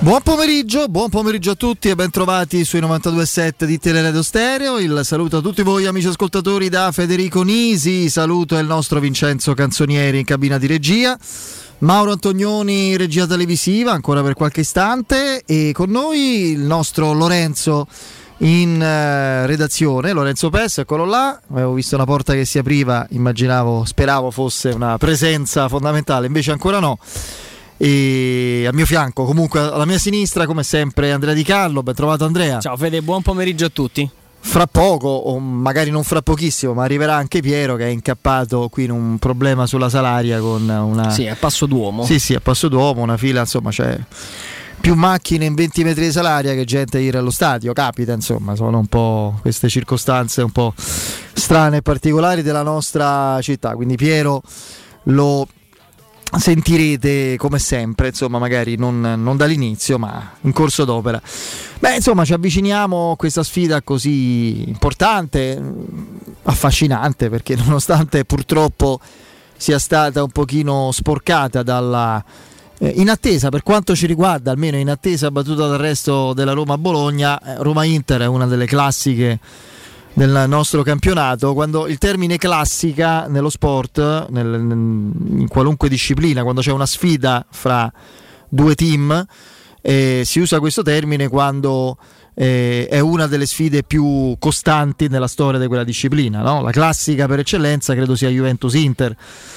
Buon pomeriggio a tutti e ben trovati sui 92.7 di Teleradio Stereo. Il saluto a tutti voi amici ascoltatori da Federico Nisi, saluto il nostro Vincenzo Canzonieri in cabina di regia, Mauro Antonioni regia televisiva ancora per qualche istante e con noi il nostro Lorenzo in redazione, Lorenzo Pes, eccolo là. Avevo visto una porta che si apriva, speravo fosse una presenza fondamentale, invece ancora no. E al mio fianco, comunque alla mia sinistra, come sempre, Andrea Di Carlo. Ben trovato Andrea. Ciao Fede, buon pomeriggio a tutti. Fra poco, o magari non fra pochissimo, ma arriverà anche Piero che è incappato qui in un problema sulla Salaria con una... Sì, a passo d'uomo. Sì, a passo d'uomo, una fila, insomma, c'è più macchine in 20 metri di Salaria che gente a ir allo stadio. Capita, insomma, sono un po' queste circostanze un po' strane e particolari della nostra città. Quindi Piero lo sentirete come sempre, insomma, magari non dall'inizio ma in corso d'opera. Beh, insomma, ci avviciniamo a questa sfida così importante, affascinante, perché nonostante purtroppo sia stata un pochino sporcata dalla in attesa, per quanto ci riguarda, almeno in attesa battuta d'arresto della Roma-Bologna, Roma-Inter è una delle classiche del nostro campionato. Quando il termine classica nello sport, in qualunque disciplina, quando c'è una sfida fra due team, si usa questo termine quando è una delle sfide più costanti nella storia di quella disciplina, no? La classica per eccellenza credo sia Juventus-Inter,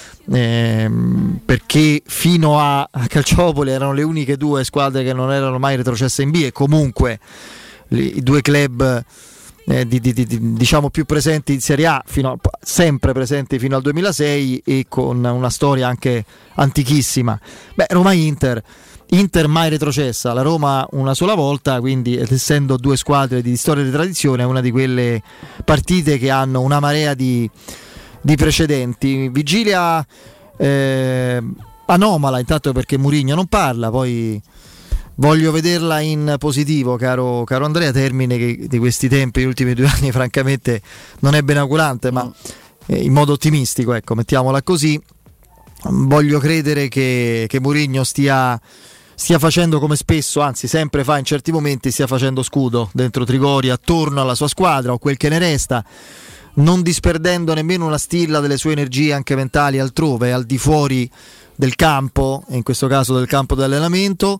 perché fino a Calciopoli erano le uniche due squadre che non erano mai retrocesse in B, e comunque i due club diciamo più presenti in Serie A, sempre presenti fino al 2006 e con una storia anche antichissima. Roma-Inter mai retrocessa, la Roma una sola volta, quindi essendo due squadre di storia e di tradizione è una di quelle partite che hanno una marea di precedenti. Vigilia anomala, intanto perché Mourinho non parla, poi voglio vederla in positivo, caro Andrea, termine che di questi tempi, gli ultimi 2 anni, francamente non è beneaugurante, ma in modo ottimistico, ecco, mettiamola così. Voglio credere che Mourinho stia facendo, come spesso, anzi sempre fa in certi momenti, stia facendo scudo dentro Trigoria, attorno alla sua squadra o quel che ne resta, non disperdendo nemmeno una stilla delle sue energie anche mentali altrove, al di fuori del campo, in questo caso del campo di allenamento.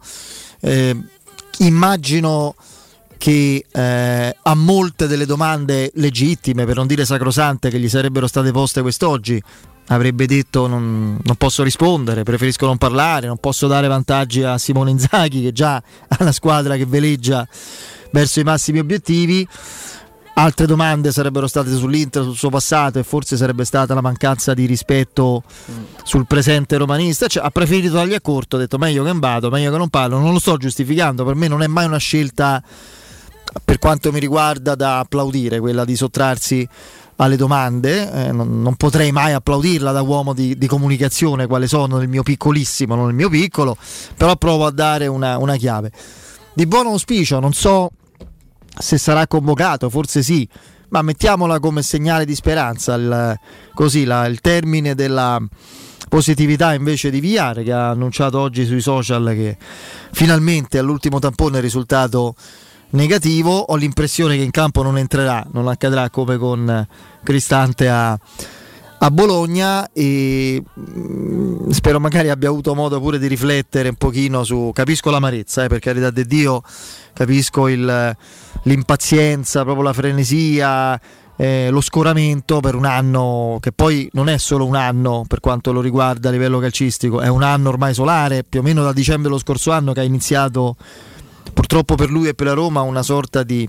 Immagino che a molte delle domande legittime, per non dire sacrosante, che gli sarebbero state poste quest'oggi, avrebbe detto non posso rispondere, preferisco non parlare, non posso dare vantaggi a Simone Inzaghi, che già ha una squadra che veleggia verso i massimi obiettivi. Altre domande sarebbero state sull'Inter, sul suo passato, e forse sarebbe stata la mancanza di rispetto sul presente romanista. Ha preferito dargli a corto, ha detto meglio che vado, meglio che non parlo. Non lo sto giustificando, per me non è mai una scelta, per quanto mi riguarda, da applaudire, quella di sottrarsi alle domande. Non potrei mai applaudirla da uomo di comunicazione, quale sono nel mio piccolissimo, non nel mio piccolo, però provo a dare una chiave di buon auspicio. Non so se sarà convocato, forse sì, ma mettiamola come segnale di speranza il termine della positività invece di Villar, che ha annunciato oggi sui social che finalmente all'ultimo tampone è risultato negativo. Ho l'impressione che in campo non entrerà, non accadrà come con Cristante a Bologna, e spero magari abbia avuto modo pure di riflettere un pochino su, capisco l'amarezza, per carità di Dio, capisco l'impazienza, proprio la frenesia, lo scoramento per un anno che poi non è solo un anno per quanto lo riguarda a livello calcistico, è un anno ormai solare, più o meno da dicembre dello scorso anno, che ha iniziato purtroppo per lui e per la Roma una sorta di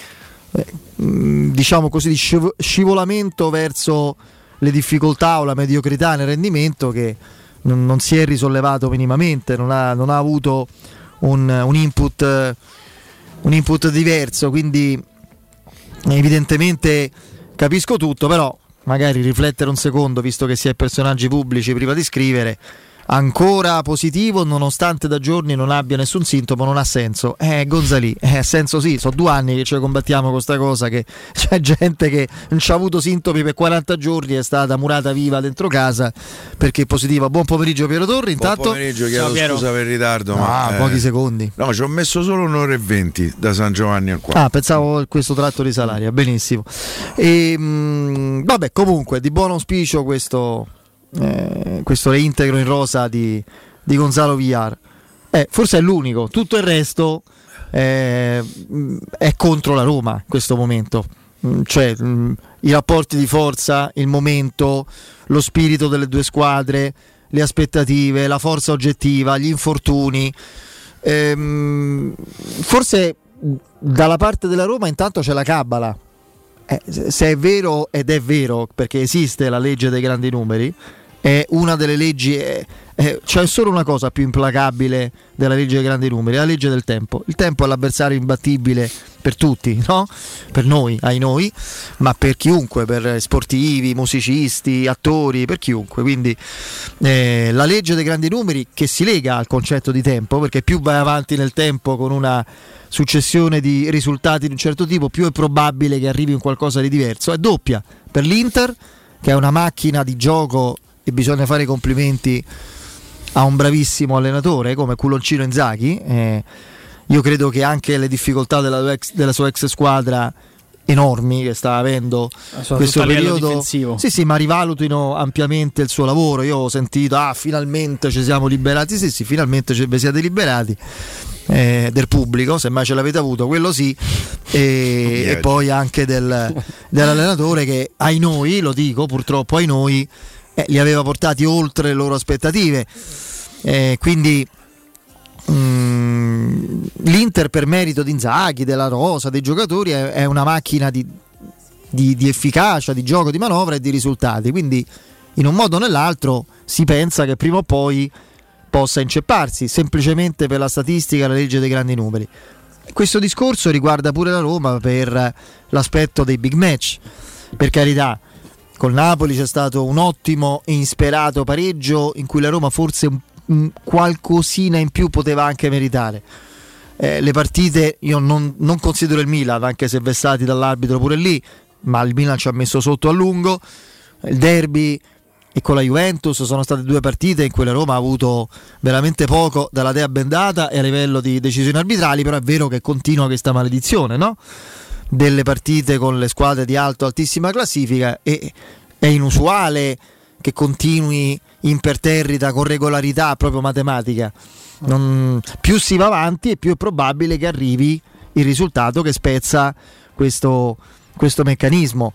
diciamo così, di scivolamento verso le difficoltà o la mediocrità nel rendimento, che non si è risollevato minimamente, non ha avuto un input diverso, quindi evidentemente capisco tutto, però magari riflettere un secondo, visto che si è personaggi pubblici, prima di scrivere, ancora positivo nonostante da giorni non abbia nessun sintomo, non ha senso. Gonzalì, ha senso sì, sono 2 anni che ci combattiamo con sta cosa, che c'è gente che non ci ha avuto sintomi per 40 giorni, è stata murata viva dentro casa perché è positiva. Buon pomeriggio Piero Torri, intanto. Buon pomeriggio, chiedo scusa per il ritardo, ma pochi secondi. No, ci ho messo solo 1 ora e 20 da San Giovanni al qua. Pensavo questo tratto di Salaria, benissimo. Vabbè, comunque di buon auspicio questo reintegro in rosa di Gonzalo Villar. Forse è l'unico, tutto il resto è contro la Roma in questo momento. Cioè i rapporti di forza, il momento, lo spirito delle due squadre, le aspettative, la forza oggettiva, gli infortuni. Forse dalla parte della Roma intanto c'è la cabala. Se è vero, ed è vero perché esiste la legge dei grandi numeri, è una delle leggi, c'è solo una cosa più implacabile della legge dei grandi numeri, la legge del tempo. Il tempo è l'avversario imbattibile per tutti, no? Per noi, ai noi, ma per chiunque, per sportivi, musicisti, attori, per chiunque. Quindi la legge dei grandi numeri, che si lega al concetto di tempo, perché più vai avanti nel tempo con una successione di risultati di un certo tipo, più è probabile che arrivi in qualcosa di diverso. È doppia per l'Inter, che è una macchina di gioco, e bisogna fare i complimenti a un bravissimo allenatore come Culoncino Inzaghi. Io credo che anche le difficoltà della sua ex squadra enormi che sta avendo questo periodo, sì, ma rivalutino ampiamente il suo lavoro. Io ho sentito finalmente ci siamo liberati, sì, finalmente vi siete liberati del pubblico, se mai ce l'avete avuto, quello sì, e poi anche dell'allenatore che ai noi, lo dico purtroppo ai noi, li aveva portati oltre le loro aspettative, quindi l'Inter, per merito di Inzaghi, della rosa, dei giocatori, è una macchina di efficacia, di gioco, di manovra e di risultati. Quindi in un modo o nell'altro si pensa che prima o poi possa incepparsi, semplicemente per la statistica, la legge dei grandi numeri. Questo discorso riguarda pure la Roma per l'aspetto dei big match. Per carità, col Napoli c'è stato un ottimo e insperato pareggio in cui la Roma forse qualcosina in più poteva anche meritare. Le partite, io non considero il Milan, anche se vessati dall'arbitro pure lì, ma il Milan ci ha messo sotto a lungo. Il derby e con la Juventus sono state 2 partite in cui la Roma ha avuto veramente poco dalla dea bendata e a livello di decisioni arbitrali. Però è vero che continua questa maledizione, no? Delle partite con le squadre di altissima classifica, e è inusuale che continui imperterrita con regolarità proprio matematica. Più si va avanti e più è probabile che arrivi il risultato che spezza questo meccanismo.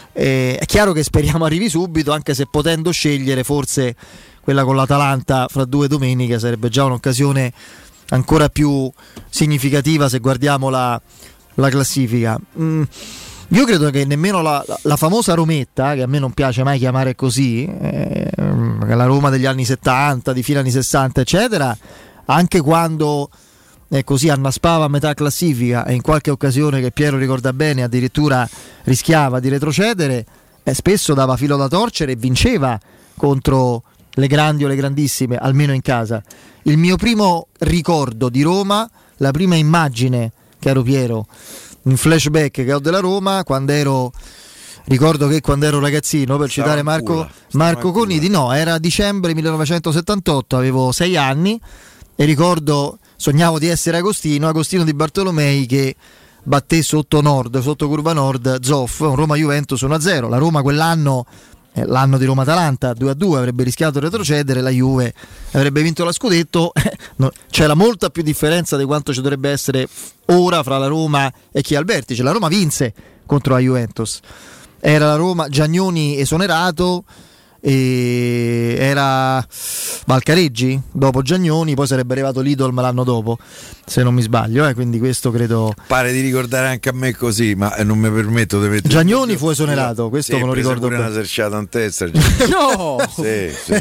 È chiaro che speriamo arrivi subito, anche se potendo scegliere forse quella con l'Atalanta fra 2 domeniche sarebbe già un'occasione ancora più significativa se guardiamo la classifica. Io credo che nemmeno la famosa Rometta, che a me non piace mai chiamare così, la Roma degli anni 70, di fine anni 60 eccetera, anche quando così annaspava a metà classifica e in qualche occasione, che Piero ricorda bene, addirittura rischiava di retrocedere, spesso dava filo da torcere e vinceva contro le grandi o le grandissime, almeno in casa. Il mio primo ricordo di Roma, la prima immagine, caro Piero, un flashback che ho della Roma, ricordo che quando ero ragazzino, per citare Marco Conidi, no, era dicembre 1978, avevo 6 anni e ricordo, sognavo di essere Agostino di Bartolomei, che batté sotto curva nord Zoff, un Roma-Juventus 1-0. La Roma quell'anno, l'anno di Roma-Atalanta 2-2, avrebbe rischiato di retrocedere, la Juve avrebbe vinto la scudetto. C'era molta più differenza di quanto ci dovrebbe essere ora fra la Roma e chi è al vertice. La Roma vinse contro la Juventus, era la Roma, Giannoni esonerato, e era Valcareggi dopo Giannoni, poi sarebbe arrivato Lidl l'anno dopo, se non mi sbaglio, quindi questo credo, pare di ricordare anche a me così, ma non mi permetto di mettere. Giannoni fu esonerato, questo me lo ricordo pure una serciata in testa. No! sì.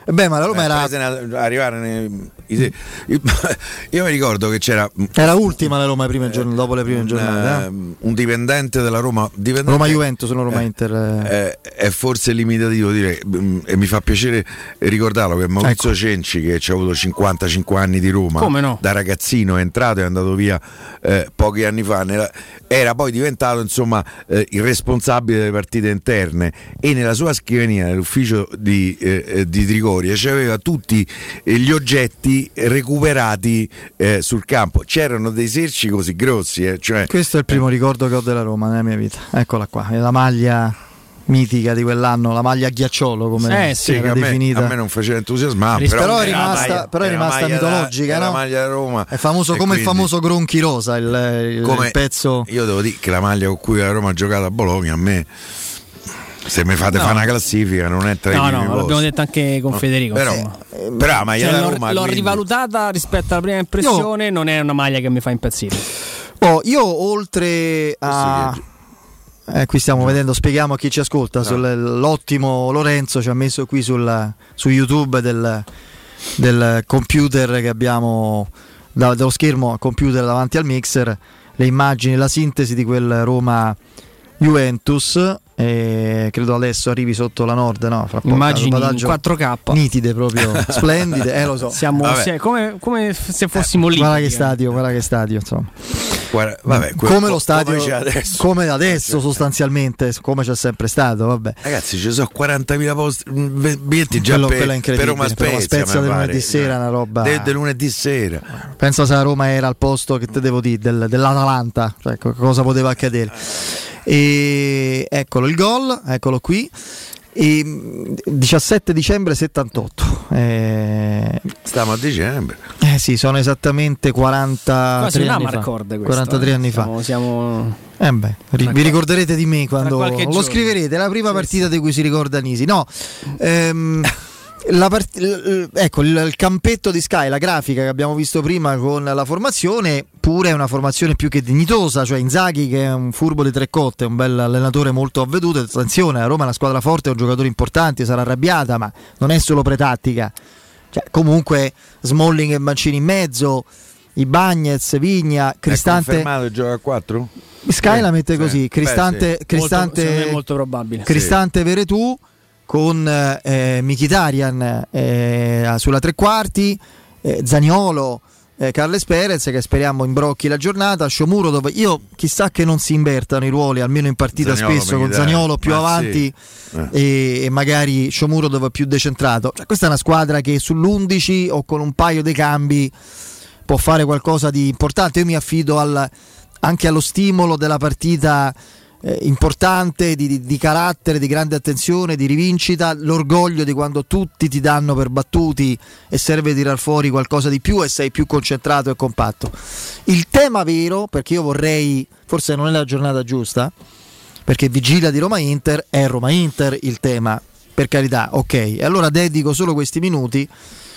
Beh, ma la Roma era arrivare io mi ricordo che c'era ultima la Roma dopo le prime giornate. Un dipendente della Roma, Roma Juventus, sono Roma Inter. È forse limitativo dire, e mi fa piacere ricordarlo, che Maurizio Cenci, che ci ha avuto 55 anni di Roma, come no? Da ragazzino è entrato e è andato via pochi anni fa, era poi diventato insomma il responsabile delle partite interne, e nella sua scrivania nell'ufficio di Trigoria c'aveva tutti gli oggetti recuperati sul campo. C'erano dei serci così grossi, cioè, questo è il primo ricordo che ho della Roma nella mia vita. Eccola qua, è la maglia mitica di quell'anno, la maglia a ghiacciolo, come era definita. A me non faceva entusiasmare, però è rimasta mitologica, la no? maglia da Roma è famoso come il famoso Gronchi rosa, il pezzo. Io devo dire che la maglia con cui la Roma ha giocato a Bologna, a me, se mi fate fare una classifica, non è tra i primi posti. L'abbiamo detto anche con Federico, però la maglia da Roma l'ho rivalutata rispetto alla prima impressione. Non è una maglia che mi fa impazzire. Io oltre a qui stiamo vedendo, spieghiamo a chi ci ascolta, l'ottimo Lorenzo ci ha messo qui su YouTube del computer che abbiamo, dello schermo computer davanti al mixer, le immagini, la sintesi di quel Roma Juventus. Credo adesso arrivi sotto la Nord, no? Fra poco, immagini in 4K nitide, proprio splendide, lo so. Siamo come se fossimo lì. Guarda che stadio, insomma. Come lo stadio, come adesso sostanzialmente, come c'è sempre stato, vabbè. Ragazzi, ci sono 40.000 posti biglietti già per Roma Spezia del lunedì sera, una roba del lunedì sera. Pensa se la Roma era al posto, che te devo dire, dell'Atalanta, cioè, cosa poteva accadere. E eccolo il gol, eccolo qui. 17 dicembre 78. Stiamo a dicembre. Sì, sono esattamente 43 anni fa. 43 anni fa. Vi ricorderete di me quando lo scriverete, la prima partita di cui si ricorda Nisi. No. Ecco il campetto di Sky, la grafica che abbiamo visto prima con la formazione, pure è una formazione più che dignitosa, cioè Inzaghi, che è un furbo di tre cotte, un bel allenatore molto avveduto. Attenzione, la Roma è una squadra forte, è un giocatore importante, sarà arrabbiata, ma non è solo pretattica, cioè, comunque Smalling e Mancini in mezzo, i Bagnez, Vigna, Cristante. È confermato il gioco a 4? Sky la mette così, Cristante è molto probabile. Cristante, Veretù con Mkhitaryan sulla tre quarti, Zaniolo, Carles Perez, che speriamo imbrocchi la giornata, Sciomuro, dove io chissà che non si invertano i ruoli, almeno in partita Zaniolo, spesso con Zaniolo più avanti e magari Sciomuro dove è più decentrato. Cioè, questa è una squadra che sull'11 o con un paio di cambi può fare qualcosa di importante. Io mi affido anche allo stimolo della partita importante, di carattere, di grande attenzione, di rivincita, l'orgoglio di quando tutti ti danno per battuti e serve tirar fuori qualcosa di più e sei più concentrato e compatto. Il tema vero, perché io vorrei, forse non è la giornata giusta, perché vigilia di Roma-Inter, è Roma-Inter il tema, per carità, ok, e allora dedico solo questi minuti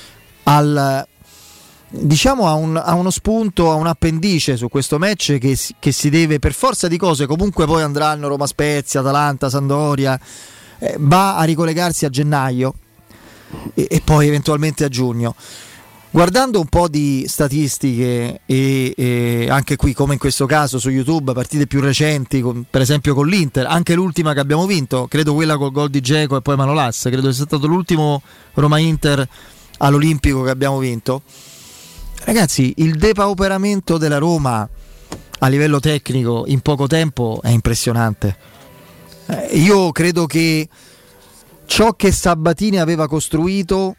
diciamo a uno spunto, a un appendice su questo match che si deve per forza di cose, comunque poi andranno Roma Spezia, Atalanta, Sampdoria, va a ricollegarsi a gennaio e poi eventualmente a giugno. Guardando un po' di statistiche e anche qui, come in questo caso su YouTube, partite più recenti, per esempio con l'Inter, anche l'ultima che abbiamo vinto, credo quella col gol di Dzeko e poi Manolas, credo sia stato l'ultimo Roma-Inter all'Olimpico che abbiamo vinto. Ragazzi, il depauperamento della Roma a livello tecnico in poco tempo è impressionante. Io credo che ciò che Sabatini aveva costruito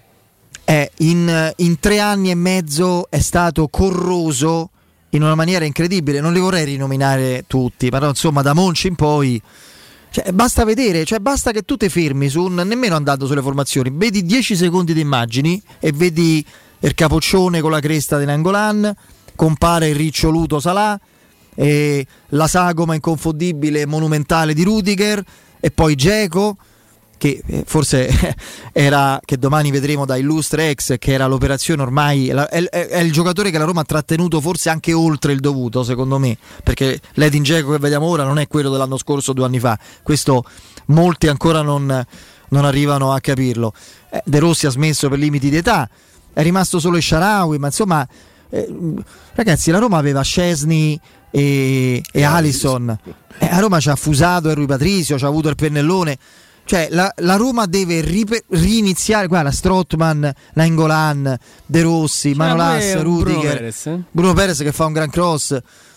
in 3 anni e mezzo è stato corroso in una maniera incredibile. Non li vorrei rinominare tutti, però insomma da Monci in poi, cioè, basta vedere, cioè basta che tu ti fermi nemmeno andando sulle formazioni, vedi 10 secondi di immagini e vedi il capoccione con la cresta di Nainggolan, compare il riccioluto Salah, la sagoma inconfondibile monumentale di Rudiger e poi Dzeko, che forse era, che domani vedremo da illustre ex, che era l'operazione ormai, è il giocatore che la Roma ha trattenuto forse anche oltre il dovuto, secondo me, perché l'Edin Dzeko che vediamo ora non è quello dell'anno scorso, 2 anni fa, questo molti ancora non non arrivano a capirlo. De Rossi ha smesso per limiti di età, è rimasto solo il Shaarawy, ma insomma ragazzi, la Roma aveva Szczesny e Alisson, a Roma c'ha Fusato e Rui Patricio, c'ha avuto il pennellone, cioè la Roma deve riniziare. Guarda, Strootman, Nainggolan, De Rossi, Manolas, Rudiger, Bruno Perez che fa un gran cross.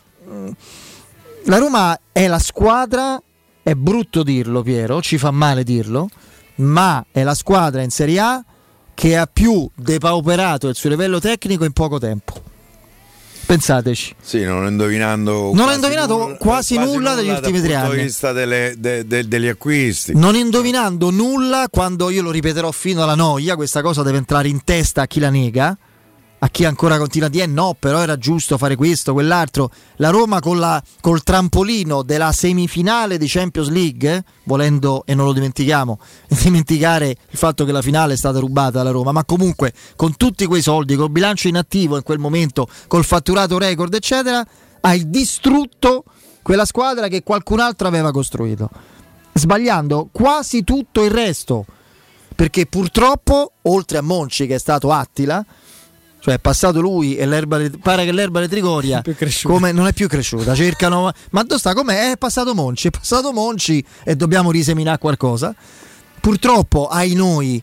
La Roma è la squadra, è brutto dirlo Piero, ci fa male dirlo, ma è la squadra in Serie A che ha più depauperato il suo livello tecnico in poco tempo. Pensateci. Sì, non ho indovinato quasi nulla degli ultimi 3 anni. Dal punto di vista degli acquisti. Non indovinando nulla, quando io lo ripeterò fino alla noia, questa cosa deve entrare in testa a chi la nega, a chi ancora continua a dire no, però era giusto fare questo, quell'altro. La Roma col trampolino della semifinale di Champions League, volendo, e non lo dimentichiamo, dimenticare il fatto che la finale è stata rubata alla Roma, ma comunque con tutti quei soldi, col bilancio inattivo in quel momento, col fatturato record eccetera, hai distrutto quella squadra che qualcun altro aveva costruito, sbagliando quasi tutto il resto, perché purtroppo oltre a Monci, che è stato Attila, cioè è passato lui e pare che l'erba di Trigoria come non è più cresciuta, cercano, ma dove sta, com'è? È passato Monci e dobbiamo riseminare qualcosa. Purtroppo ai noi,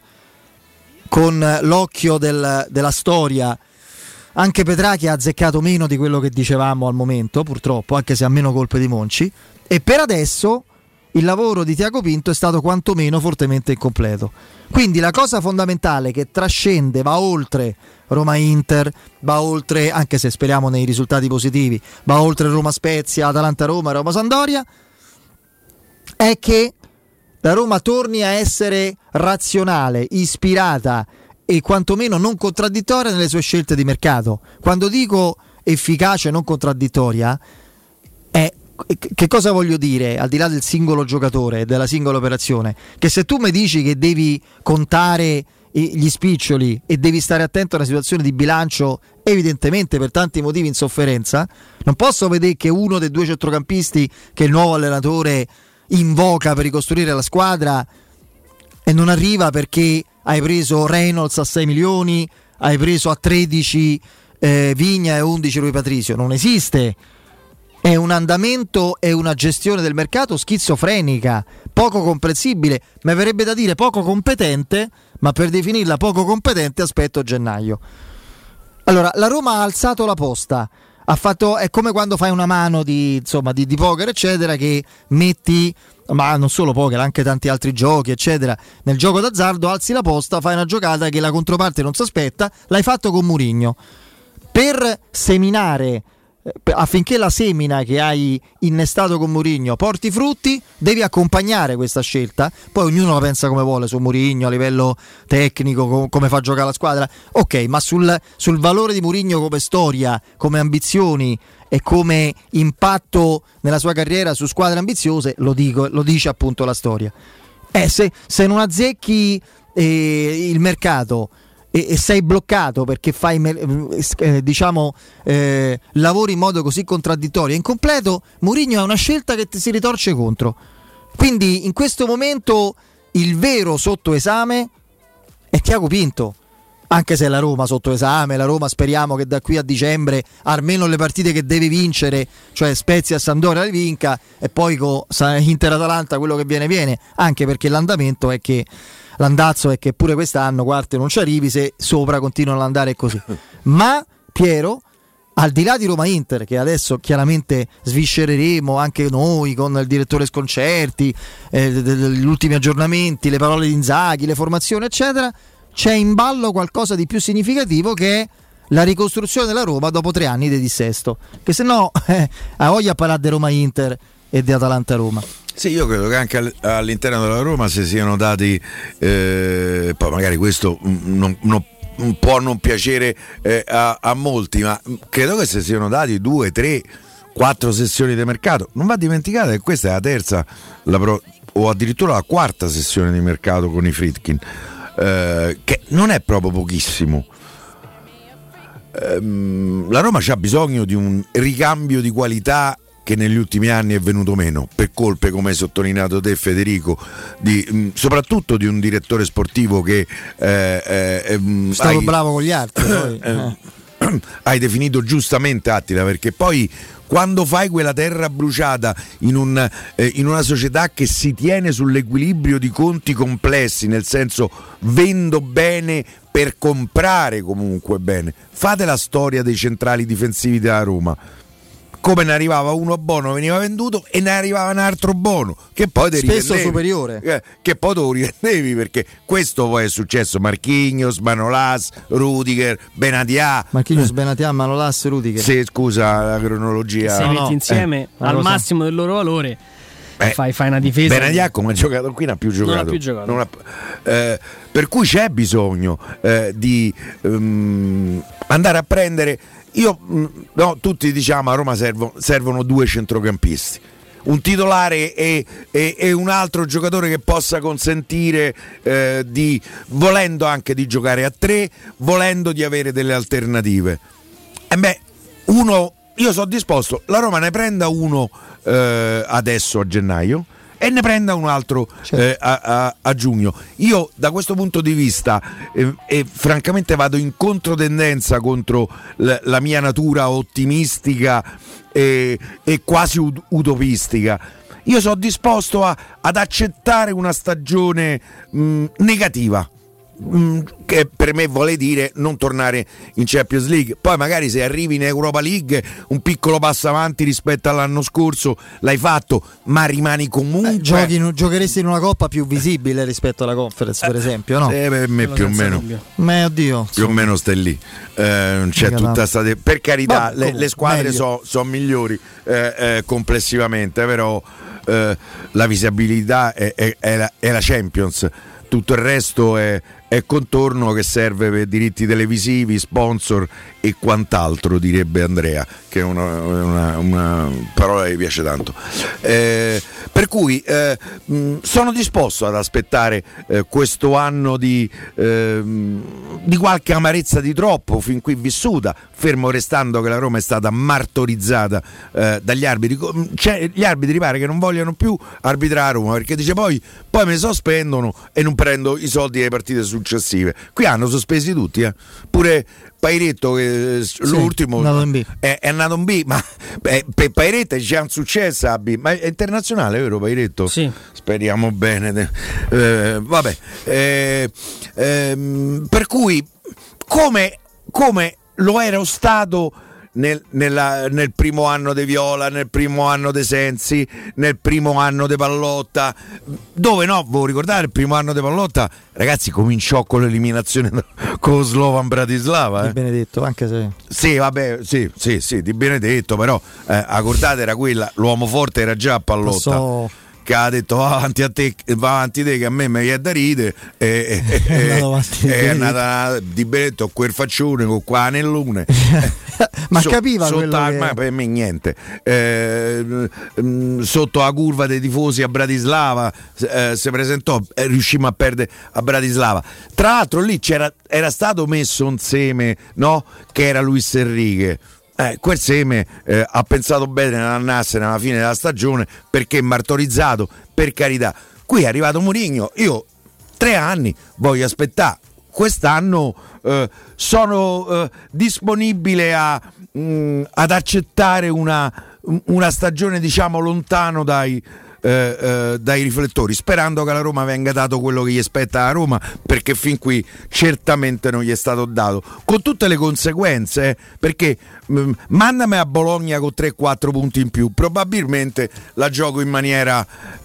con l'occhio della storia, anche Petrachi ha azzeccato meno di quello che dicevamo al momento, purtroppo, anche se ha meno colpe di Monci, e per adesso il lavoro di Tiago Pinto è stato quantomeno fortemente incompleto. Quindi la cosa fondamentale che trascende, va oltre Roma-Inter, va oltre, anche se speriamo nei risultati positivi, va oltre Roma-Spezia, Atalanta-Roma, Roma-Sampdoria, è che la Roma torni a essere razionale, ispirata e quantomeno non contraddittoria nelle sue scelte di mercato. Quando dico efficace, non contraddittoria, che cosa voglio dire, al di là del singolo giocatore e della singola operazione? Che se tu mi dici che devi contare gli spiccioli e devi stare attento a una situazione di bilancio evidentemente per tanti motivi in sofferenza, non posso vedere che uno dei 2 centrocampisti che il nuovo allenatore invoca per ricostruire la squadra e non arriva perché hai preso Reynolds a 6 milioni, hai preso a 13 Vigna e 11 Rui Patricio. Non esiste. È un andamento e una gestione del mercato schizofrenica, poco comprensibile, mi verrebbe da dire poco competente, ma per definirla poco competente aspetto gennaio. Allora, la Roma ha alzato la posta, è come quando fai una mano di poker eccetera, che metti, ma non solo poker, anche tanti altri giochi eccetera, nel gioco d'azzardo alzi la posta, fai una giocata che la controparte non si aspetta. L'hai fatto con Mourinho per seminare, affinché la semina che hai innestato con Mourinho porti frutti, devi accompagnare questa scelta. Poi ognuno la pensa come vuole su Mourinho a livello tecnico, come fa a giocare la squadra, ok, ma sul valore di Mourinho come storia, come ambizioni e come impatto nella sua carriera su squadre ambiziose, lo dice appunto la storia. Se non azzecchi il mercato e sei bloccato perché fai lavori in modo così contraddittorio e incompleto, Mourinho è una scelta che ti si ritorce contro. Quindi in questo momento il vero sotto esame è Tiago Pinto, anche se è la Roma sotto esame. La Roma speriamo che da qui a dicembre almeno le partite che deve vincere, cioè Spezia e Sampdoria, le vinca, e poi con Inter-Atalanta quello che viene, anche perché l'andamento è che l'andazzo è che pure quest'anno quarti non ci arrivi se sopra continuano ad andare così. Ma Piero, al di là di Roma-Inter, che adesso chiaramente sviscereremo anche noi con il direttore Sconcerti, gli ultimi aggiornamenti, le parole di Inzaghi, le formazioni eccetera, c'è in ballo qualcosa di più significativo, che è la ricostruzione della Roma dopo 3 anni di dissesto, che se no ha voglia a parlare di Roma-Inter e di Atalanta-Roma. Sì, io credo che anche all'interno della Roma si siano dati, poi magari questo può non piacere a molti, ma credo che si siano dati 2, 3, 4 sessioni di mercato. Non va dimenticato che questa è la terza o addirittura la quarta sessione di mercato con i Friedkin, che non è proprio pochissimo. La Roma c'ha bisogno di un ricambio di qualità che negli ultimi anni è venuto meno per colpe, come hai sottolineato te Federico, soprattutto di un direttore sportivo che è stato bravo con gli altri hai definito giustamente Attila, perché poi quando fai quella terra bruciata in una società che si tiene sull'equilibrio di conti complessi, nel senso vendo bene per comprare comunque bene, fate la storia dei centrali difensivi della Roma. Come ne arrivava uno buono veniva venduto e ne arrivava un altro buono che poi te spesso superiore, che poi te lo rivendevi, perché questo poi è successo. Marquinhos, Manolas, Rudiger, Benatia. Marquinhos, Benatia, Manolas, Rudiger. Sì, scusa la cronologia. Se metti insieme al massimo del loro valore, fai una difesa. Benatia come ha giocato qui non ha più giocato. Per cui c'è bisogno di andare a prendere. Tutti diciamo a Roma servono 2 centrocampisti, un titolare e un altro giocatore che possa consentire volendo anche di giocare a 3, volendo di avere delle alternative. Io sono disposto, la Roma ne prenda uno adesso a gennaio e ne prenda un altro a giugno. Io da questo punto di vista francamente vado in controtendenza contro la mia natura ottimistica e quasi utopistica. Io sono disposto ad accettare una stagione negativa, che per me vuole dire non tornare in Champions League. Poi magari se arrivi in Europa League un piccolo passo avanti rispetto all'anno scorso l'hai fatto, ma rimani comunque giocheresti in una coppa più visibile rispetto alla Conference, per esempio, no? Per me più o meno più o meno stai lì, c'è tutta stata, per carità, le squadre sono migliori complessivamente, però la visibilità è la Champions, tutto il resto è contorno che serve per diritti televisivi, sponsor e quant'altro, direbbe Andrea, che è una parola che mi piace tanto. Per cui sono disposto ad aspettare questo anno di qualche amarezza di troppo fin qui vissuta, fermo restando che la Roma è stata martorizzata dagli arbitri. Gli arbitri pare che non vogliano più arbitrare a Roma, perché dice poi mi sospendono e non prendo i soldi delle partite successive. Qui hanno sospesi tutti, pure Pairetto, che l'ultimo è andato in B, ma per Pairetto c'è un successo a B, ma è internazionale, vero Pairetto? Sì. Speriamo bene. Vabbè, per cui come lo era stato nel primo anno De Viola, nel primo anno De Sensi, nel primo anno De Pallotta, dove voi ricordate il primo anno De Pallotta, ragazzi, cominciò con l'eliminazione con Slovan Bratislava, Di Benedetto, anche se sì, Di Benedetto, però ricordate, era quella, l'uomo forte era già a Pallotta, che ha detto va avanti te che a me mi viene da ridere, è andata Di Benedetto con quel faccione con qua anellone ma capiva sotto che... per me niente, sotto la curva dei tifosi a Bratislava si presentò, riuscimmo a perdere a Bratislava. Tra l'altro lì era stato messo un seme, no? Che era Luis Enrique. Quel seme ha pensato bene ad andarsene alla fine della stagione, perché martorizzato, per carità. Qui è arrivato Mourinho, io 3 anni voglio aspettare. Quest'anno sono disponibile ad accettare una stagione, diciamo, lontano dai riflettori, sperando che alla Roma venga dato quello che gli spetta a Roma, perché fin qui certamente non gli è stato dato, con tutte le conseguenze, perché mandami a Bologna con 3-4 punti in più, probabilmente la gioco in maniera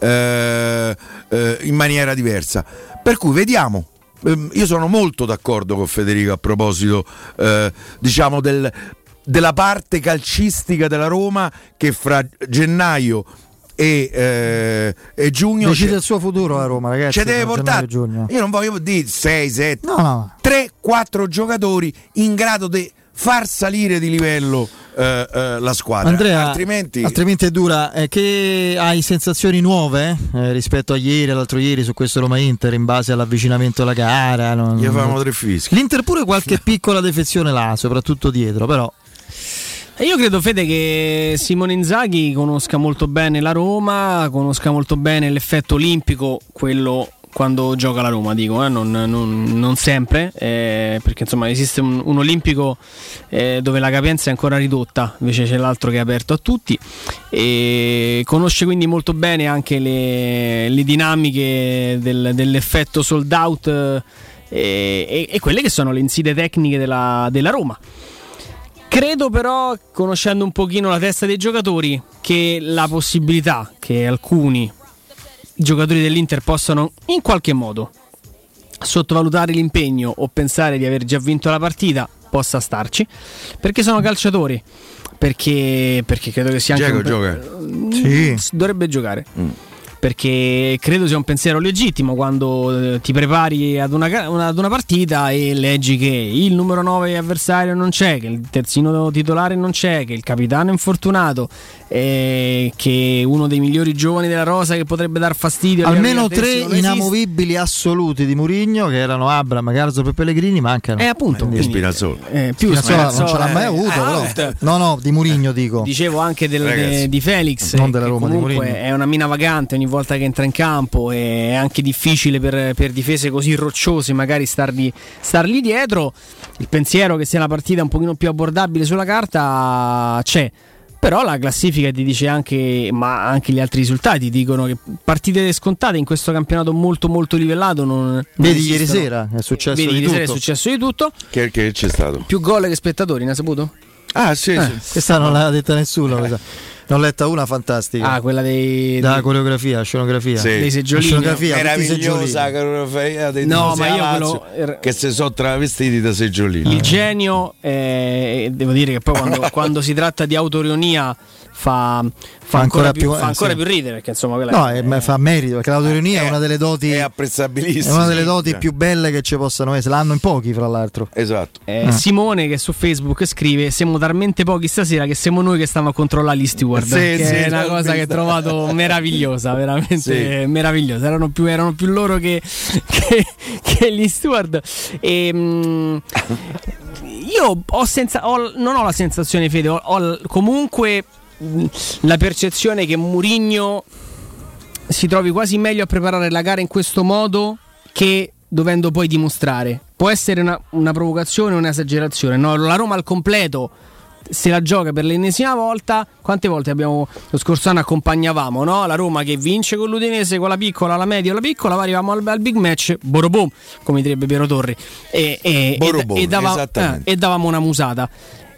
diversa, per cui vediamo. Io sono molto d'accordo con Federico a proposito diciamo della parte calcistica della Roma, che fra gennaio e giugno decide il suo futuro a Roma, ragazzi. Ci deve portare, io non voglio dire 6, 7, 3-4 giocatori in grado di far salire di livello la squadra. Andrea, altrimenti è dura. Che hai sensazioni nuove rispetto a ieri, all'altro ieri, su questo Roma-Inter, in base all'avvicinamento alla gara? Gli facciamo 3 fischi. L'Inter pure qualche piccola defezione là, soprattutto dietro, però Io credo, Fede, che Simone Inzaghi conosca molto bene la Roma, conosca molto bene l'effetto olimpico, quello quando gioca la Roma, dico, non sempre, perché insomma esiste un olimpico dove la capienza è ancora ridotta, invece c'è l'altro che è aperto a tutti, e conosce quindi molto bene anche le dinamiche dell'effetto sold out e quelle che sono le insidie tecniche della Roma. Credo però, conoscendo un pochino la testa dei giocatori, che la possibilità che alcuni giocatori dell'Inter possano in qualche modo sottovalutare l'impegno o pensare di aver già vinto la partita possa starci, perché sono calciatori, perché credo che sia anche gioca. Sì. Dovrebbe giocare. Perché credo sia un pensiero legittimo quando ti prepari ad una partita e leggi che il numero 9 avversario non c'è, che il terzino titolare non c'è, che il capitano è infortunato, che uno dei migliori giovani della rosa che potrebbe dar fastidio. Almeno 3 inamovibili assoluti di Mourinho, che erano Abraham, Garzo e Pellegrini, mancano. Appunto. Spinazzola. Spinazzola non ce l'ha mai avuto, però. No, di Mourinho dico. Dicevo anche di Felix, non della Roma, comunque di Mourinho. È una mina vagante ogni volta che entra in campo, è anche difficile per difese così rocciose magari stargli dietro. Il pensiero che sia una partita un pochino più abbordabile sulla carta c'è, però la classifica ti dice anche, ma anche gli altri risultati dicono che partite scontate in questo campionato molto molto livellato non vedi esistono. Ieri sera è successo di tutto. Che c'è stato? Più gol che spettatori, ne hai saputo? Sì. Questa non l'ha detta nessuno. Ne ho letta una fantastica. Quella della coreografia, scenografia. Sì. Dei seggiolini. Scenografia, meravigliosa coreografia dei che si sono travestiti da seggiolini. Il genio, devo dire che poi quando si tratta di autoironia fa ancora più ridere, perché insomma quella fa merito, perché l'autoironia è una delle doti, è apprezzabilissima, è una delle doti più belle che ci possano essere, l'hanno in pochi fra l'altro. Esatto. Simone, che su Facebook scrive: siamo talmente pochi stasera che siamo noi che stiamo a controllare gli steward, è una cosa che ho trovato meravigliosa, veramente meravigliosa. Erano più loro che gli steward. Io non ho la sensazione, Fede, ho comunque la percezione che Mourinho si trovi quasi meglio a preparare la gara in questo modo che dovendo poi dimostrare. Può essere una provocazione o un'esagerazione, no? La Roma al completo se la gioca per l'ennesima volta. Quante volte lo scorso anno accompagnavamo, no? La Roma che vince con l'Udinese, con la piccola, la media o la piccola, arriviamo al big match, borobom, come direbbe Piero Torri, e davamo una musata.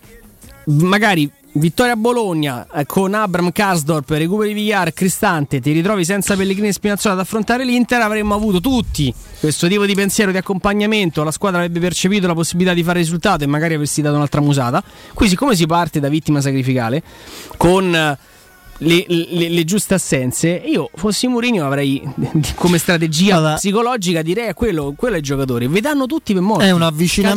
Magari vittoria a Bologna con Abram, Karsdorp, recuperi Villar, Cristante, ti ritrovi senza Pellegrini e Spinazzola ad affrontare l'Inter, avremmo avuto tutti questo tipo di pensiero, di accompagnamento, la squadra avrebbe percepito la possibilità di fare risultato e magari avresti dato un'altra musata. Qui siccome si parte da vittima sacrificale con le giuste assenze, io fossi Mourinho avrei come strategia psicologica direi a quello ai giocatori, vi danno tutti per morti. È un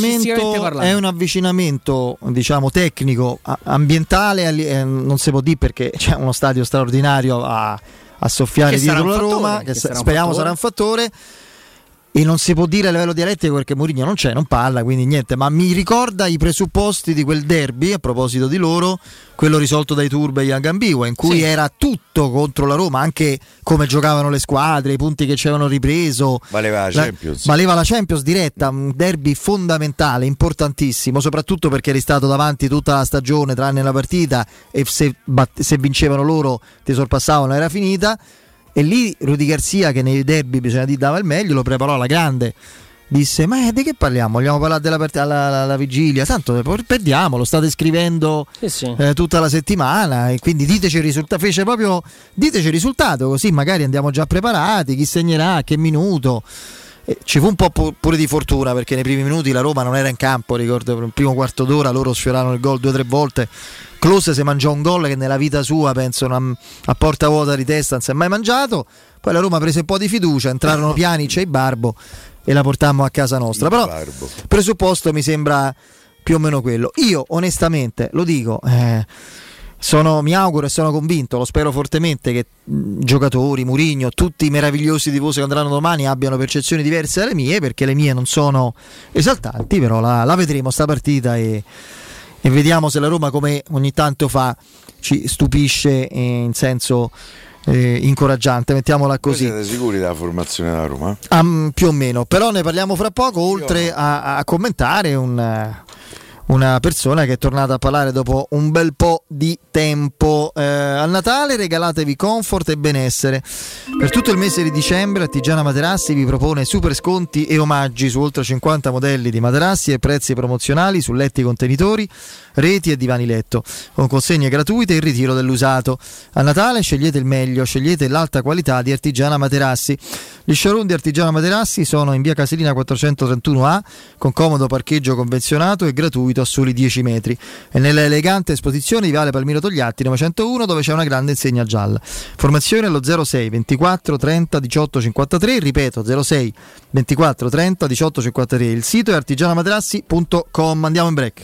avvicinamento diciamo tecnico, ambientale, non si può dire, perché c'è uno stadio straordinario a soffiare dietro la Roma, che speriamo sarà un fattore. E non si può dire a livello dialettico perché Mourinho non parla, quindi niente, ma mi ricorda i presupposti di quel derby, a proposito di loro, quello risolto dai Turbe e Young Ambigua, in cui era tutto contro la Roma, anche come giocavano le squadre, i punti che ci avevano ripreso, valeva la Champions diretta, un derby fondamentale, importantissimo, soprattutto perché eri stato davanti tutta la stagione tranne la partita, e se vincevano loro ti sorpassavano, era finita. E lì Rudy Garcia, che nei derby bisogna dire dava il meglio, lo preparò alla grande, disse: ma di che parliamo? Vogliamo parlare della partita alla vigilia, tanto perdiamo, lo state scrivendo tutta la settimana, e quindi diteci il risultato. Fece proprio: diteci il risultato, così magari andiamo già preparati, chi segnerà, a che minuto. Ci fu un po' pure di fortuna, perché nei primi minuti la Roma non era in campo, ricordo, per un primo quarto d'ora loro sfiorarono il gol 2 o 3 volte. Klose si mangiò un gol che nella vita sua, penso, a porta vuota di testa non si è mai mangiato. Poi la Roma prese un po' di fiducia, entrarono Pjanic e Barbo e la portammo a casa nostra. Però presupposto mi sembra più o meno quello. Io onestamente lo dico, mi auguro e sono convinto, lo spero fortemente, che giocatori, Mourinho, tutti i meravigliosi tifosi che andranno domani abbiano percezioni diverse dalle mie, perché le mie non sono esaltanti, però la vedremo sta partita e e vediamo se la Roma, come ogni tanto fa, ci stupisce in senso incoraggiante, mettiamola così. Siete sicuri della formazione della Roma? Più o meno, però ne parliamo fra poco, oltre a commentare una persona che è tornata a parlare dopo un bel po' di tempo. Al Natale regalatevi comfort e benessere. Per tutto il mese di dicembre Artigiana Materassi vi propone super sconti e omaggi su oltre 50 modelli di materassi e prezzi promozionali su letti contenitori, reti e divani letto, con consegne gratuite e il ritiro dell'usato. A Natale scegliete il meglio, scegliete l'alta qualità di Artigiana Materassi. Gli showroom di Artigiana Materassi sono in via Casilina 431A, con comodo parcheggio convenzionato e gratuito a soli 10 metri, e nella elegante esposizione di Viale Palmiro Togliatti 901, dove c'è una grande insegna gialla. Formazione allo 06 24 30 18 53, ripeto 06 24 30 18 53. Il sito è artigianamaterassi.com. Andiamo in break.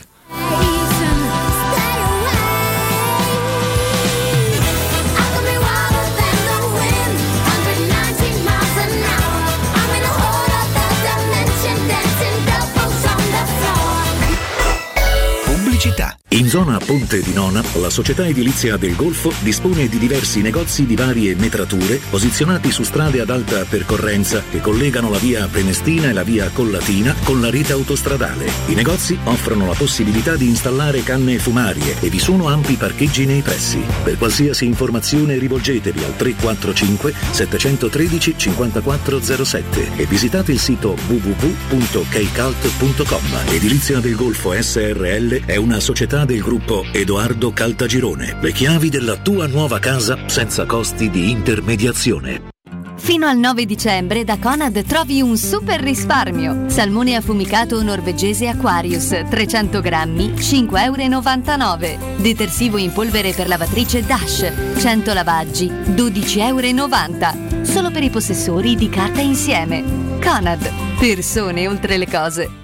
In zona Ponte di Nona, la società edilizia del Golfo dispone di diversi negozi di varie metrature posizionati su strade ad alta percorrenza che collegano la via Prenestina e la via Collatina con la rete autostradale. I negozi offrono la possibilità di installare canne fumarie e vi sono ampi parcheggi nei pressi. Per qualsiasi informazione rivolgetevi al 345 713 5407 e visitate il sito www.keicalt.com. Edilizia del Golfo SRL è una società del gruppo Edoardo Caltagirone. Le chiavi della tua nuova casa senza costi di intermediazione. Fino al 9 dicembre da Conad trovi un super risparmio. Salmone affumicato norvegese Aquarius 300 grammi, 5,99 €. Detersivo in polvere per lavatrice Dash 100 lavaggi, 12,90 €. Solo per i possessori di carta insieme. Conad, persone oltre le cose.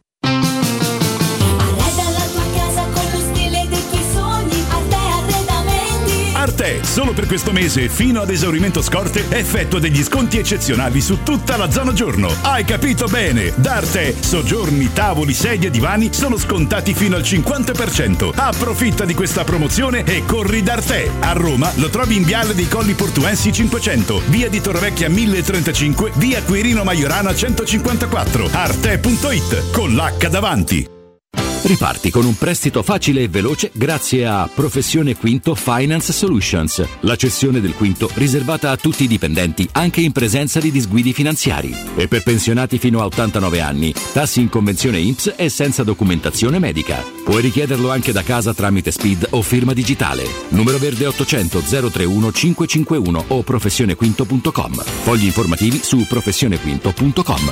Arte, solo per questo mese fino ad esaurimento scorte effettua degli sconti eccezionali su tutta la zona giorno. Hai capito bene? Da Arte, soggiorni, tavoli, sedie e divani sono scontati fino al 50%. Approfitta di questa promozione e corri da Arte. A Roma lo trovi in Viale dei Colli Portuensi 500, via di Torrevecchia 1035, via Quirino Maiorana 154. Arte.it con l'H davanti. Riparti con un prestito facile e veloce grazie a Professione Quinto Finance Solutions, la cessione del quinto riservata a tutti i dipendenti anche in presenza di disguidi finanziari, e per pensionati fino a 89 anni, tassi in convenzione INPS e senza documentazione medica. Puoi richiederlo anche da casa tramite SPID o firma digitale. Numero verde 800 031 551 o professionequinto.com. Fogli informativi su professionequinto.com.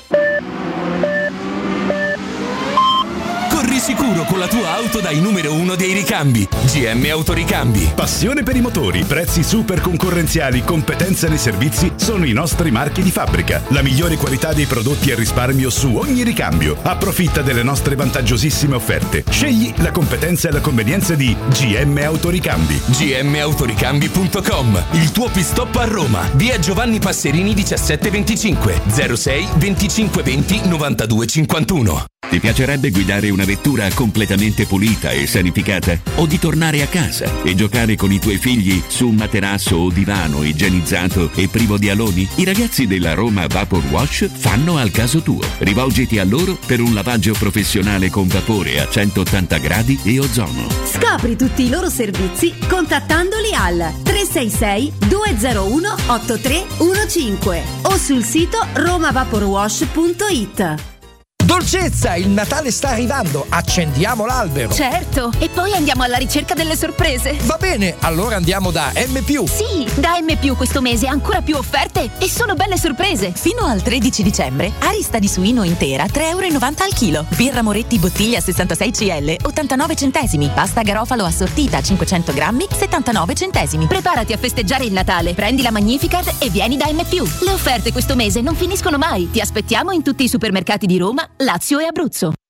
Sicuro con la tua auto dai numero 1 dei ricambi. GM Autoricambi. Passione per i motori, prezzi super concorrenziali, competenza nei servizi sono i nostri marchi di fabbrica. La migliore qualità dei prodotti e risparmio su ogni ricambio. Approfitta delle nostre vantaggiosissime offerte. Scegli la competenza e la convenienza di GM Autoricambi. gmautoricambi.com. Il tuo pit stop a Roma. Via Giovanni Passerini 1725 06 25 20 92 51. Ti piacerebbe guidare una vettura completamente pulita e sanificata? O di tornare a casa e giocare con i tuoi figli su un materasso o divano igienizzato e privo di aloni? I ragazzi della Roma Vapor Wash fanno al caso tuo. Rivolgiti a loro per un lavaggio professionale con vapore a 180 gradi e ozono. Scopri tutti i loro servizi contattandoli al 366 201 8315 o sul sito romavaporwash.it. Dolcezza, il Natale sta arrivando, accendiamo l'albero. Certo, e poi andiamo alla ricerca delle sorprese. Va bene, allora andiamo da M+. Sì, da M+, questo mese ancora più offerte e sono belle sorprese. Fino al 13 dicembre, arista di suino intera 3,90 € al chilo. Birra Moretti bottiglia 66 CL 89 centesimi. Pasta Garofalo assortita 500 grammi 79 centesimi. Preparati a festeggiare il Natale, prendi la Magnificard e vieni da M+. Le offerte questo mese non finiscono mai. Ti aspettiamo in tutti i supermercati di Roma, Lazio e Abruzzo.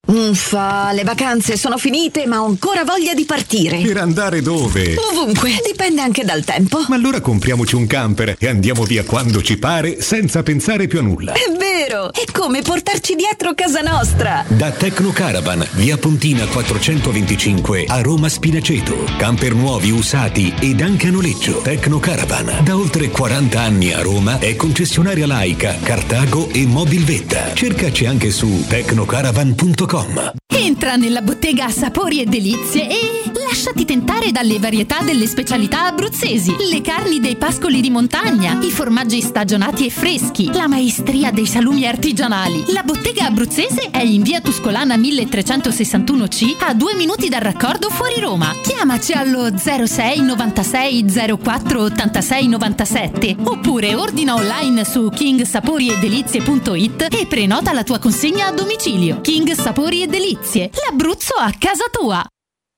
Uffa, le vacanze sono finite, ma ho ancora voglia di partire. Per andare dove? Ovunque, dipende anche dal tempo. Ma allora compriamoci un camper e andiamo via quando ci pare, senza pensare più a nulla. È vero, è come portarci dietro casa nostra. Da Tecno Caravan, via Pontina 425 a Roma Spinaceto. Camper nuovi, usati ed anche a noleggio. Tecno Caravan, da oltre 40 anni a Roma, è concessionaria Laika, Cartago e Mobilvetta. Cercaci anche su tecnocaravan.com. Entra nella bottega Sapori e Delizie e lasciati tentare dalle varietà delle specialità abruzzesi, le carni dei pascoli di montagna, i formaggi stagionati e freschi, la maestria dei salumi artigianali. La bottega abruzzese è in via Tuscolana 1361C, a 2 minuti dal raccordo fuori Roma. Chiamaci allo 06 96 04 86 97 oppure ordina online su kingsaporiedelizie.it e prenota la tua consegna a domicilio. King Sapori e Delizie, l'Abruzzo a casa tua.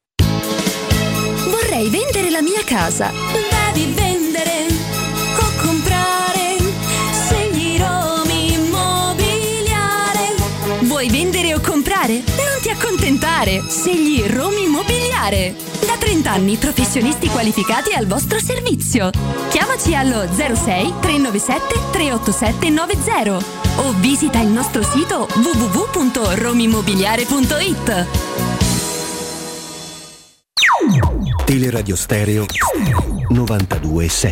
Vorrei vendere la mia casa. Devi vendere o comprare. Scegli Romi Immobiliare. Vuoi vendere o comprare? Non ti accontentare. Scegli Romi Immobiliare. Da 30 anni professionisti qualificati al vostro servizio. Chiamaci allo 06 397 387 90 o visita il nostro sito www.romimmobiliare.it. Teleradio Stereo 92.7.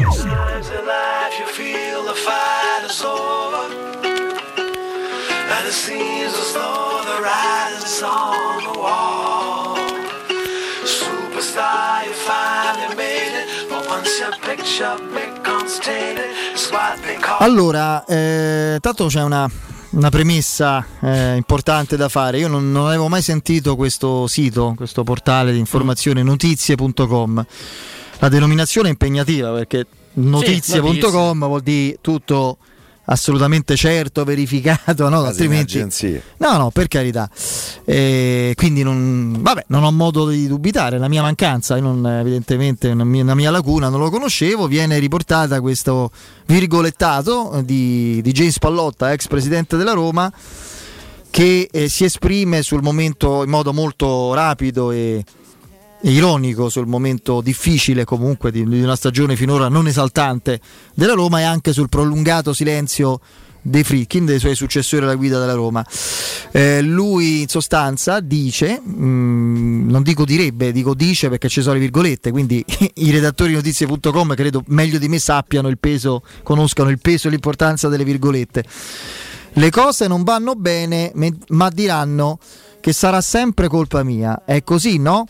Allora, tanto c'è una premessa importante da fare. Io non avevo mai sentito questo sito, questo portale di informazione, notizie.com. La denominazione è impegnativa perché notizie.com vuol dire tutto assolutamente certo, verificato, no? Altrimenti no, per carità. Quindi non ho modo di dubitare, la mia mancanza, evidentemente una mia lacuna, non lo conoscevo. Viene riportata questo virgolettato di James Pallotta, ex presidente della Roma, che si esprime sul momento in modo molto rapido e ironico sul momento difficile comunque di una stagione finora non esaltante della Roma, e anche sul prolungato silenzio dei Friedkin, dei suoi successori alla guida della Roma. Lui in sostanza dice, non dico direbbe, dico dice perché ci sono le virgolette, quindi i redattori di notizie.com credo meglio di me sappiano il peso, conoscano il peso e l'importanza delle virgolette. Le cose non vanno bene, ma diranno che sarà sempre colpa mia. È così, no?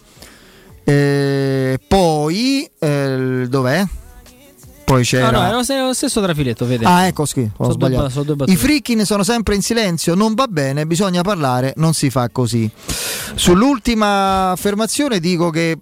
Poi dov'è? Poi c'era era lo stesso trafiletto, vede. Ecco, ho sbagliato. I Friedkin sono sempre in silenzio, non va bene, bisogna parlare, non si fa così. Sull'ultima affermazione dico che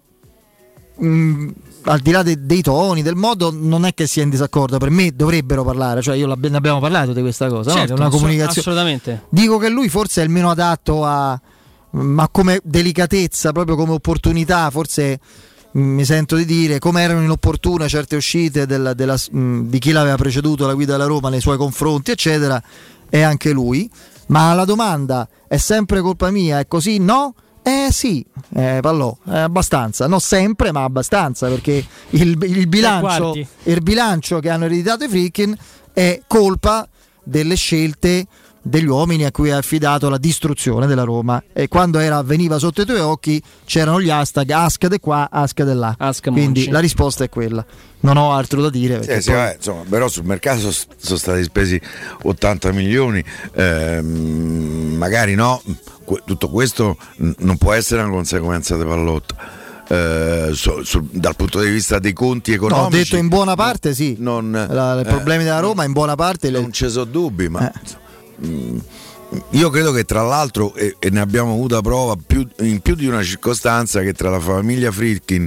al di là dei toni, del modo, non è che sia in disaccordo. Per me dovrebbero parlare, cioè ne abbiamo parlato di questa cosa, certo, no? Una comunicazione. Assolutamente. Dico che lui forse è il meno adatto ma come delicatezza, proprio come opportunità, forse mi sento di dire, come erano inopportune certe uscite di chi l'aveva preceduto alla guida della Roma nei suoi confronti, eccetera, è anche lui. Ma la domanda è sempre colpa mia, è così? No? Sì, Pallò, abbastanza, non sempre, ma abbastanza, perché il bilancio che hanno ereditato i Friedkin è colpa delle scelte degli uomini a cui ha affidato la distruzione della Roma, e quando avveniva sotto i tuoi occhi c'erano gli hashtag Ask de qua, Ask de là. Quindi la risposta è quella, non ho altro da dire perché insomma, però sul mercato sono stati spesi 80 milioni, magari no, tutto questo non può essere una conseguenza di Pallotta. Dal punto di vista dei conti economici, ho detto in buona parte sì, i problemi della Roma in buona parte non ci sono dubbi, ma io credo che tra l'altro, e ne abbiamo avuta prova in più di una circostanza, che tra la famiglia Friedkin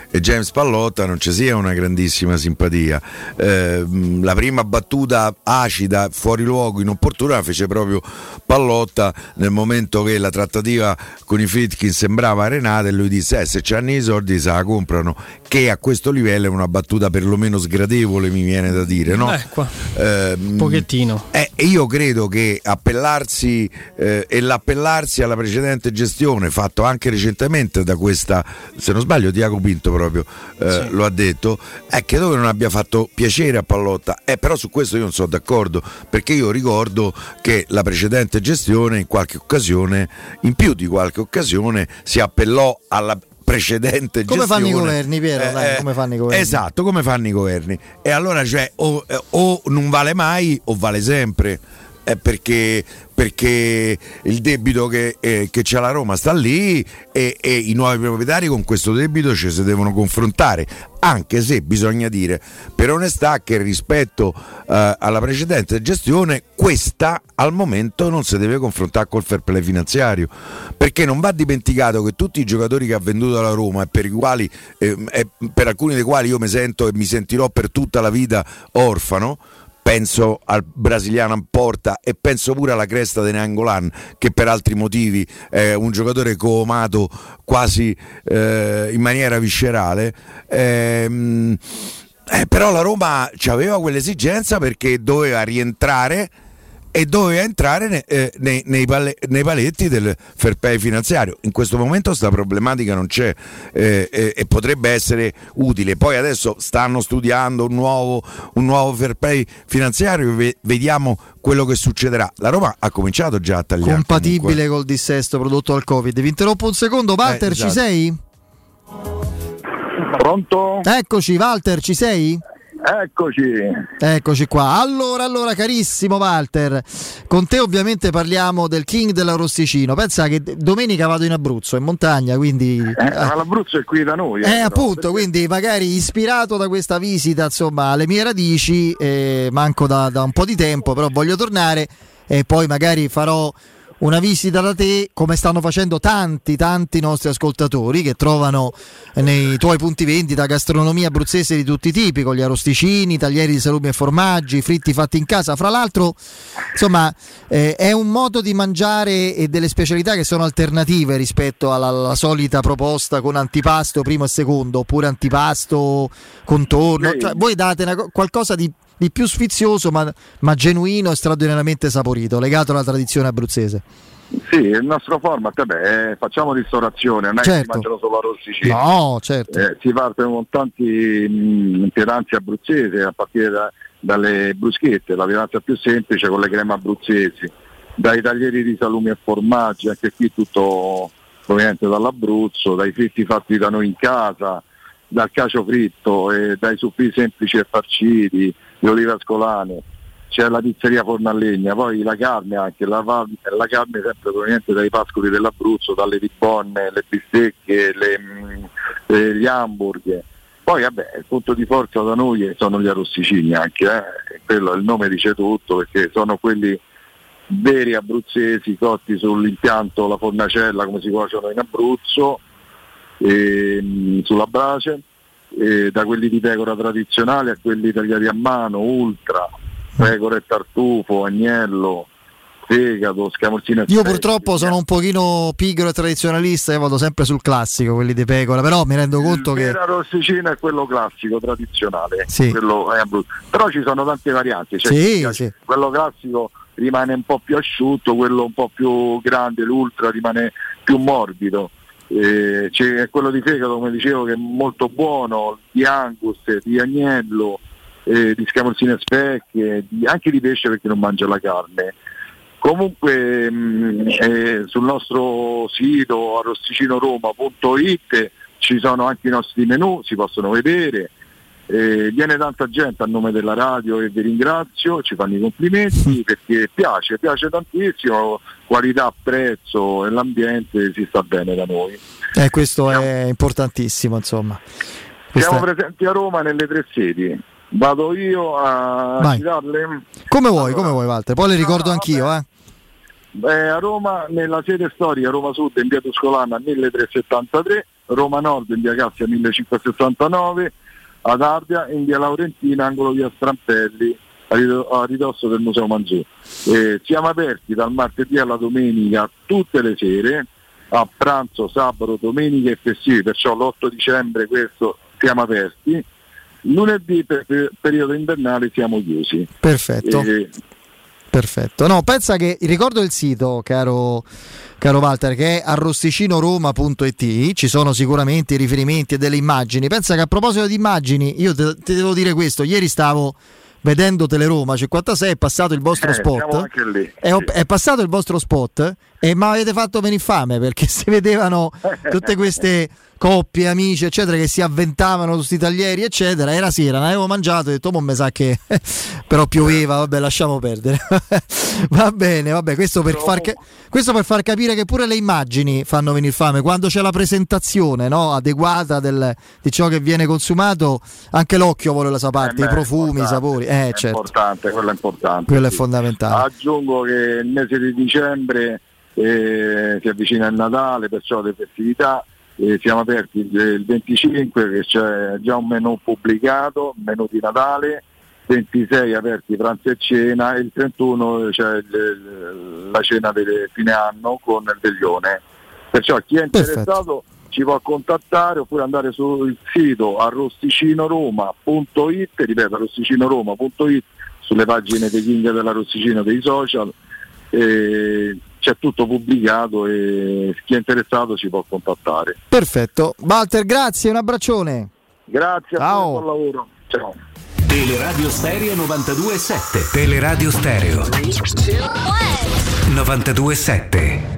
e James Pallotta non ci sia una grandissima simpatia. La prima battuta acida, fuori luogo, inopportuna la fece proprio Pallotta nel momento che la trattativa con i Friedkin sembrava arenata e lui disse se c'hanno i soldi se la comprano, che a questo livello è una battuta perlomeno sgradevole, mi viene da dire, no? Un pochettino. Io credo che appellarsi e l'appellarsi alla precedente gestione, fatto anche recentemente da questa, se non sbaglio Tiago Pinto proprio lo ha detto, credo che non abbia fatto piacere a Pallotta, però su questo io non sono d'accordo, perché io ricordo che la precedente gestione in qualche occasione, in più di qualche occasione, si appellò alla precedente come gestione. Fanno i governi, Piero? Come fanno i governi? Esatto, come fanno i governi. E allora cioè o non vale mai o vale sempre. Perché il debito che c'ha la Roma sta lì e i nuovi proprietari con questo debito ci si devono confrontare, anche se bisogna dire per onestà che rispetto alla precedente gestione questa al momento non si deve confrontare col fair play finanziario, perché non va dimenticato che tutti i giocatori che ha venduto la Roma e per i quali per alcuni dei quali io mi sento e mi sentirò per tutta la vita orfano, penso al brasiliano Amporta e penso pure alla cresta di Nainggolan, che per altri motivi è un giocatore coamato quasi in maniera viscerale, però la Roma aveva quell'esigenza perché doveva rientrare e doveva entrare nei paletti del fair play finanziario. In questo momento sta problematica non c'è e potrebbe essere utile. Poi adesso stanno studiando un nuovo fair play finanziario, vediamo quello che succederà. La Roma ha cominciato già a tagliare, compatibile col dissesto prodotto dal Covid. Vi interrompo un secondo. Walter, esatto. Ci sei? Pronto? Eccoci, Walter, ci sei? Eccoci qua. Allora carissimo Walter, con te ovviamente parliamo del King dell'Arosticino. Pensa che domenica vado in Abruzzo, in montagna, quindi ma l'Abruzzo è qui da noi. Appunto, quindi magari ispirato da questa visita, insomma, alle mie radici, manco da un po' di tempo, però voglio tornare e poi magari farò una visita da te, come stanno facendo tanti nostri ascoltatori che trovano nei tuoi punti vendita gastronomia abruzzese di tutti i tipi, con gli arrosticini, taglieri di salumi e formaggi, fritti fatti in casa. Fra l'altro, insomma, è un modo di mangiare e delle specialità che sono alternative rispetto alla solita proposta con antipasto primo e secondo, oppure antipasto contorno. Cioè, voi date qualcosa di più sfizioso ma genuino e straordinariamente saporito, legato alla tradizione abruzzese. Sì, il nostro format, facciamo ristorazione, non è che si mangiano solo arrosticini. No, certo. Si parte con tanti pietanze abruzzesi, a partire dalle bruschette, la pietanza più semplice con le creme abruzzesi, dai taglieri di salumi e formaggi, anche qui tutto proveniente dall'Abruzzo, dai fritti fatti da noi in casa, dal cacio fritto e dai suffì semplici e farciti, le olive ascolane, c'è la pizzeria forno a legna, poi la carne anche, la carne sempre proveniente dai pascoli dell'Abruzzo, dalle ribonne, le bistecche, gli hamburger. Poi il punto di forza da noi sono gli arrosticini anche, quello il nome dice tutto, perché sono quelli veri abruzzesi cotti sull'impianto, la fornacella come si cuociono in Abruzzo, sulla brace, da quelli di pecora tradizionali a quelli tagliati a mano, ultra, pecora e tartufo, agnello, fegato, scamorzino. Io purtroppo sono un pochino pigro e tradizionalista e vado sempre sul classico, quelli di pecora, però mi rendo conto che l'arrosticino è quello classico, tradizionale, sì. Quello è Abruzzo. Però ci sono tante varianti, cioè sì. Quello classico rimane un po' più asciutto, quello un po' più grande, l'ultra rimane più morbido. C'è quello di fegato, come dicevo, che è molto buono, di Angus, di agnello, di scamorzine specchie, anche di pesce per chi non mangia la carne. Comunque sul nostro sito arrosticinoroma.it ci sono anche i nostri menù, si possono vedere. Viene tanta gente a nome della radio e vi ringrazio, ci fanno i complimenti perché piace tantissimo, qualità, prezzo e l'ambiente, si sta bene da noi. Questo è importantissimo, insomma. Siamo presenti a Roma nelle 3 sedi. Vado io a citarle? Come vuoi Walter, poi le ricordo anch'io. A Roma nella sede storica Roma Sud in via Tuscolana 1373, Roma Nord in via Cassia 1569, ad Ardea in via Laurentina, angolo via Strampelli, a ridosso del Museo Manzù. Siamo aperti dal martedì alla domenica tutte le sere, a pranzo, sabato, domenica e festivi, perciò l'8 dicembre questo siamo aperti. Lunedì per periodo invernale siamo chiusi. Perfetto. Perfetto. No, pensa che ricordo il sito, caro Walter, che è arrosticinoroma.it, ci sono sicuramente i riferimenti e delle immagini. Pensa che a proposito di immagini, io ti devo dire questo, ieri stavo vedendo Teleroma 56, è passato il vostro spot, anche lì. È passato il vostro spot e mi avete fatto venire fame, perché si vedevano tutte queste coppie, amici eccetera, che si avventavano su sti taglieri eccetera. Era sera, ne avevo mangiato e ho detto mo' mi sa che però pioveva, vabbè, lasciamo perdere. Va bene, vabbè, questo per far capire che pure le immagini fanno venire fame quando c'è la presentazione, no, adeguata di ciò che viene consumato. Anche l'occhio vuole la sua parte, i profumi, i sapori, certo. Importante, quello è importante. Quello è fondamentale. Aggiungo che il mese di dicembre si avvicina il Natale, perciò le festività. Siamo aperti il 25, che c'è già un menù pubblicato, menù di Natale, 26 aperti pranzo e cena, e il 31 c'è la cena del fine anno con il veglione. Perciò chi è interessato ci può contattare oppure andare sul sito arrosticinoroma.it, ripeto arrosticinoroma.it, sulle pagine dei King dell'Arrosticino, dei social. C'è tutto pubblicato e chi è interessato ci può contattare. Perfetto. Walter, grazie, un abbraccione. Grazie, ciao. Buon lavoro. Ciao. Teleradio Stereo 92.7. Teleradio Stereo 92.7.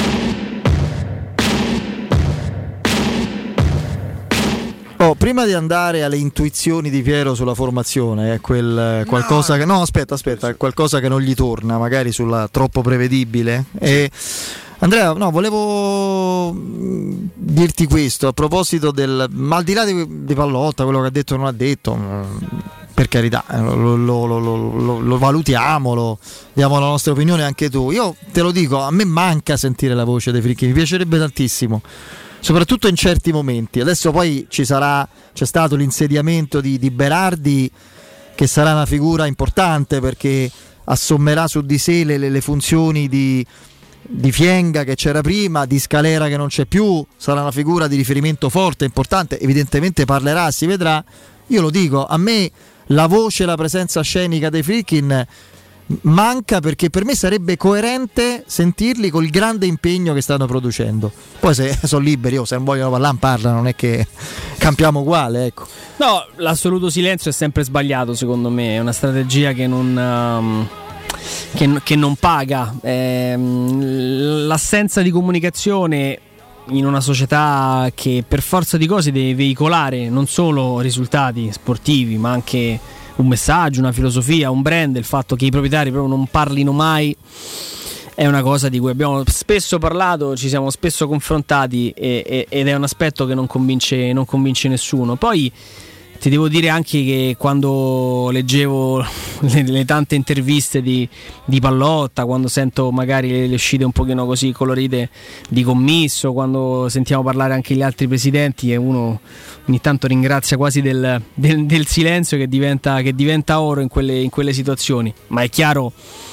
Prima di andare alle intuizioni di Piero sulla formazione, è quel qualcosa che qualcosa che non gli torna, magari sulla troppo prevedibile. Andrea, volevo dirti questo a proposito ma al di là di Pallotta, quello che ha detto o non ha detto, per carità, lo valutiamo, diamo la nostra opinione anche tu. Io te lo dico, a me manca sentire la voce dei Frick, mi piacerebbe tantissimo, soprattutto in certi momenti. Adesso poi c'è stato l'insediamento di Berardi, che sarà una figura importante perché assommerà su di sé le funzioni di Fienga che c'era prima, di Scalera che non c'è più, sarà una figura di riferimento forte, importante, evidentemente parlerà, si vedrà. Io lo dico, a me la voce, la presenza scenica dei Friedkin manca, perché per me sarebbe coerente sentirli col grande impegno che stanno producendo. Poi se sono liberi, se non vogliono parlare, parlano, non è che campiamo uguale, ecco. No, l'assoluto silenzio è sempre sbagliato, secondo me, è una strategia che non paga. L'assenza di comunicazione in una società che per forza di cose deve veicolare non solo risultati sportivi, ma anche un messaggio, una filosofia, un brand, il fatto che i proprietari proprio non parlino mai è una cosa di cui abbiamo spesso parlato, ci siamo spesso confrontati ed è un aspetto che non convince nessuno. Poi ti devo dire anche che quando leggevo le tante interviste di Pallotta, quando sento magari le uscite un pochino così colorite di Commisso, quando sentiamo parlare anche gli altri presidenti, e uno ogni tanto ringrazia quasi del silenzio che diventa oro in quelle situazioni. Ma è chiaro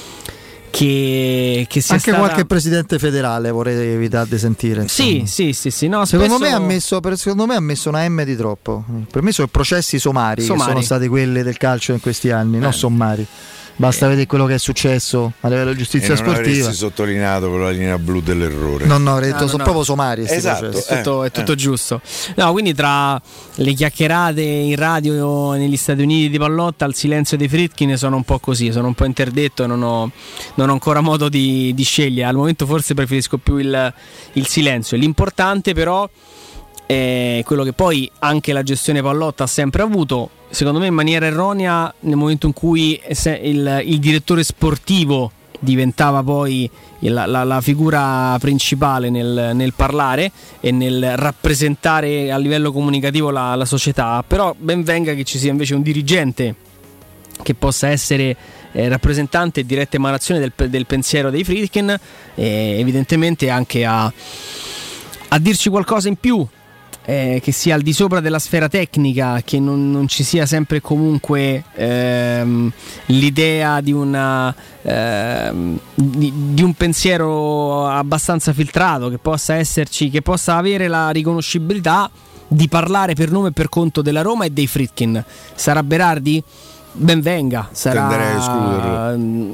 che sia anche qualche presidente federale vorrei evitare di sentire. Sì. No, secondo me ha messo una M di troppo. Per me sono processi somari. Che sono stati quelli del calcio in questi anni, non sommari. Basta vedere quello che è successo a livello di giustizia sportiva. Non avresti sottolineato per la linea blu dell'errore. No, avrei detto sono proprio somari. Esatto, è tutto giusto. No, quindi tra le chiacchierate in radio negli Stati Uniti di Pallotta al silenzio dei Friedkin sono un po' così, sono un po' interdetto e non ho ancora modo di scegliere. Al momento forse preferisco più il silenzio. L'importante però è quello che poi anche la gestione Pallotta ha sempre avuto, secondo me in maniera erronea, nel momento in cui il direttore sportivo diventava poi la figura principale nel parlare e nel rappresentare a livello comunicativo la società. Però ben venga che ci sia invece un dirigente che possa essere rappresentante e diretta emanazione del pensiero dei Friedkin, evidentemente anche a dirci qualcosa in più che sia al di sopra della sfera tecnica, che non ci sia sempre comunque l'idea di una di un pensiero abbastanza filtrato, che possa esserci, che possa avere la riconoscibilità di parlare per nome e per conto della Roma e dei Friedkin. Sarà Berardi? Ben venga, sarà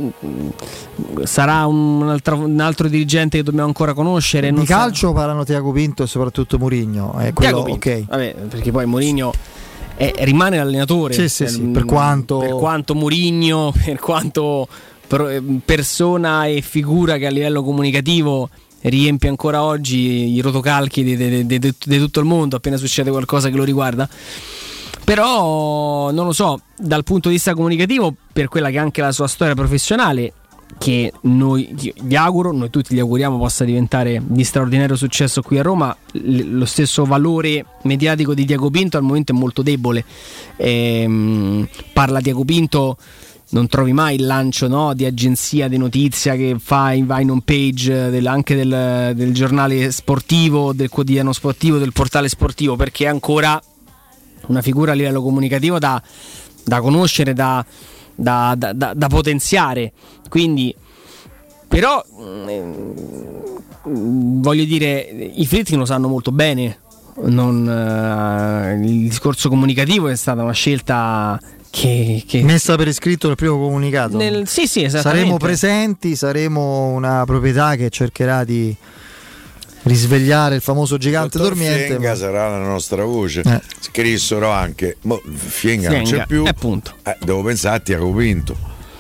un altro dirigente che dobbiamo ancora conoscere. Di calcio parlano Tiago Pinto e soprattutto Mourinho. Tiago Pinto, okay. Vabbè, perché poi Mourinho rimane l'allenatore. Sì, per quanto Mourinho, per quanto persona e figura che a livello comunicativo riempie ancora oggi i rotocalchi di tutto il mondo appena succede qualcosa che lo riguarda. Però non lo so, dal punto di vista comunicativo, per quella che è anche la sua storia professionale, che noi tutti gli auguriamo possa diventare di straordinario successo qui a Roma, lo stesso valore mediatico di Tiago Pinto al momento è molto debole. Parla Tiago Pinto, non trovi mai il lancio, no, di agenzia di notizia che va in home page anche del giornale sportivo, del quotidiano sportivo, del portale sportivo, perché è ancora una figura a livello comunicativo da conoscere, da potenziare. Quindi, però, voglio dire, i Friedkin lo sanno molto bene. Il discorso comunicativo è stata una scelta che messa per iscritto nel primo comunicato. Sì, esattamente. Saremo presenti, saremo una proprietà che cercherà di risvegliare il famoso gigante dormiente. Fienga sarà la nostra voce. Scrissero anche Fienga non c'è più, devo pensare a Tiago Pinto.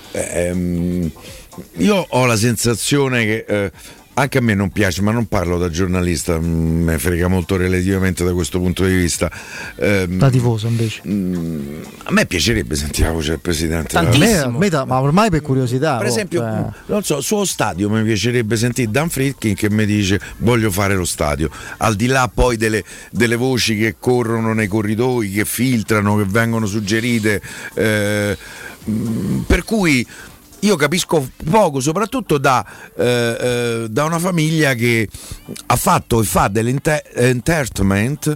Io ho la sensazione che anche a me non piace, ma non parlo da giornalista, me frega molto relativamente da questo punto di vista. Da tifoso invece. A me piacerebbe sentire la voce del presidente. Tantissimo. Ma ormai per curiosità. Per esempio, non so, sullo stadio mi piacerebbe sentire Dan Friedkin che mi dice voglio fare lo stadio. Al di là poi delle voci che corrono nei corridoi, che filtrano, che vengono suggerite. Per cui io capisco poco, soprattutto da una famiglia che ha fatto e fa dell'entertainment,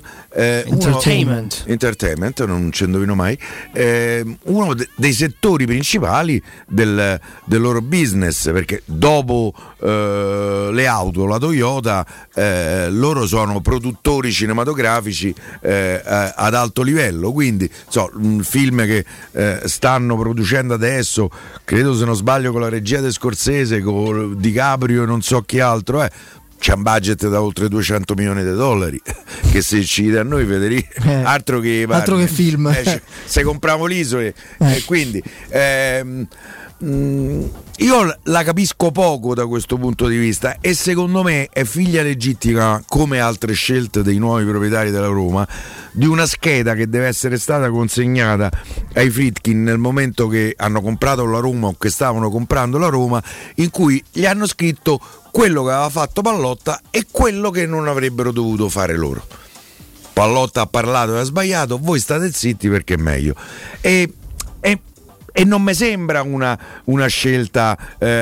non ci indovino mai, uno dei settori principali del loro business, perché dopo le auto, la Toyota, loro sono produttori cinematografici ad alto livello, quindi un film che stanno producendo adesso, credo se non sbaglio con la regia di Scorsese, con DiCaprio e non so chi altro c'è un budget da oltre 200 milioni di dollari che se ci dà a noi, Federico, altro che film, se compriamo l'Isole, quindi io la capisco poco da questo punto di vista, e secondo me è figlia legittima, come altre scelte dei nuovi proprietari della Roma, di una scheda che deve essere stata consegnata ai Friedkin nel momento che hanno comprato la Roma o che stavano comprando la Roma, in cui gli hanno scritto quello che aveva fatto Pallotta e quello che non avrebbero dovuto fare loro. Pallotta ha parlato e ha sbagliato, voi state zitti perché è meglio. E non mi sembra una scelta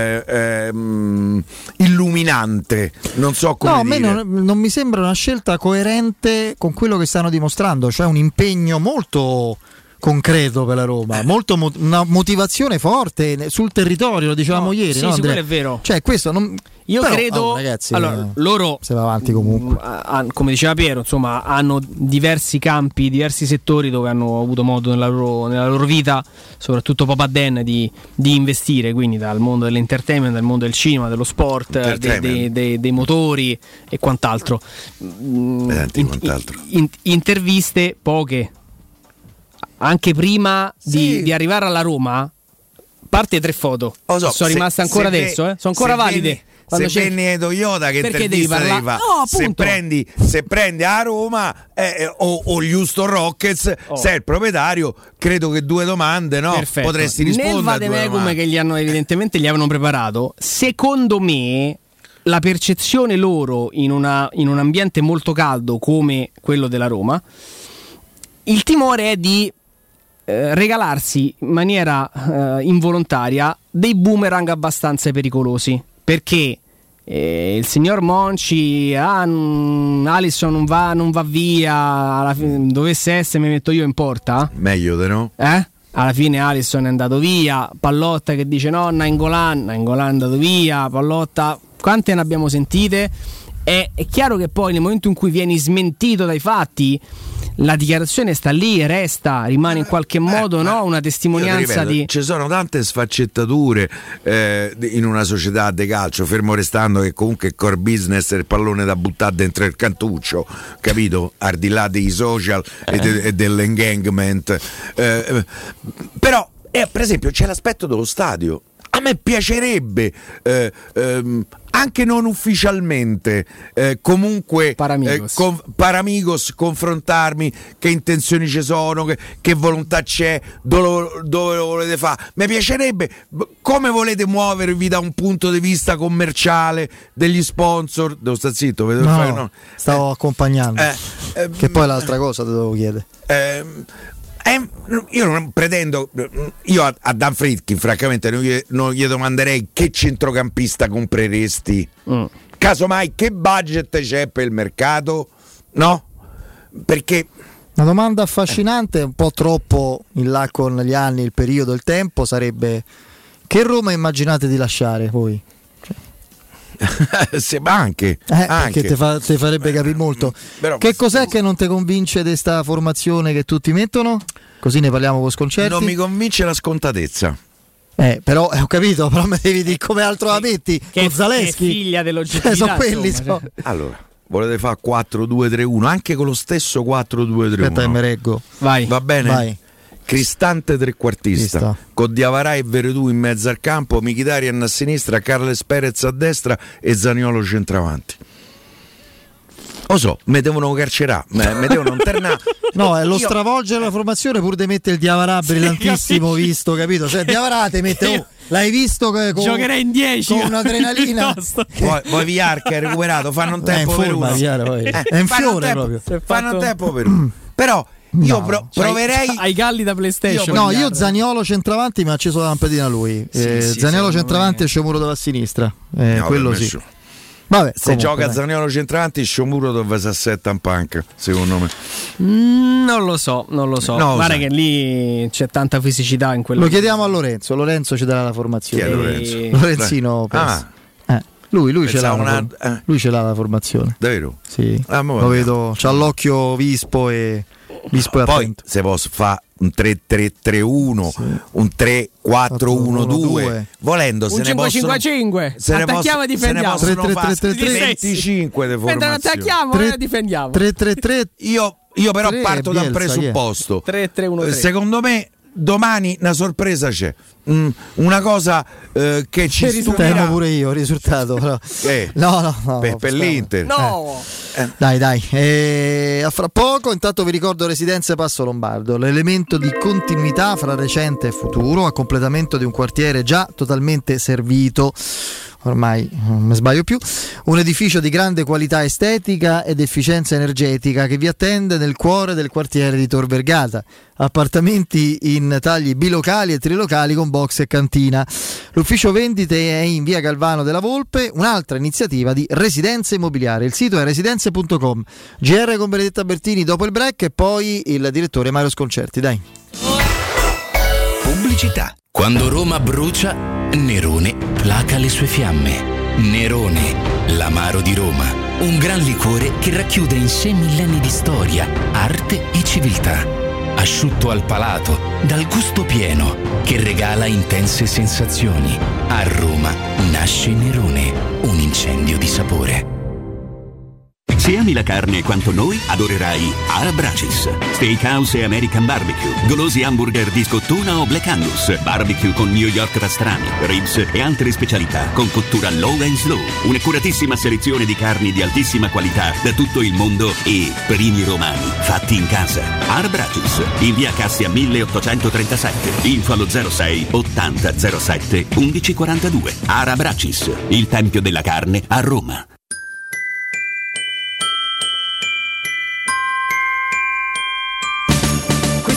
illuminante, non so come dire. A me non mi sembra una scelta coerente con quello che stanno dimostrando, cioè un impegno molto concreto per la Roma, una motivazione forte sul territorio, lo dicevamo ieri. Sì, no, sì, quello è vero. Cioè questo io credo, ragazzi, loro se va avanti comunque, come diceva Piero, insomma, hanno diversi campi, diversi settori dove hanno avuto modo nella loro vita, soprattutto Papa Dan, di investire, quindi dal mondo dell'entertainment, dal mondo del cinema, dello sport, dei motori e quant'altro. Interviste poche, anche prima di arrivare alla Roma, parte 3 foto sono rimaste ancora adesso, sono ancora valide. Se prendi Toyota, che intervista devi fare? Se prendi a Roma o gli Houston Rockets, sei il proprietario, credo che 2 domande potresti rispondere. Nel vademecum che evidentemente gli avevano preparato, secondo me la percezione loro in un ambiente molto caldo come quello della Roma, il timore è di regalarsi in maniera involontaria dei boomerang abbastanza pericolosi, perché il signor Monci, Alisson non va via, alla fine, dovesse essere mi metto io in porta? Meglio di no? Alla fine Alisson è andato via, Pallotta che dice no, Nainggolan è andato via, Pallotta, quante ne abbiamo sentite? È chiaro che poi nel momento in cui vieni smentito dai fatti, la dichiarazione sta lì, rimane in qualche modo una testimonianza di... Ci sono tante sfaccettature in una società di calcio, fermo restando che comunque il core business è il pallone da buttare dentro il cantuccio, capito? Al di là dei social e dell'engagement. Però, per esempio, c'è l'aspetto dello stadio. A me piacerebbe anche non ufficialmente comunque Paramigos confrontarmi, che intenzioni ci sono, che volontà c'è, dove lo volete fare. Mi piacerebbe come volete muovervi da un punto di vista commerciale, degli sponsor. Devo stare zitto, no. Stavo accompagnando che poi l'altra cosa te devo chiedere. Io non pretendo, io a Dan Friedkin francamente non gli domanderei che centrocampista compreresti, casomai che budget c'è per il mercato, no? Perché una domanda affascinante, un po' troppo in là con gli anni, il periodo, il tempo, sarebbe: che Roma immaginate di lasciare voi? Anche che ti farebbe capire molto. Però, che cos'è che non ti convince di questa formazione che tutti mettono? Così ne parliamo con Sconcerti. Non mi convince la scontatezza. Però ho capito, però mi devi dire come altro la metti con Zaleschi, che è figlia dell'oggettività, sono quelli. Allora, volete fare 4-2-3-1 anche con lo stesso 4-2-3-1? Aspetta che mi reggo. Vai. Va bene? Vai. Cristante trequartista, con Diawara e Veretù in mezzo al campo, Mkhitaryan a sinistra, Carles Perez a destra e Zaniolo centravanti. Lo so, mi devono carcerare, mi devono internare. No, è lo stravolgere la formazione pur di mettere il Diawara brillantissimo, visto, capito? Cioè Diawara te mette l'hai visto giocherei in 10 con un'adrenalina. Poi Villar che ha recuperato, fanno un tempo per uno. È un fiore proprio. Fanno un tempo per uno. Però io proverei ai galli da PlayStation. Io Zaniolo centravanti mi ha acceso la lampadina lui. Zaniolo centravanti e Sciomuro dove a sinistra. Quello sì. Vabbè, se gioca Zaniolo centravanti, Sciomuro dove si assetta in panca, secondo me. Non lo so. Guarda che lì c'è tanta fisicità in quello. Lo chiediamo a Lorenzo ci darà la formazione. Chi è Lorenzo? Lorenzino. Lui ce l'ha lui ce l'ha la formazione. Davvero? Sì. Lo vedo, c'ha l'occhio vispo e poi attento. Se posso fare un 3-3-3-1, un 3-4-1-2, volendo se ne possono 5-5-5. Attacchiamo e difendiamo. 3-3-3-3 di formazione. Attacchiamo e difendiamo. 3-3-3. Io però parto dal presupposto. 3-3-1-3. Secondo me domani una sorpresa c'è, una cosa che ci stupirà pure io il risultato però. No, per l'Inter dai, a fra poco. Intanto vi ricordo Residenze Passo Lombardo, l'elemento di continuità fra recente e futuro, a completamento di un quartiere già totalmente servito, ormai non mi sbaglio più, un edificio di grande qualità estetica ed efficienza energetica che vi attende nel cuore del quartiere di Tor Vergata. Appartamenti in tagli bilocali e trilocali con box e cantina. L'ufficio vendite è in via Galvano della Volpe, un'altra iniziativa di Residenze Immobiliari. Il sito è residenze.com. GR con Benedetta Bertini dopo il break e poi il direttore Mario Sconcerti. Dai. Pubblicità. Quando Roma brucia, Nerone placa le sue fiamme. Nerone, l'amaro di Roma, un gran liquore che racchiude in sé millenni di storia, arte e civiltà. Asciutto al palato, dal gusto pieno, che regala intense sensazioni. A Roma nasce Nerone, un incendio di sapore. Se ami la carne quanto noi, adorerai Arabracis. Steakhouse e American Barbecue, golosi hamburger di scottuna o Black Angus, barbecue con New York pastrami, ribs e altre specialità con cottura low and slow. Un'accuratissima selezione di carni di altissima qualità da tutto il mondo e primi romani fatti in casa. Arabracis, in via Cassia 1837, info allo 06 80 07 1142. Arabracis, il tempio della carne a Roma.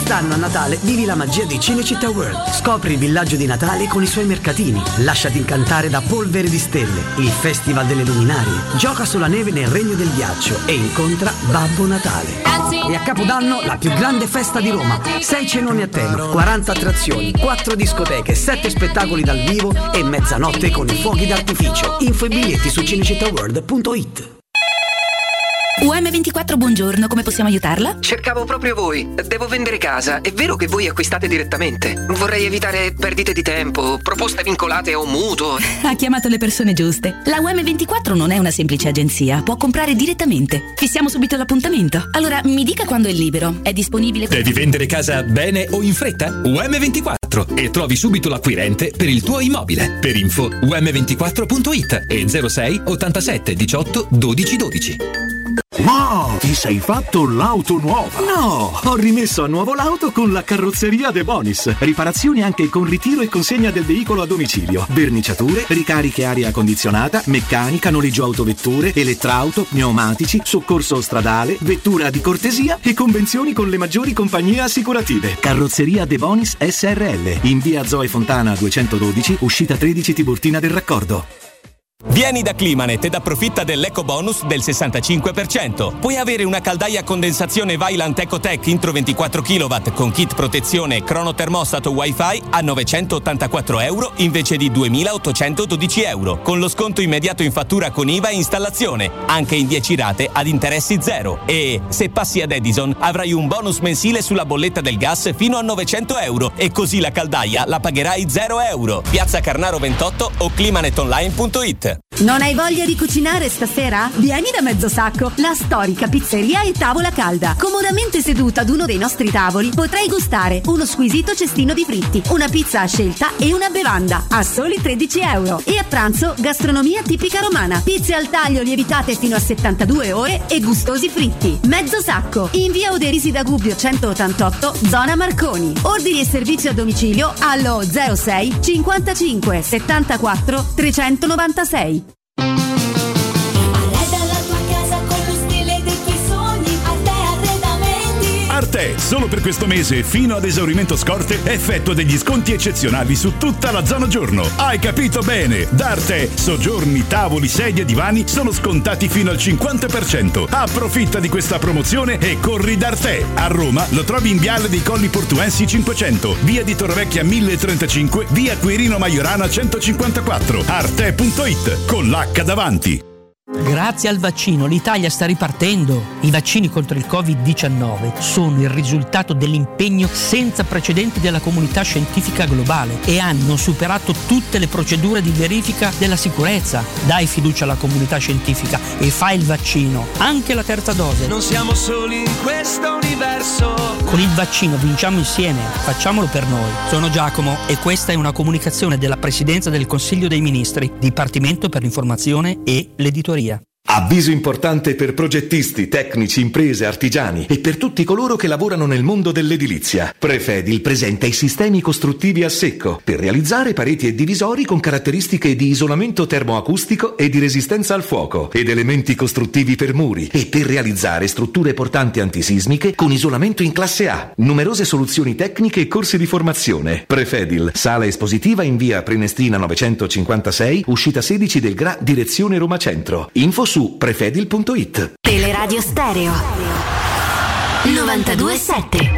Quest'anno a Natale vivi la magia di Cinecittà World. Scopri il villaggio di Natale con i suoi mercatini. Lasciati incantare da Polvere di Stelle, il festival delle luminarie. Gioca sulla neve nel regno del ghiaccio e incontra Babbo Natale. E a Capodanno la più grande festa di Roma. 6 cenoni a tema, 40 attrazioni, 4 discoteche, 7 spettacoli dal vivo e mezzanotte con i fuochi d'artificio. Info e biglietti su cinecittàworld.it. UM24, buongiorno, come possiamo aiutarla? Cercavo proprio voi. Devo vendere casa. È vero che voi acquistate direttamente? Vorrei evitare perdite di tempo, proposte vincolate o mutuo. Ha chiamato le persone giuste. La UM24 non è una semplice agenzia, può comprare direttamente. Fissiamo subito l'appuntamento. Allora, mi dica quando è libero. È disponibile? Devi vendere casa bene o in fretta? UM24 e trovi subito l'acquirente per il tuo immobile. Per info um24.it e 06 87 18 12 12. Ma ti sei fatto l'auto nuova? No, ho rimesso a nuovo l'auto con la carrozzeria De Bonis. Riparazioni anche con ritiro e consegna del veicolo a domicilio. Verniciature, ricariche aria condizionata, meccanica, noleggio autovetture, elettrauto, pneumatici, soccorso stradale, vettura di cortesia e convenzioni con le maggiori compagnie assicurative. Carrozzeria De Bonis SRL, in via Zoe Fontana 212, uscita 13 Tiburtina del Raccordo. Vieni da Climanet ed approfitta dell'eco bonus del 65%. Puoi avere una caldaia a condensazione Vaillant Ecotech Intro 24 kW con kit protezione e cronotermostato Wi-Fi a €984 invece di €2.812, con lo sconto immediato in fattura con IVA e installazione, anche in 10 rate ad interessi zero. E se passi ad Edison avrai un bonus mensile sulla bolletta del gas fino a €900 e così la caldaia la pagherai €0. Piazza Carnaro 28 o climanetonline.it. Non hai voglia di cucinare stasera? Vieni da Mezzo Sacco, la storica pizzeria e tavola calda. Comodamente seduta ad uno dei nostri tavoli potrai gustare uno squisito cestino di fritti, una pizza a scelta e una bevanda a soli €13. E a pranzo gastronomia tipica romana, pizze al taglio lievitate fino a 72 ore e gustosi fritti. Mezzo Sacco, in via Oderisi da Gubbio 188, zona Marconi. Ordini e servizio a domicilio allo 06 55 74 396. Arte, solo per questo mese fino ad esaurimento scorte effettua degli sconti eccezionali su tutta la zona giorno. Hai capito bene? Da Arte, soggiorni, tavoli, sedie e divani sono scontati fino al 50%. Approfitta di questa promozione e corri da Arte. A Roma lo trovi in Viale dei Colli Portuensi 500, via di Torrevecchia 1035, via Quirino Maiorana 154. Arte.it con l'H davanti. Grazie al vaccino l'Italia sta ripartendo. I vaccini contro il Covid-19 sono il risultato dell'impegno senza precedenti della comunità scientifica globale e hanno superato tutte le procedure di verifica della sicurezza. Dai fiducia alla comunità scientifica e fai il vaccino, anche la terza dose. Non siamo soli in questo universo. Con il vaccino vinciamo insieme, facciamolo per noi. Sono Giacomo e questa è una comunicazione della Presidenza del Consiglio dei Ministri, Dipartimento per l'Informazione e l'Editoria. Avviso importante per progettisti, tecnici, imprese, artigiani e per tutti coloro che lavorano nel mondo dell'edilizia. Prefedil presenta i sistemi costruttivi a secco per realizzare pareti e divisori con caratteristiche di isolamento termoacustico e di resistenza al fuoco ed elementi costruttivi per muri e per realizzare strutture portanti antisismiche con isolamento in classe A. Numerose soluzioni tecniche e corsi di formazione. Prefedil, sala espositiva in via Prenestina 956, uscita 16 del Gra, direzione Roma Centro. Info su prefedil.it. Teleradio Stereo 92.7.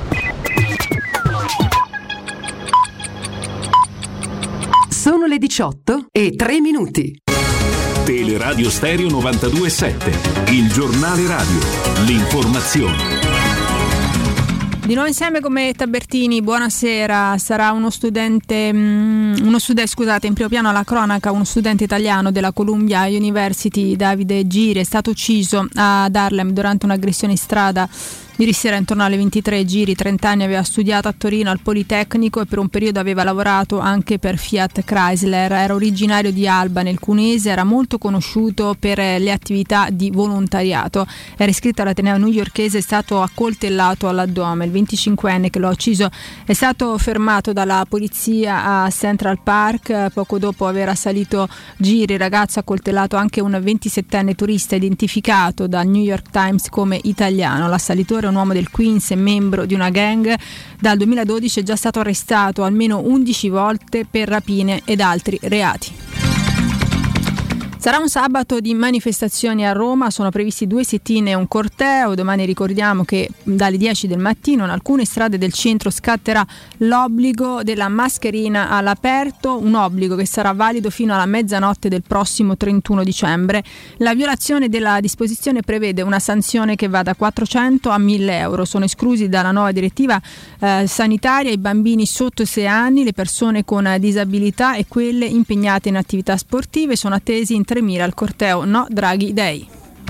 Sono le 18:03. Teleradio Stereo 92.7, il giornale radio, l'informazione. Di nuovo insieme con me Tabertini, buonasera. Sarà uno studente, in primo piano alla cronaca, uno studente italiano della Columbia University, Davide Giri, è stato ucciso ad Harlem durante un'aggressione in strada. Ieri sera intorno alle 23. Giri, 30 anni, aveva studiato a Torino al Politecnico e per un periodo aveva lavorato anche per Fiat Chrysler. Era originario di Alba nel Cuneese, era molto conosciuto per le attività di volontariato. Era iscritto all'Ateneo newyorkese, è stato accoltellato all'addome. Il 25enne che lo ha ucciso è stato fermato dalla polizia a Central Park poco dopo aver assalito Giri. Il ragazzo ha accoltellato anche un 27enne turista identificato dal New York Times come italiano. L'assalitore l'autore, un uomo del Queens e membro di una gang. Dal 2012 è già stato arrestato almeno 11 volte per rapine ed altri reati. Sarà un sabato di manifestazioni a Roma, sono previsti 2 sit-in e un corteo. Domani ricordiamo che dalle 10 del mattino in alcune strade del centro scatterà l'obbligo della mascherina all'aperto, un obbligo che sarà valido fino alla mezzanotte del prossimo 31 dicembre. La violazione della disposizione prevede una sanzione che va da 400 a 1.000 euro. Sono esclusi dalla nuova direttiva sanitaria i bambini sotto 6 anni, le persone con disabilità e quelle impegnate in attività sportive. Sono attesi in 3.000 al corteo No Draghi Day.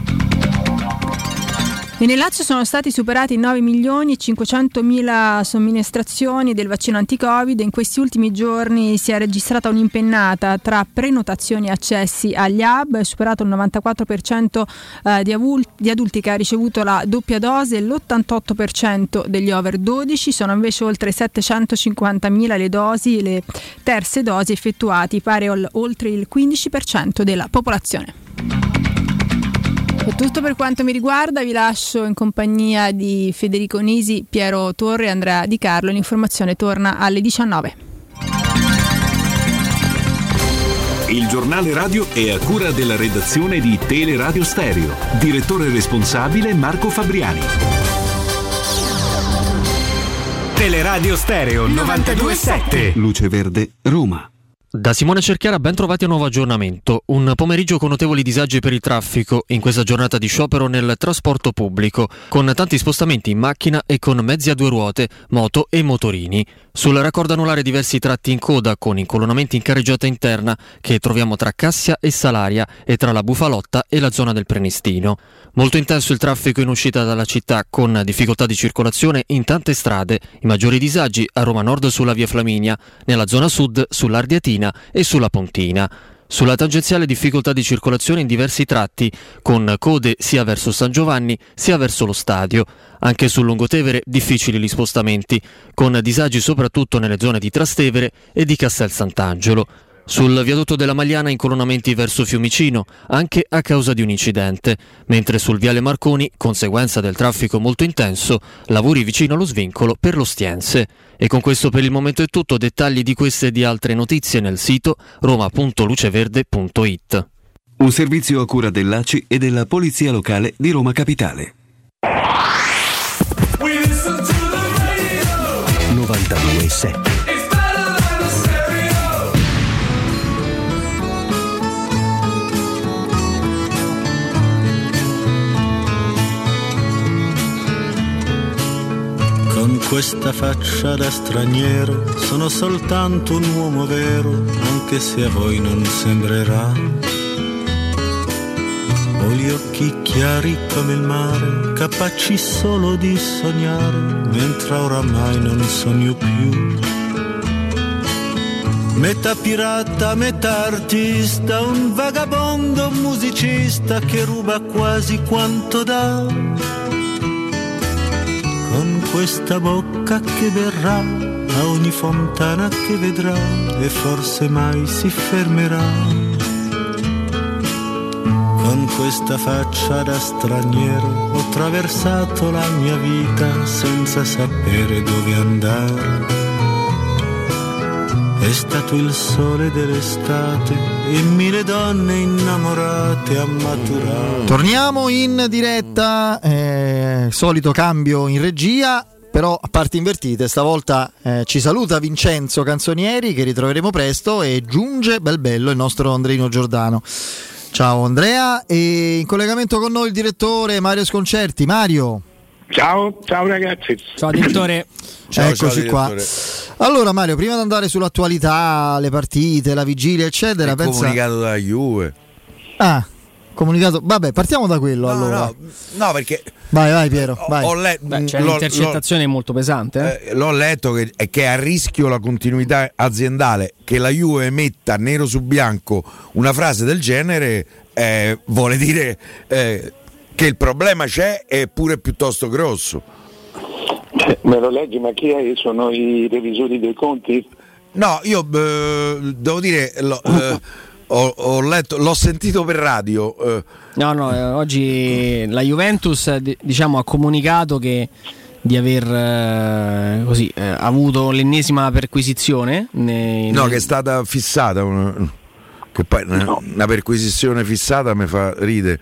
E nel Lazio sono stati superati 9.500.000 somministrazioni del vaccino anti-Covid. In questi ultimi giorni si è registrata un'impennata tra prenotazioni e accessi agli hub. È superato il 94% di adulti che ha ricevuto la doppia dose e l'88% degli over 12. Sono invece oltre 750.000 le terze dosi effettuati, pari oltre il 15% della popolazione. È tutto per quanto mi riguarda, vi lascio in compagnia di Federico Nisi, Piero Torre e Andrea Di Carlo. L'informazione torna alle 19. Il giornale radio è a cura della redazione di Teleradio Stereo. Direttore responsabile Marco Fabriani. Teleradio Stereo 92.7. Luce Verde, Roma. Da Simone Cerchiara ben trovati a nuovo aggiornamento. Un pomeriggio con notevoli disagi per il traffico in questa giornata di sciopero nel trasporto pubblico, con tanti spostamenti in macchina e con mezzi a 2 ruote, moto e motorini. Sul raccordo anulare diversi tratti in coda con incolonnamenti in carreggiata interna che troviamo tra Cassia e Salaria e tra la Bufalotta e la zona del Prenestino. Molto intenso il traffico in uscita dalla città con difficoltà di circolazione in tante strade. I maggiori disagi a Roma Nord sulla via Flaminia, nella zona sud sull'Ardiatina e sulla Pontina. Sulla tangenziale difficoltà di circolazione in diversi tratti, con code sia verso San Giovanni sia verso lo stadio. Anche sul Lungotevere difficili gli spostamenti, con disagi soprattutto nelle zone di Trastevere e di Castel Sant'Angelo. Sul viadotto della Magliana incolonnamenti verso Fiumicino, anche a causa di un incidente, mentre sul viale Marconi, conseguenza del traffico molto intenso, lavori vicino allo svincolo per l'Ostiense. E con questo per il momento è tutto, dettagli di queste e di altre notizie nel sito roma.luceverde.it. Un servizio a cura dell'ACI e della Polizia Locale di Roma Capitale. 92.7. Con questa faccia da straniero sono soltanto un uomo vero, anche se a voi non sembrerà. Ho gli occhi chiari come il mare, capaci solo di sognare, mentre oramai non sogno più. Metà pirata, metà artista, un vagabondo musicista che ruba quasi quanto dà. Con questa bocca che berrà a ogni fontana che vedrà e forse mai si fermerà. Con questa faccia da straniero ho attraversato la mia vita senza sapere dove andare. È stato il sole dell'estate e 1000 donne innamorate a maturare. Torniamo in diretta, solito cambio in regia, però a parti invertite. Stavolta ci saluta Vincenzo Canzonieri, che ritroveremo presto, e giunge bel bello il nostro Andreino Giordano. Ciao Andrea, e in collegamento con noi il direttore Mario Sconcerti. Mario. Ciao ragazzi. Ciao direttore. Eccoci qua. Allora Mario, prima di andare sull'attualità, le partite, la vigilia eccetera, comunicato dalla Juve. Comunicato. Vabbè, partiamo da quello. Allora. No, perché vai Piero, vai. C'è un'intercettazione molto pesante. L'ho letto che è a rischio la continuità aziendale. Che la Juve metta nero su bianco una frase del genere vuole dire che il problema c'è, è pure piuttosto grosso. Me lo leggi, ma chi è? Sono i revisori dei conti? No, io devo dire ho letto, l'ho sentito per radio. Oggi la Juventus diciamo ha comunicato che di aver avuto l'ennesima perquisizione. Che è stata fissata. Che poi una perquisizione fissata mi fa ridere.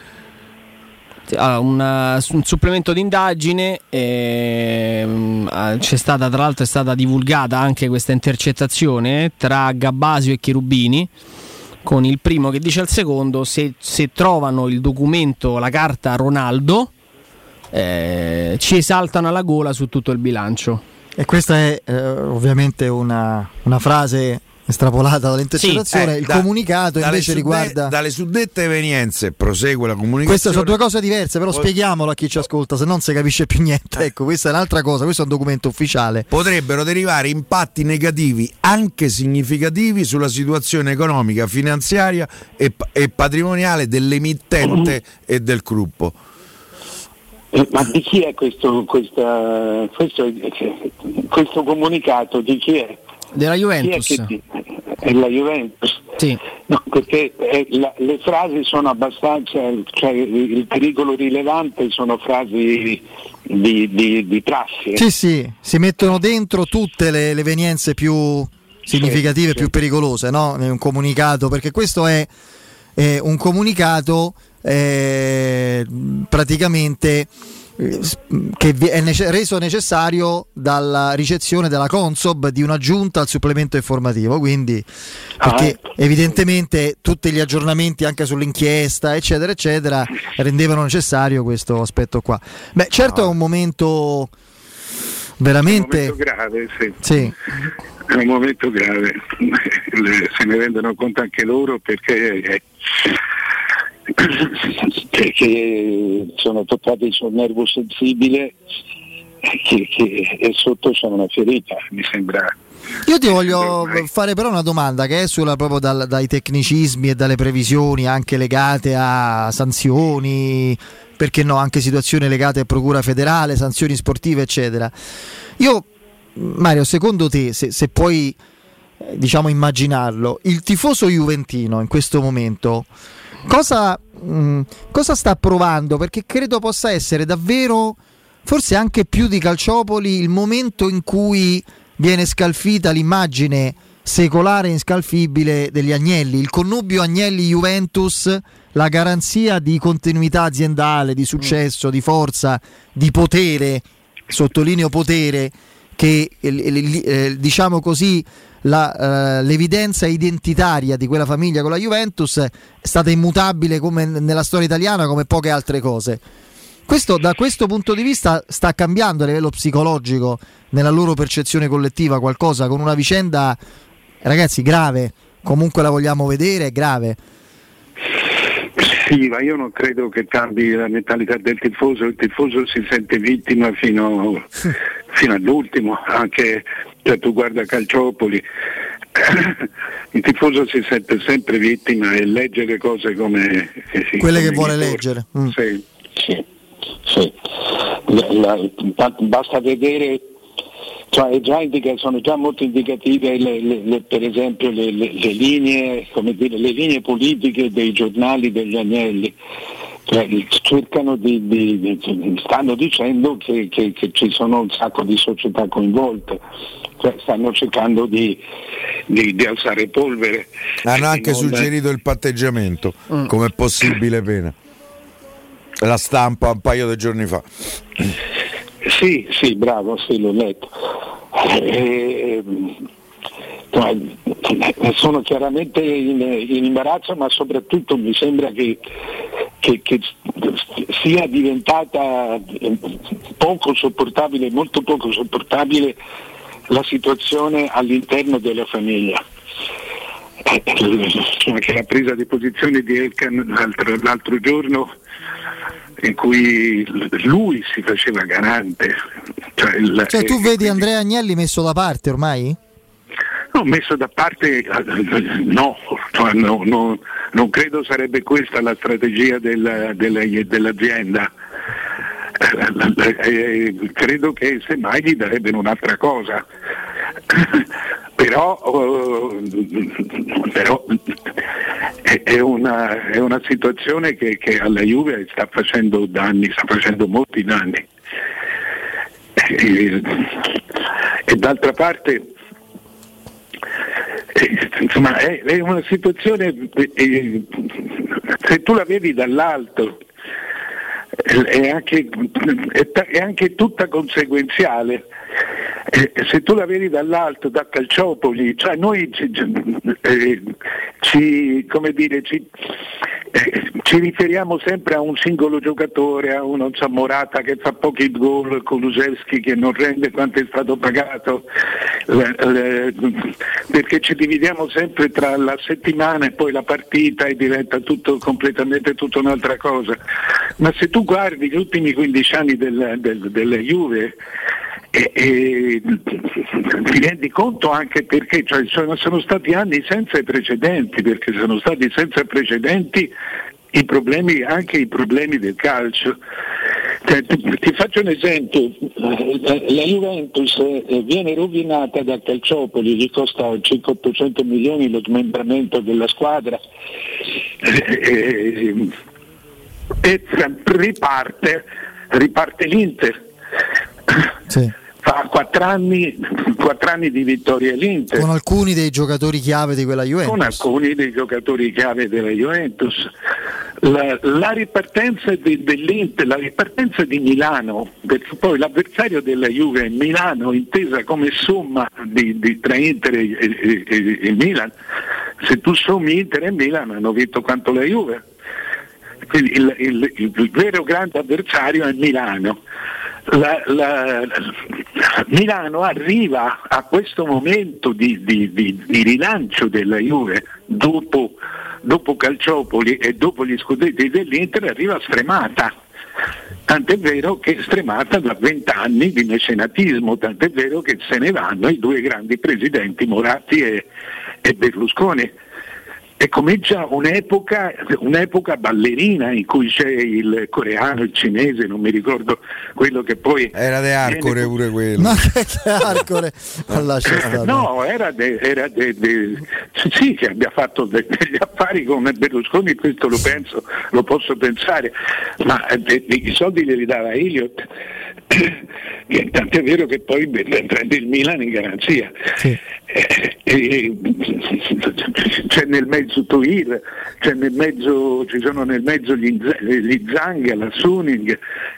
Un supplemento d'indagine, c'è stata, tra l'altro è stata divulgata anche questa intercettazione tra Gabbasio e Cherubini, con il primo che dice al secondo se trovano il documento, la carta Ronaldo, ci esaltano alla gola su tutto il bilancio. E questa è ovviamente una frase estrapolata dall'intercettazione. Il comunicato invece riguarda dalle suddette evenienze, prosegue la comunicazione. Queste sono due cose diverse, però spieghiamolo a chi ci ascolta, se non si capisce più niente. Ecco, questa è un'altra cosa, questo è un documento ufficiale. Potrebbero derivare impatti negativi anche significativi sulla situazione economica, finanziaria e patrimoniale dell'emittente e del gruppo. Ma di chi è questo comunicato? Di chi è? Della Juventus. È la Juventus? Sì. No, perché le frasi sono abbastanza, cioè il pericolo rilevante sono frasi di prassi. Sì, si mettono dentro tutte le evenienze più significative, più pericolose, no? In un comunicato, perché questo è un comunicato praticamente che è reso necessario dalla ricezione della Consob di un'aggiunta al supplemento informativo, quindi perché evidentemente tutti gli aggiornamenti anche sull'inchiesta eccetera rendevano necessario questo aspetto qua. Beh, certo è un momento veramente è un momento grave, sì. È un momento grave, se ne rendono conto anche loro perché sono toccati sul nervo sensibile e sotto c'è una ferita, mi sembra. Io ti voglio fare però una domanda che è sulla proprio dai tecnicismi e dalle previsioni anche legate a sanzioni, perché no, anche situazioni legate a procura federale, sanzioni sportive eccetera. Io, Mario, secondo te, se puoi diciamo immaginarlo, il tifoso juventino in questo momento cosa sta provando? Perché credo possa essere davvero, forse anche più di Calciopoli, il momento in cui viene scalfita l'immagine secolare e inscalfibile degli Agnelli, il connubio Agnelli-Juventus, la garanzia di continuità aziendale, di successo, di forza, di potere, sottolineo potere, che diciamo così l'evidenza identitaria di quella famiglia con la Juventus è stata immutabile come nella storia italiana, come poche altre cose. Questo, da questo punto di vista, sta cambiando a livello psicologico nella loro percezione collettiva qualcosa, con una vicenda, ragazzi, grave. Comunque la vogliamo vedere, è grave. Sì, ma io non credo che cambi la mentalità del tifoso. Il tifoso si sente vittima fino all'ultimo, anche cioè, tu guarda Calciopoli, il tifoso si sente sempre vittima e legge le cose come quelle che vuole leggere. Sì. Basta vedere, cioè sono già molto indicative per esempio le linee, come dire, le linee politiche dei giornali degli Agnelli. Cercano stanno dicendo che ci sono un sacco di società coinvolte, cioè stanno cercando di alzare polvere. Hanno anche suggerito il patteggiamento come possibile pena. La Stampa un paio di giorni fa. Sì, bravo, sì, l'ho letto. Sono chiaramente in imbarazzo, ma soprattutto mi sembra che sia diventata molto poco sopportabile la situazione all'interno della famiglia. Anche la presa di posizione di Elkan l'altro giorno, in cui lui si faceva garante. Cioè tu vedi Andrea Agnelli messo da parte ormai? No, messo da parte no, non credo sarebbe questa la strategia dell'azienda. Credo che semmai gli darebbero un'altra cosa. però è una situazione che alla Juve sta facendo danni, sta facendo molti danni. E d'altra parte insomma è una situazione, se tu la vedi dall'alto è anche tutta conseguenziale. Se tu la vedi dall'alto, da Calciopoli, cioè noi ci riferiamo sempre a un singolo giocatore, a uno Morata che fa pochi gol, Kulusevski che non rende quanto è stato pagato, perché ci dividiamo sempre tra la settimana e poi la partita e diventa tutto completamente tutta un'altra cosa. Ma se tu guardi gli ultimi 15 anni della Juve, e ti rendi conto anche perché sono stati anni senza precedenti, perché sono stati senza precedenti anche i problemi del calcio. Ti faccio un esempio: la Juventus viene rovinata da Calciopoli, gli costa 500-800 milioni lo smembramento della squadra, e riparte l'Inter. Sì. Fa 4 anni di vittoria l'Inter. Con alcuni dei giocatori chiave di quella Juventus. La ripartenza dell'Inter, la ripartenza di Milano, perché poi l'avversario della Juve è Milano, intesa come somma tra Inter e Milan. Se tu sommi Inter e Milan hanno vinto quanto la Juve. Quindi il vero grande avversario è Milano. Milano arriva a questo momento di rilancio della Juve dopo Calciopoli e dopo gli scudetti dell'Inter, arriva stremata. Tant'è vero che è stremata da 20 anni di mecenatismo, tant'è vero che se ne vanno i due grandi presidenti, Moratti e Berlusconi. E comincia un'epoca ballerina in cui c'è il coreano, il cinese, non mi ricordo quello che poi era De Arcore pure quello. Ma che Arcore? No, era sì, che abbia fatto degli affari con Berlusconi, questo lo posso pensare, ma i soldi li dava Elliott. Tant'è vero che poi prende il Milan in garanzia. Sì. C'è nel mezzo Tuil, ci sono nel mezzo gli Zanga, la Suning,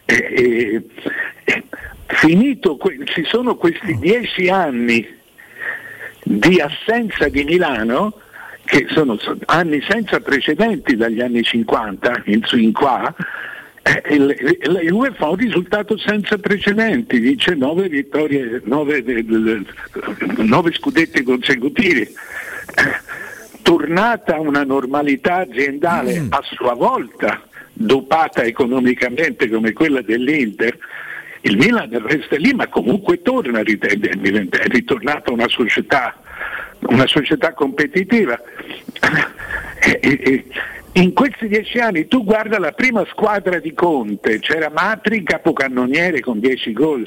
finito ci sono questi 10 anni di assenza di Milano, che sono anni senza precedenti dagli anni 50 in qua. La Juve fa un risultato senza precedenti, vince 9 vittorie, 9 scudetti consecutivi, tornata a una normalità aziendale a sua volta dopata economicamente come quella dell'Inter. Il Milan resta lì, ma comunque torna, è ritornata una società competitiva. In questi 10 anni tu guarda la prima squadra di Conte, c'era Matri capocannoniere con 10 gol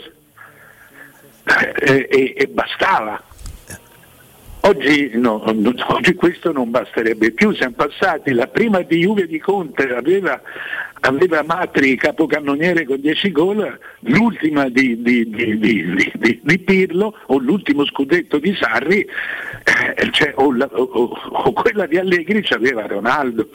e bastava. Oggi questo non basterebbe più, siamo passati, la prima di Juve di Conte aveva Matri capocannoniere con 10 gol, l'ultima di Pirlo o l'ultimo scudetto di Sarri, o quella di Allegri c'aveva Ronaldo.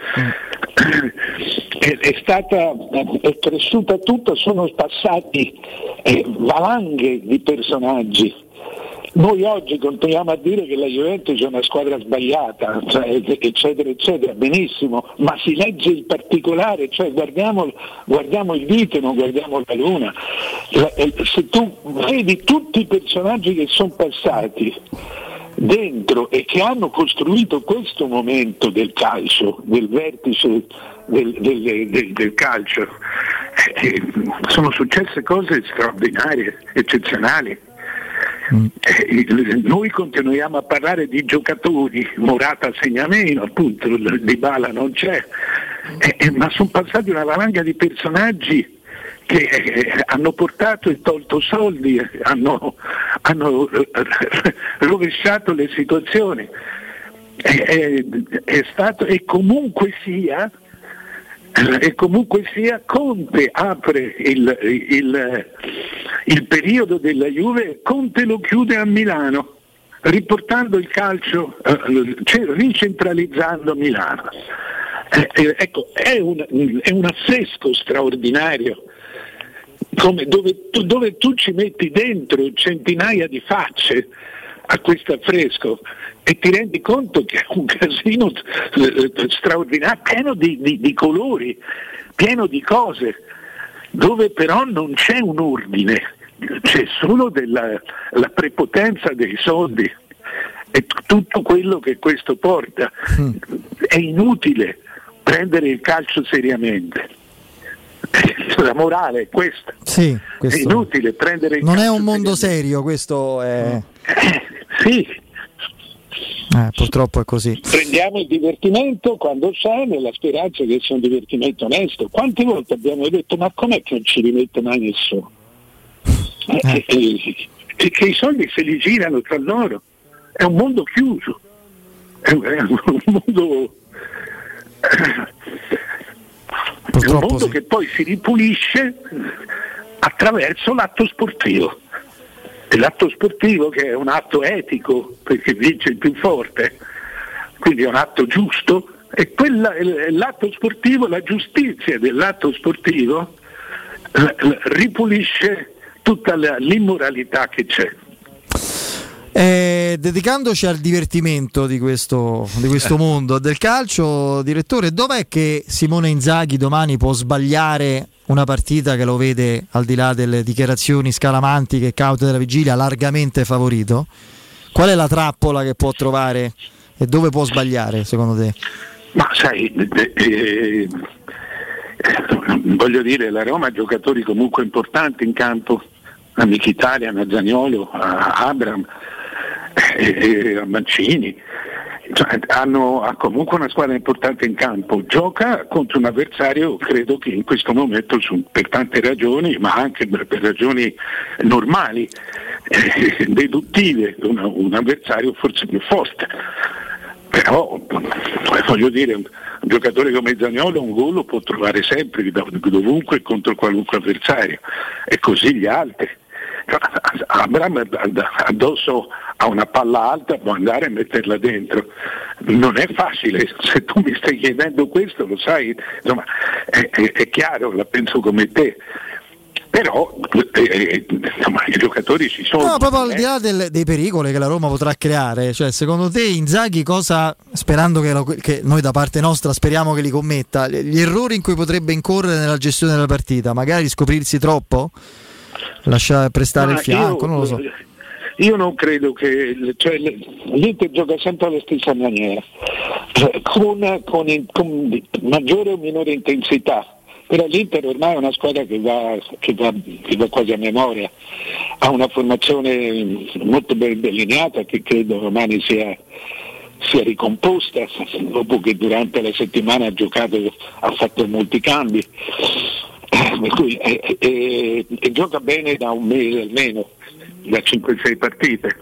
È cresciuta tutta, sono passati valanghe di personaggi. Noi oggi continuiamo a dire che la Juventus è una squadra sbagliata, eccetera eccetera, benissimo, ma si legge il particolare, cioè guardiamo il dito, non guardiamo la luna. Se tu vedi tutti i personaggi che sono passati dentro e che hanno costruito questo momento del calcio, del vertice del calcio, sono successe cose straordinarie, eccezionali. Noi continuiamo a parlare di giocatori, Morata segna meno, appunto, Dybala non c'è, ma sono passati una valanga di personaggi che hanno portato e tolto soldi, hanno hanno rovesciato le situazioni. È stato, e comunque sia Conte apre il periodo della Juve, Conte lo chiude a Milano, riportando il calcio, ricentralizzando Milano. Ecco, è un affresco straordinario, dove tu ci metti dentro centinaia di facce a questo affresco e ti rendi conto che è un casino straordinario, pieno di colori, pieno di cose, dove però non c'è un ordine, c'è solo la prepotenza dei soldi e tutto quello che questo porta. È inutile prendere il calcio seriamente. La morale è questa. Sì, è inutile prendere il non calcio è un mondo seriamente. serio, questo è sì. Purtroppo è così. Prendiamo il divertimento quando c'è, nella speranza che sia un divertimento onesto. Quante volte abbiamo detto ma com'è che non ci rimette mai nessuno? E che i soldi se li girano tra loro. È un mondo chiuso, è un mondo che poi si ripulisce attraverso l'atto sportivo. E l'atto sportivo, che è un atto etico perché vince il più forte, quindi è un atto giusto, e l'atto sportivo, la giustizia dell'atto sportivo ripulisce tutta l'immoralità che c'è. Dedicandoci al divertimento di questo mondo del calcio, direttore, dov'è che Simone Inzaghi domani può sbagliare una partita che lo vede, al di là delle dichiarazioni scalamantiche e caute della vigilia, largamente favorito? Qual è la trappola che può trovare e dove può sbagliare secondo te? Ma sai, voglio dire, la Roma ha giocatori comunque importanti in campo, a Mkhitaryan, a Zaniolo, a Abraham, a Mancini, cioè, ha comunque una squadra importante in campo, gioca contro un avversario, credo che in questo momento per tante ragioni, ma anche per ragioni normali, deduttive, un avversario forse più forte. Però voglio dire, un giocatore come Zaniolo un gol lo può trovare sempre, dovunque, contro qualunque avversario, e così gli altri. Abraham addosso a una palla alta può andare e metterla dentro. Non è facile, se tu mi stai chiedendo questo, lo sai, insomma, è chiaro, la penso come te. Però insomma, i giocatori ci sono. No, proprio al di là dei pericoli che la Roma potrà creare, cioè secondo te Inzaghi cosa, sperando che noi da parte nostra speriamo che li commetta, gli errori in cui potrebbe incorrere nella gestione della partita, magari scoprirsi troppo? Lasciare prestare il fianco, non lo so. Io non credo che l'Inter gioca sempre alla stessa maniera, con maggiore o minore intensità, però l'Inter ormai è una squadra che va quasi a memoria, ha una formazione molto ben delineata che credo domani sia ricomposta, dopo che durante la settimana ha fatto molti cambi. Per cui, e gioca bene da un mese almeno, da 5-6 partite,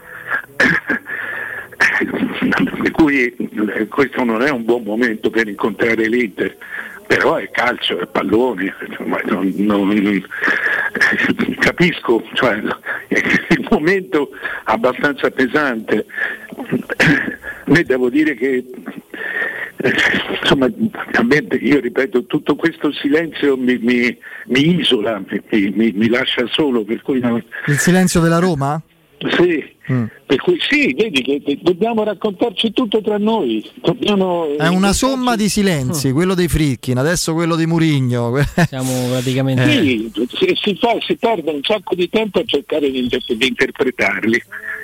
per cui questo non è un buon momento per incontrare l'Inter, però è calcio, è pallone, non capisco, cioè, è il momento abbastanza pesante. Ne devo dire che insomma, io ripeto, tutto questo silenzio mi isola, mi lascia solo, per cui il silenzio della Roma? Sì, per cui sì, vedi che dobbiamo raccontarci tutto tra noi. È una somma di silenzi, quello dei Friedkin, adesso quello di Mourinho. Siamo praticamente. Sì, si perde un sacco di tempo a cercare di interpretarli.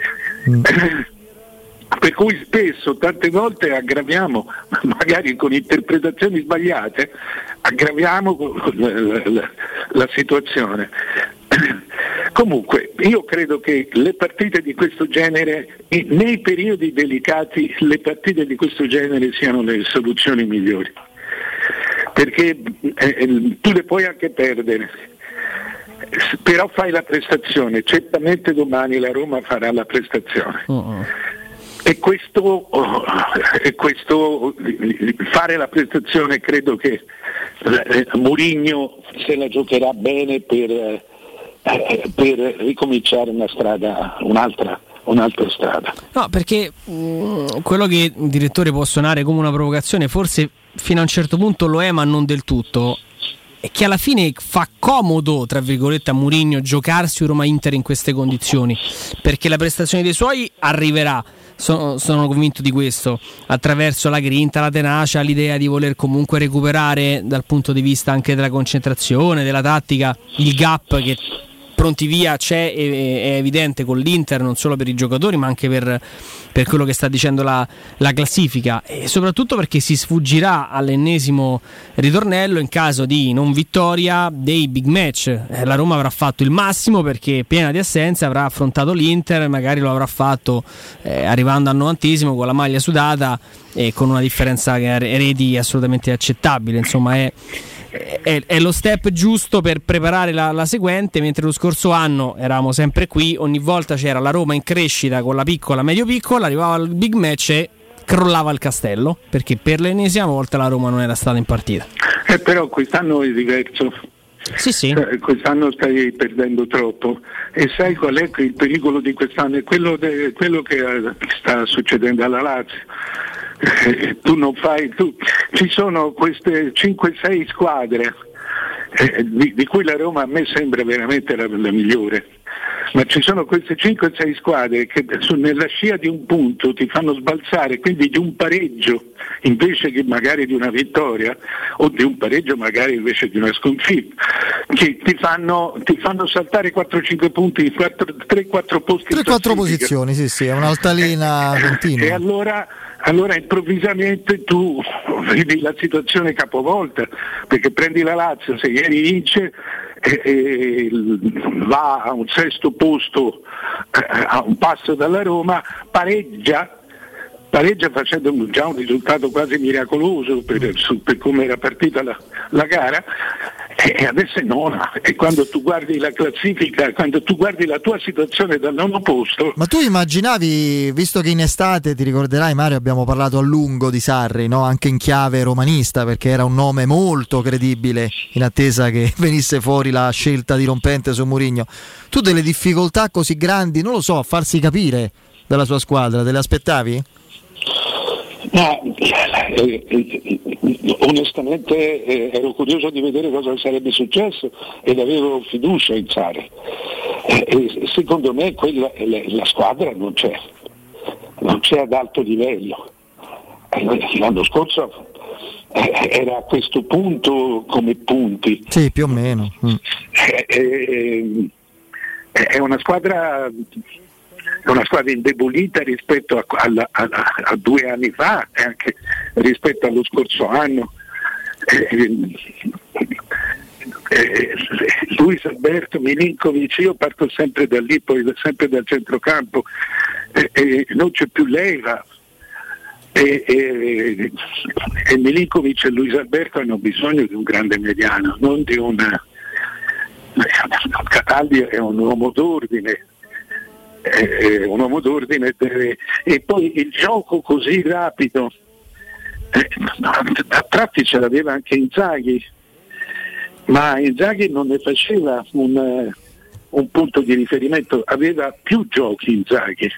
Per cui spesso, tante volte aggraviamo, magari con interpretazioni sbagliate, aggraviamo la situazione. Comunque, io credo che le partite di questo genere, nei periodi delicati, le partite di questo genere siano le soluzioni migliori, perché tu le puoi anche perdere, però fai la prestazione, certamente domani la Roma farà la prestazione. E questo fare la prestazione, credo che Mourinho se la giocherà bene per ricominciare un'altra strada. No, perché quello che il direttore può suonare come una provocazione, forse fino a un certo punto lo è, ma non del tutto, è che alla fine fa comodo, tra virgolette, a Mourinho giocarsi Roma-Inter in queste condizioni, perché la prestazione dei suoi arriverà. Sono convinto di questo, attraverso la grinta, la tenacia, l'idea di voler comunque recuperare dal punto di vista anche della concentrazione, della tattica, il gap che pronti via c'è, è evidente con l'Inter, non solo per i giocatori ma anche per quello che sta dicendo la classifica, e soprattutto perché si sfuggirà all'ennesimo ritornello in caso di non vittoria dei big match. La Roma avrà fatto il massimo perché piena di assenze, avrà affrontato l'Inter, magari lo avrà fatto arrivando al 90° con la maglia sudata e con una differenza che reti assolutamente accettabile. Insomma è lo step giusto per preparare la seguente, mentre lo scorso anno eravamo sempre qui, ogni volta c'era la Roma in crescita con la piccola, medio piccola, arrivava al big match e crollava il castello, perché per l'ennesima volta la Roma non era stata in partita. Però quest'anno è diverso. Sì. Quest'anno stai perdendo troppo, e sai qual è il pericolo di quest'anno? È quello che sta succedendo alla Lazio. Ci sono queste 5-6 squadre di cui la Roma a me sembra veramente la migliore, ma ci sono queste 5-6 squadre che nella scia di un punto ti fanno sbalzare, quindi di un pareggio invece che magari di una vittoria, o di un pareggio magari invece di una sconfitta, che ti fanno saltare 4-5 punti in 3-4 posti, 3-4 posizioni, sì, è un'altalena continua. E allora improvvisamente tu vedi la situazione capovolta, perché prendi la Lazio, se ieri vince e va a un 6° posto, a un passo dalla Roma, pareggia facendo già un risultato quasi miracoloso per come era partita la gara, e adesso è nona. E quando tu guardi la classifica, quando tu guardi la tua situazione dal 9° posto. Ma tu immaginavi, visto che in estate, ti ricorderai Mario, abbiamo parlato a lungo di Sarri, no? Anche in chiave romanista, perché era un nome molto credibile in attesa che venisse fuori la scelta dirompente su Mourinho. Tu delle difficoltà così grandi, non lo so, a farsi capire dalla sua squadra, te le aspettavi? No, onestamente ero curioso di vedere cosa sarebbe successo ed avevo fiducia in Sarri. Secondo me la squadra non c'è ad alto livello. L'anno scorso era a questo punto come punti. Sì, più o meno. È una squadra indebolita rispetto a 2 anni fa, e anche rispetto allo scorso anno. Luis Alberto, Milinkovic, io parto sempre da lì, poi sempre dal centrocampo, non c'è più Leiva, e Milinkovic e Luis Alberto hanno bisogno di un grande mediano, non di Cataldi è un uomo d'ordine. E poi il gioco così rapido, a tratti ce l'aveva anche Inzaghi, ma Inzaghi non ne faceva un punto di riferimento, aveva più giochi Inzaghi,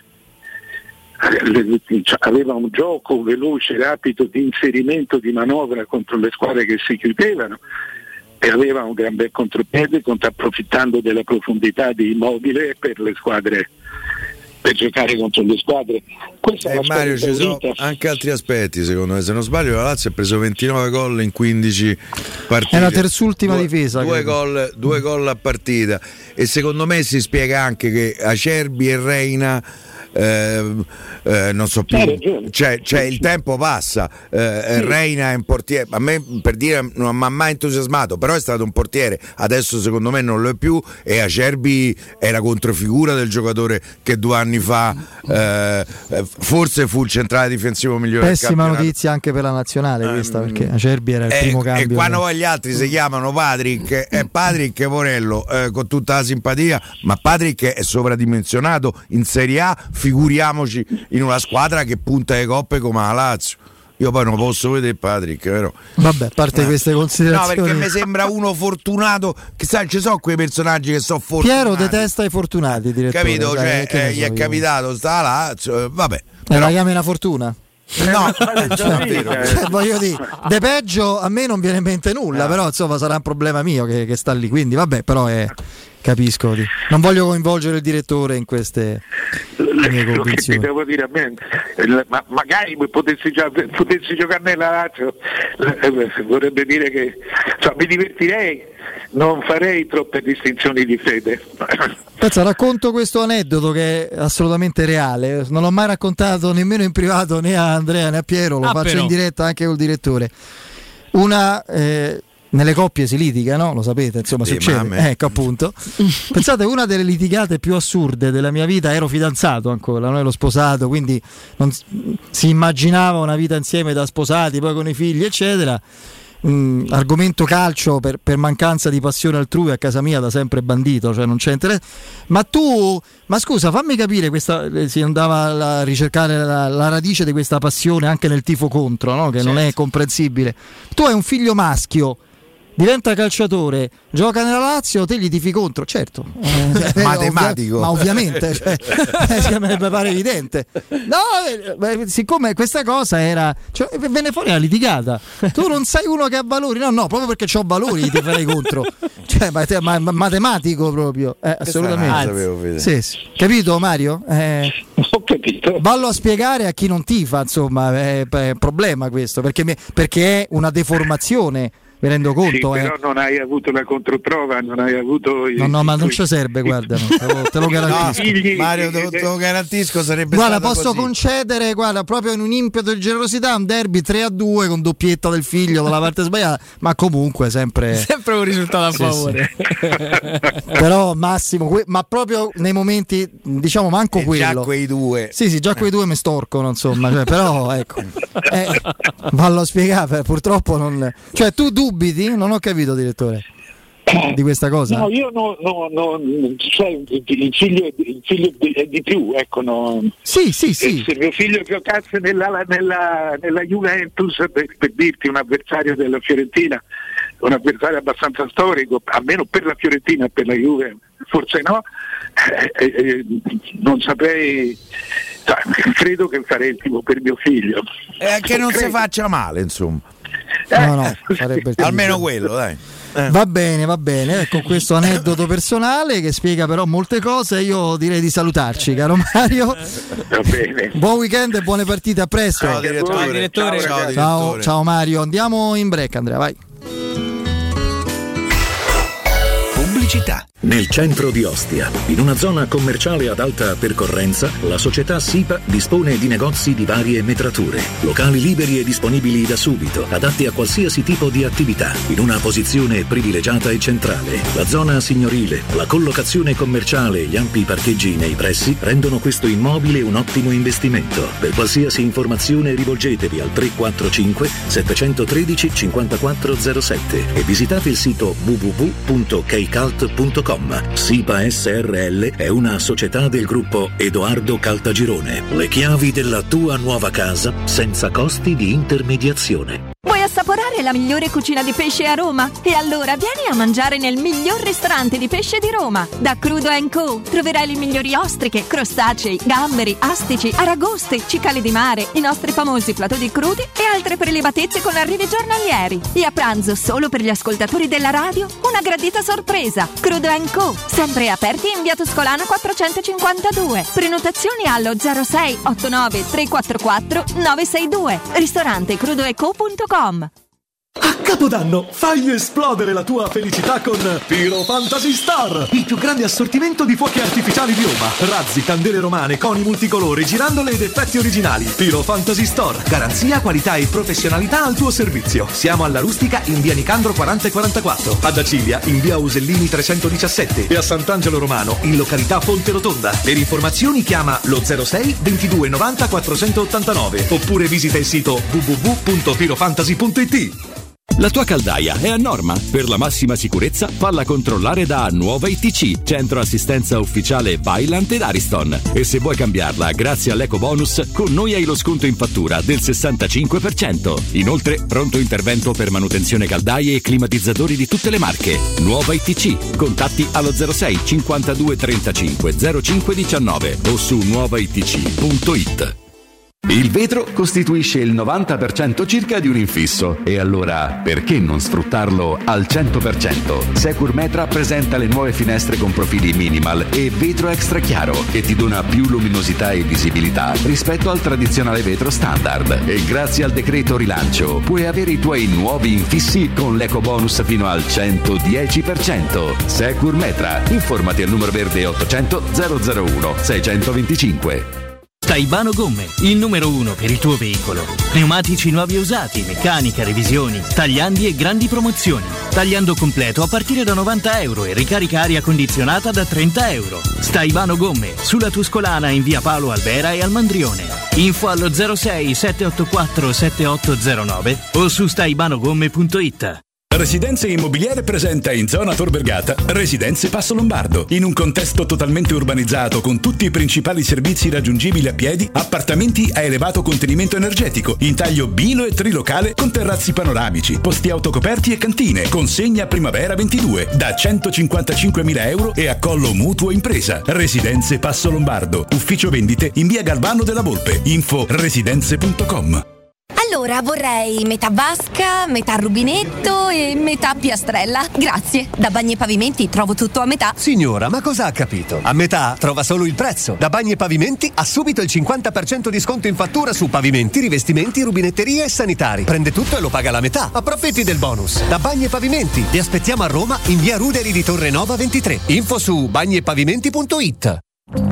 aveva un gioco veloce, rapido, di inserimento di manovra contro le squadre che si chiudevano, e aveva un gran bel contropiede, approfittando della profondità di Immobile per le squadre, per giocare contro le squadre. Mario, ci sono anche altri aspetti, secondo me. Se non sbaglio, la Lazio ha preso 29 gol in 15 partite. È la terzultima difesa. 2 gol a partita. E secondo me si spiega anche che Acerbi e Reina non so più, cioè il tempo passa. Reina è un portiere, a me per dire non mi ha mai entusiasmato, però è stato un portiere, adesso secondo me non lo è più, e Acerbi è la controfigura del giocatore che 2 anni fa forse fu il centrale difensivo migliore. Pessima notizia anche per la nazionale questa, perché Acerbi era il primo cambio. E quando poi gli altri si chiamano Patrick Morello, con tutta la simpatia, ma Patrick è sovradimensionato in Serie A, figuriamoci in una squadra che punta le coppe come la Lazio. Io poi non posso vedere Patrick, vero? Vabbè, a parte queste considerazioni. No, perché mi sembra uno fortunato, che sai, ci sono quei personaggi che sono fortunati. Piero detesta i fortunati, direttore. Capito? Cioè, gli è capitato, sta là, vabbè. La chiami una fortuna? No, voglio dire, de peggio a me non viene in mente nulla, però insomma sarà un problema mio che sta lì, quindi vabbè, però capisco, non voglio coinvolgere il direttore in queste mie convinzioni. Devo dire a me, ma magari potessi giocare nella Lazio, vorrebbe dire che mi divertirei, non farei troppe distinzioni di fede. Pensa, racconto questo aneddoto che è assolutamente reale, non l'ho mai raccontato nemmeno in privato né a Andrea né a Piero, lo faccio in diretta anche col direttore. Nelle coppie si litiga, no? Lo sapete, insomma, succede. Ecco, appunto. Pensate, una delle litigate più assurde della mia vita, ero fidanzato ancora, non ero sposato, quindi non si immaginava una vita insieme da sposati, poi con i figli, eccetera. Argomento calcio per mancanza di passione altrui a casa mia da sempre bandito, cioè non c'è interesse. Ma scusa, fammi capire, si andava a ricercare la radice di questa passione anche nel tifo contro, no? Che non è comprensibile. Tu hai un figlio maschio, diventa calciatore, gioca nella Lazio, te gli tifi contro, certo, matematico, ma ovviamente, mi pare evidente. No, siccome questa cosa era, venne fuori la litigata. Tu non sei uno che ha valori, no, proprio perché c'ho valori ti farei contro, ma matematico proprio, assolutamente. Sì. Capito, Mario? Ho capito. Vallo a spiegare a chi non tifa, insomma, è un problema questo, perché è una deformazione. Mi rendo conto, però non hai avuto la controprova, non hai avuto no, ma non ci serve, guarda, te lo garantisco. Mario, te lo garantisco, sarebbe guarda, stato posso così. Concedere, guarda, proprio in un impeto di generosità, un derby 3-2 con doppietta del figlio dalla parte sbagliata, ma comunque sempre un risultato a favore. Sì. Però Massimo, ma proprio nei momenti, diciamo, manco quello. Già quei due. Sì, già quei due mi storcono, insomma, però ecco. Vallo a spiegare, purtroppo non. Cioè, tu dubiti? Non ho capito, direttore, di questa cosa. No, io no, cioè, il figlio è di più, ecco, no. Sì. Se mio figlio giocasse nella Juventus, per dirti, un avversario della Fiorentina, un avversario abbastanza storico, almeno per la Fiorentina e per la Juve, forse no, non saprei. Credo che farei il tipo per mio figlio. Che non si faccia male, insomma. No, sarebbe almeno quello, dai. Va bene, ecco questo aneddoto personale che spiega però molte cose. Io direi di salutarci, caro Mario. Va bene. Buon weekend e buone partite, a presto. Ciao direttore. Ciao Mario, andiamo in break, Andrea, vai. Pubblicità. Nel centro di Ostia, in una zona commerciale ad alta percorrenza, la società SIPA dispone di negozi di varie metrature, locali liberi e disponibili da subito, adatti a qualsiasi tipo di attività, in una posizione privilegiata e centrale. La zona signorile, la collocazione commerciale e gli ampi parcheggi nei pressi rendono questo immobile un ottimo investimento. Per qualsiasi informazione rivolgetevi al 345 713 5407 e visitate il sito www.kcalt.com. SIPA SRL è una società del gruppo Edoardo Caltagirone. Le chiavi della tua nuova casa senza costi di intermediazione. Vuoi assaporare la migliore cucina di pesce a Roma? E allora vieni a mangiare nel miglior ristorante di pesce di Roma. Da Crudo & Co. troverai le migliori ostriche, crostacei, gamberi, astici, aragoste, cicale di mare, i nostri famosi platò di crudi e altre prelibatezze con arrivi giornalieri. E a pranzo, solo per gli ascoltatori della radio, una gradita sorpresa. Crudo & Co. Sempre aperti in via Tuscolana 452. Prenotazioni allo 06 89 344 962. Ristorante crudoeco.com. A Capodanno fai esplodere la tua felicità con Pyro Fantasy Star, il più grande assortimento di fuochi artificiali di Roma. Razzi, candele romane, coni multicolori, girandole ed effetti originali. Pyro Fantasy Store, garanzia, qualità e professionalità al tuo servizio. Siamo alla Rustica in via Nicandro 40 e 44, ad Acilia in via Usellini 317 e a Sant'Angelo Romano in località Fonte Rotonda. Per informazioni chiama lo 06 22 90 489 oppure visita il sito www.pyrofantasy.it. La tua caldaia è a norma? Per la massima sicurezza falla controllare da Nuova ITC, centro assistenza ufficiale Vaillant ed Ariston. E se vuoi cambiarla grazie all'eco bonus, con noi hai lo sconto in fattura del 65%. Inoltre, pronto intervento per manutenzione caldaie e climatizzatori di tutte le marche. Nuova ITC. Contatti allo 06 52 35 05 19 o su nuovaitc.it. Il vetro costituisce il 90% circa di un infisso e allora perché non sfruttarlo al 100%? Securmetra presenta le nuove finestre con profili minimal e vetro extra chiaro che ti dona più luminosità e visibilità rispetto al tradizionale vetro standard e grazie al decreto rilancio puoi avere i tuoi nuovi infissi con l'eco bonus fino al 110%. Securmetra, informati al numero verde 800 001 625. Staibano Gomme, il numero 1 per il tuo veicolo. Pneumatici nuovi e usati, meccanica, revisioni, tagliandi e grandi promozioni. Tagliando completo a partire da €90 e ricarica aria condizionata da €30. Staibano Gomme, sulla Tuscolana in via Paolo Albera e al Mandrione. Info allo 06 784 7809 o su staibanogomme.it. Residenze Immobiliare presenta in zona Tor Vergata Residenze Passo Lombardo. In un contesto totalmente urbanizzato con tutti i principali servizi raggiungibili a piedi, appartamenti a elevato contenimento energetico, in taglio bilo e trilocale con terrazzi panoramici, posti autocoperti e cantine, consegna primavera 22 da €155.000 e accollo mutuo impresa. Residenze Passo Lombardo, ufficio vendite in via Galvano della Volpe. Info residenze.com. Allora vorrei metà vasca, metà rubinetto e metà piastrella. Grazie. Da Bagni e Pavimenti trovo tutto a metà. Signora, ma cosa ha capito? A metà trova solo il prezzo. Da Bagni e Pavimenti ha subito il 50% di sconto in fattura su pavimenti, rivestimenti, rubinetterie e sanitari. Prende tutto e lo paga la metà. Approfitti del bonus. Da Bagni e Pavimenti. Ti aspettiamo a Roma in via Ruderi di Torrenova 23. Info su bagniepavimenti.it.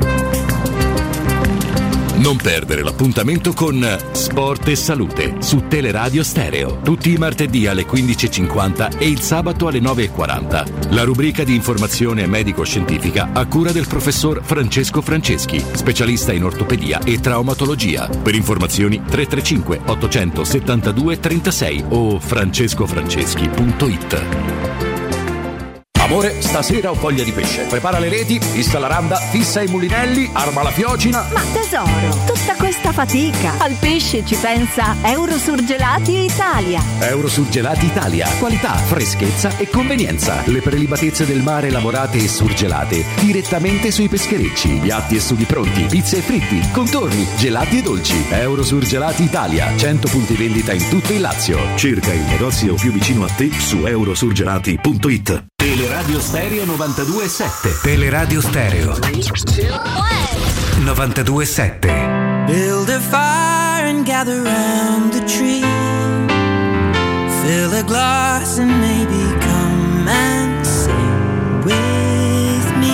Non perdere l'appuntamento con Sport e Salute su Teleradio Stereo, tutti i martedì alle 15.50 e il sabato alle 9.40. La rubrica di informazione medico-scientifica a cura del professor Francesco Franceschi, specialista in ortopedia e traumatologia. Per informazioni 335 872 36 o francescofranceschi.it. Amore, stasera ho voglia di pesce. Prepara le reti, fissa la randa, fissa i mulinelli, arma la fiocina. Ma tesoro, tutta questa fatica. Al pesce ci pensa Eurosurgelati Italia. Eurosurgelati Italia. Qualità, freschezza e convenienza. Le prelibatezze del mare lavorate e surgelate direttamente sui pescherecci. Piatti e sughi pronti, pizze e fritti, contorni, gelati e dolci. Eurosurgelati Italia. 100 punti vendita in tutto il Lazio. Cerca il negozio più vicino a te su eurosurgelati.it. Teleradio Stereo 92.7. Teleradio Stereo 92.7. Build a fire and gather round the tree. Fill a glass and maybe come and sing with me.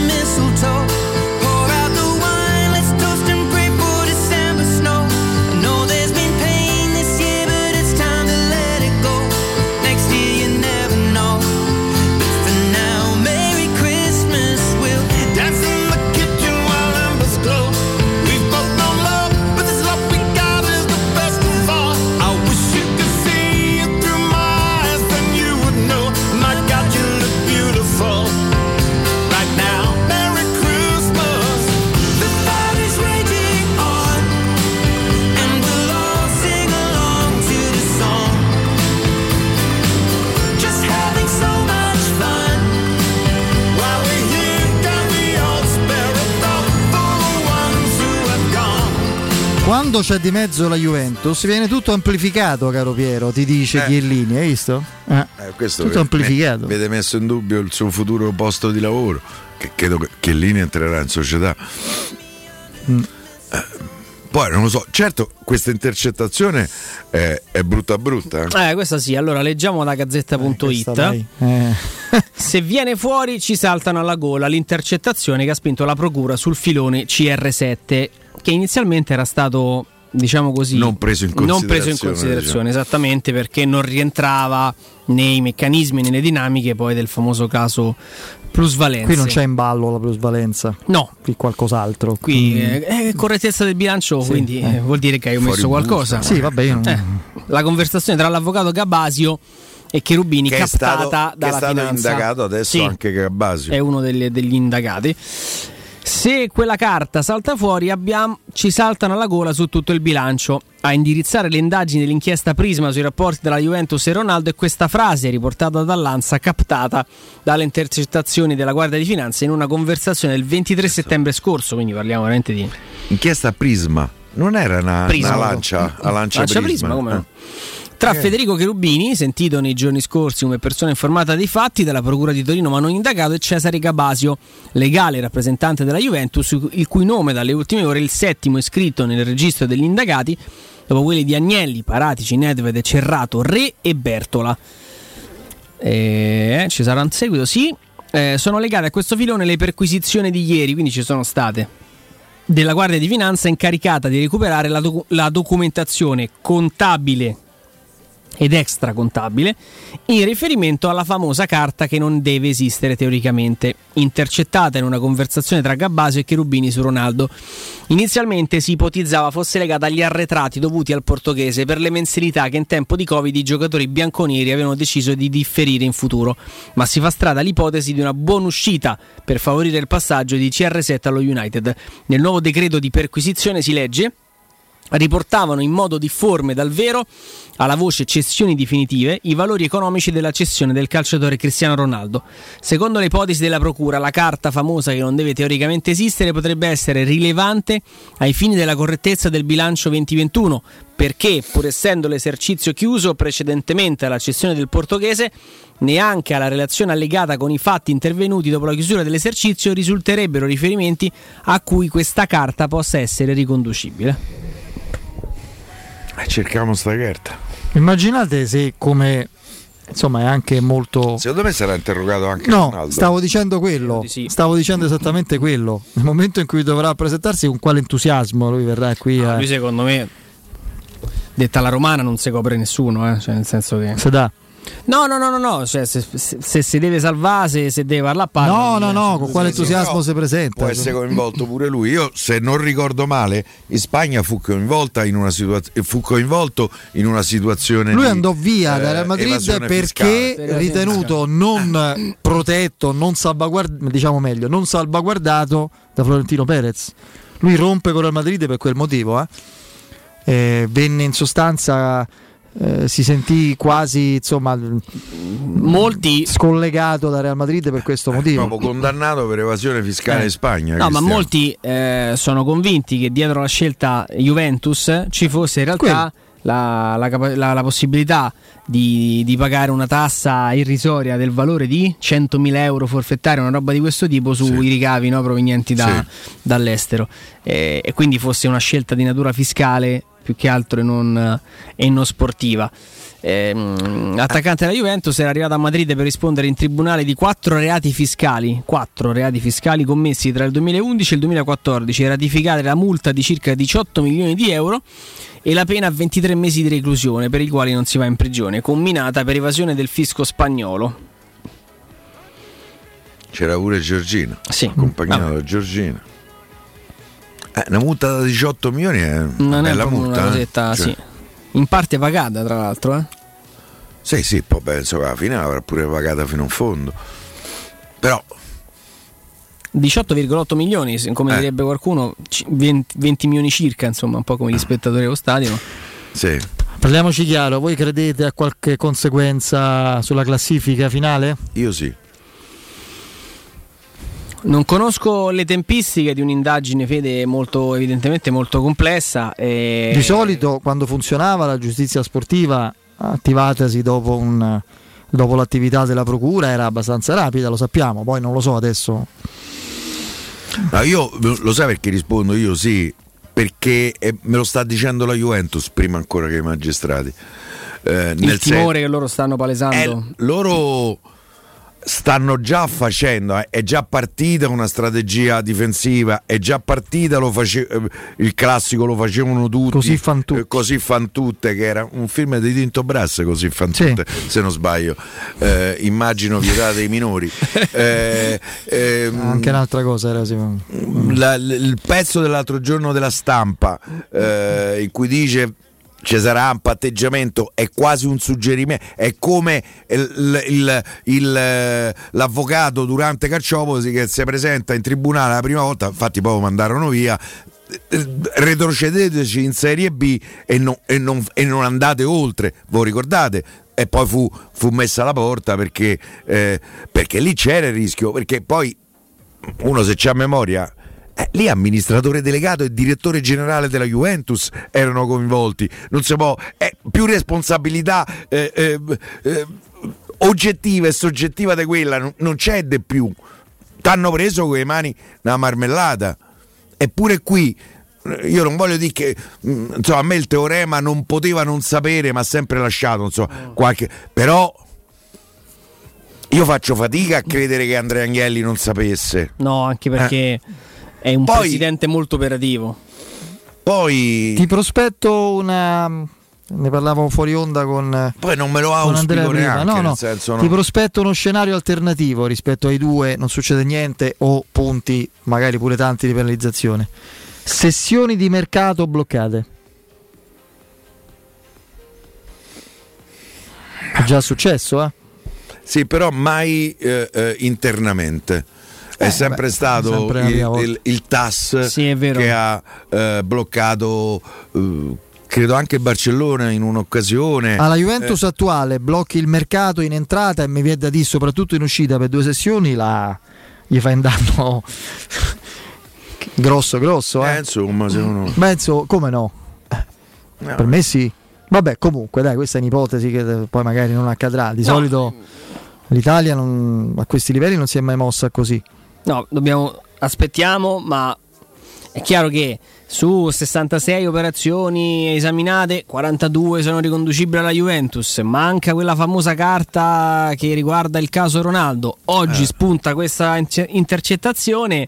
Pour out the wine, let's toast and pray for December snow. I know Quando c'è di mezzo la Juventus viene tutto amplificato, caro Piero, ti dice Chiellini, hai visto? Questo tutto amplificato. Vede messo in dubbio il suo futuro posto di lavoro, che credo che Chiellini entrerà in società. Poi non lo so, certo questa intercettazione è brutta. Questa sì, allora leggiamo da gazzetta.it. Se viene fuori ci saltano alla gola l'intercettazione che ha spinto la procura sul filone CR7, che inizialmente era stato, diciamo così, non preso in considerazione, diciamo. Esattamente, perché non rientrava nei meccanismi, nelle dinamiche poi del famoso caso plusvalenza. Qui non c'è in ballo la plusvalenza. No, qui qualcos'altro. Qui è correttezza del bilancio, sì, quindi vuol dire che hai omesso qualcosa. Sì, vabbè, io la conversazione tra l'avvocato Gabasio e Cherubini, che captata dalla finanza. Che è stato indagato adesso anche Gabasio. È uno degli indagati. Se quella carta salta fuori, ci saltano alla gola su tutto il bilancio. A indirizzare le indagini dell'inchiesta Prisma sui rapporti tra Juventus e Ronaldo è questa frase riportata dall'Ansa, captata dalle intercettazioni della Guardia di Finanza in una conversazione del 23 settembre scorso, quindi parliamo veramente di inchiesta Prisma. Non era una lancia Prisma come no? Tra Federico Cherubini, sentito nei giorni scorsi come persona informata dei fatti dalla Procura di Torino ma non indagato, e Cesare Gabasio, legale rappresentante della Juventus, il cui nome dalle ultime ore è il settimo iscritto nel registro degli indagati, dopo quelli di Agnelli, Paratici, Nedved, Cerrato, Re e Bertola. Ci sarà un seguito, sì. Sono legate a questo filone le perquisizioni di ieri, quindi ci sono state, della Guardia di Finanza incaricata di recuperare la documentazione contabile ed extracontabile in riferimento alla famosa carta che non deve esistere teoricamente, intercettata in una conversazione tra Gabasio e Cherubini su Ronaldo. Inizialmente si ipotizzava fosse legata agli arretrati dovuti al portoghese per le mensilità che in tempo di Covid i giocatori bianconeri avevano deciso di differire in futuro, ma si fa strada l'ipotesi di una buonuscita per favorire il passaggio di CR7 allo United. Nel nuovo decreto di perquisizione si legge: riportavano in modo difforme dal vero, alla voce cessioni definitive, i valori economici della cessione del calciatore Cristiano Ronaldo. Secondo le ipotesi della procura, la carta famosa che non deve teoricamente esistere potrebbe essere rilevante ai fini della correttezza del bilancio 2021, perché, pur essendo l'esercizio chiuso precedentemente alla cessione del portoghese, neanche alla relazione allegata con i fatti intervenuti dopo la chiusura dell'esercizio risulterebbero riferimenti a cui questa carta possa essere riconducibile. Cerchiamo sta carta. Immaginate se, come insomma è anche molto, secondo me sarà interrogato anche No, Ronaldo. stavo dicendo quello, stavo dicendo esattamente quello. Nel momento in cui dovrà presentarsi, con quale entusiasmo lui verrà qui lui secondo me, detta la romana, non si copre nessuno, cioè nel senso che se dà. No, cioè, se si deve salvare, se deve parlare a parte. No, con quale entusiasmo si presenta? Può essere coinvolto pure lui. Io, se non ricordo male, in Spagna fu coinvolto in una situazione. Lui andò via da Real Madrid perché ritenuto non protetto, non salvaguardato da Florentino Perez. Lui rompe con Real Madrid per quel motivo. Venne in sostanza. Si sentì quasi molti scollegato da Real Madrid per questo motivo, proprio condannato per evasione fiscale in Spagna. No, ma molti sono convinti che dietro la scelta Juventus ci fosse in realtà la possibilità di pagare una tassa irrisoria del valore di 100.000 euro forfettaria, una roba di questo tipo sui ricavi provenienti dall'estero, e quindi fosse una scelta di natura fiscale più che altro e non sportiva. Attaccante della Juventus era arrivato a Madrid per rispondere in tribunale di 4 reati fiscali commessi tra il 2011 e il 2014 e ratificare la multa di circa 18 milioni di euro e la pena a 23 mesi di reclusione, per i quali non si va in prigione, comminata per evasione del fisco spagnolo. C'era pure Giorgino, accompagnato da Giorgino. Una multa da 18 milioni è una bella multa. Una cosetta, sì. In parte pagata, tra l'altro. Sì, poi penso che alla fine l'avrà pure pagata fino in fondo. Però 18,8 milioni, come direbbe qualcuno, 20 milioni circa, insomma, un po' come gli spettatori allo stadio. Sì. Parliamoci chiaro, voi credete a qualche conseguenza sulla classifica finale? Io sì. Non conosco le tempistiche di un'indagine, Fede, molto evidentemente molto complessa. Di solito quando funzionava la giustizia sportiva, attivatasi dopo l'attività della procura, era abbastanza rapida, lo sappiamo, poi non lo so adesso. No, io lo sai perché rispondo io sì, perché me lo sta dicendo la Juventus prima ancora che i magistrati. Il timore che loro stanno palesando. Loro stanno già facendo, è già partita una strategia difensiva, è già partita, il classico lo facevano tutti, così fan tutte, che era un film di Tinto Brass, Così fan tutte, se non sbaglio, immagino vietate ai minori. Anche un'altra cosa era il pezzo dell'altro giorno della Stampa in cui dice ci sarà un patteggiamento, è quasi un suggerimento, è come l'avvocato durante Calciopoli che si presenta in tribunale la prima volta, infatti poi lo mandarono via, retrocedeteci in Serie B e non andate oltre, voi ricordate? E poi fu messa alla porta perché lì c'era il rischio, perché poi uno, se c'ha memoria, lì amministratore delegato e direttore generale della Juventus erano coinvolti, non si può, più responsabilità oggettiva e soggettiva di quella non c'è di più. T'hanno preso con le mani una marmellata. Eppure qui io non voglio dire che insomma, a me il teorema non poteva non sapere, ma ha sempre lasciato però io faccio fatica a credere che Andrea Agnelli non sapesse. No, anche perché è un presidente molto operativo. Poi ti prospetto ne parlavo fuori onda con poi non me lo auspico neanche, ti prospetto uno scenario alternativo rispetto ai due, non succede niente o punti magari pure tanti di penalizzazione. Sessioni di mercato bloccate. È già successo, Sì, però mai internamente. È sempre stato il TAS che ha bloccato, credo anche Barcellona in un'occasione. Alla Juventus attuale blocchi il mercato in entrata e mi viene da dire soprattutto in uscita per 2 sessioni, gli fai un danno grosso. Insomma, se uno... come no? Per me sì. Vabbè, comunque dai, questa è un'ipotesi che poi magari non accadrà. Di solito l'Italia a questi livelli non si è mai mossa così. No, aspettiamo, ma è chiaro che su 66 operazioni esaminate, 42 sono riconducibili alla Juventus. Manca quella famosa carta che riguarda il caso Ronaldo. Oggi spunta questa intercettazione.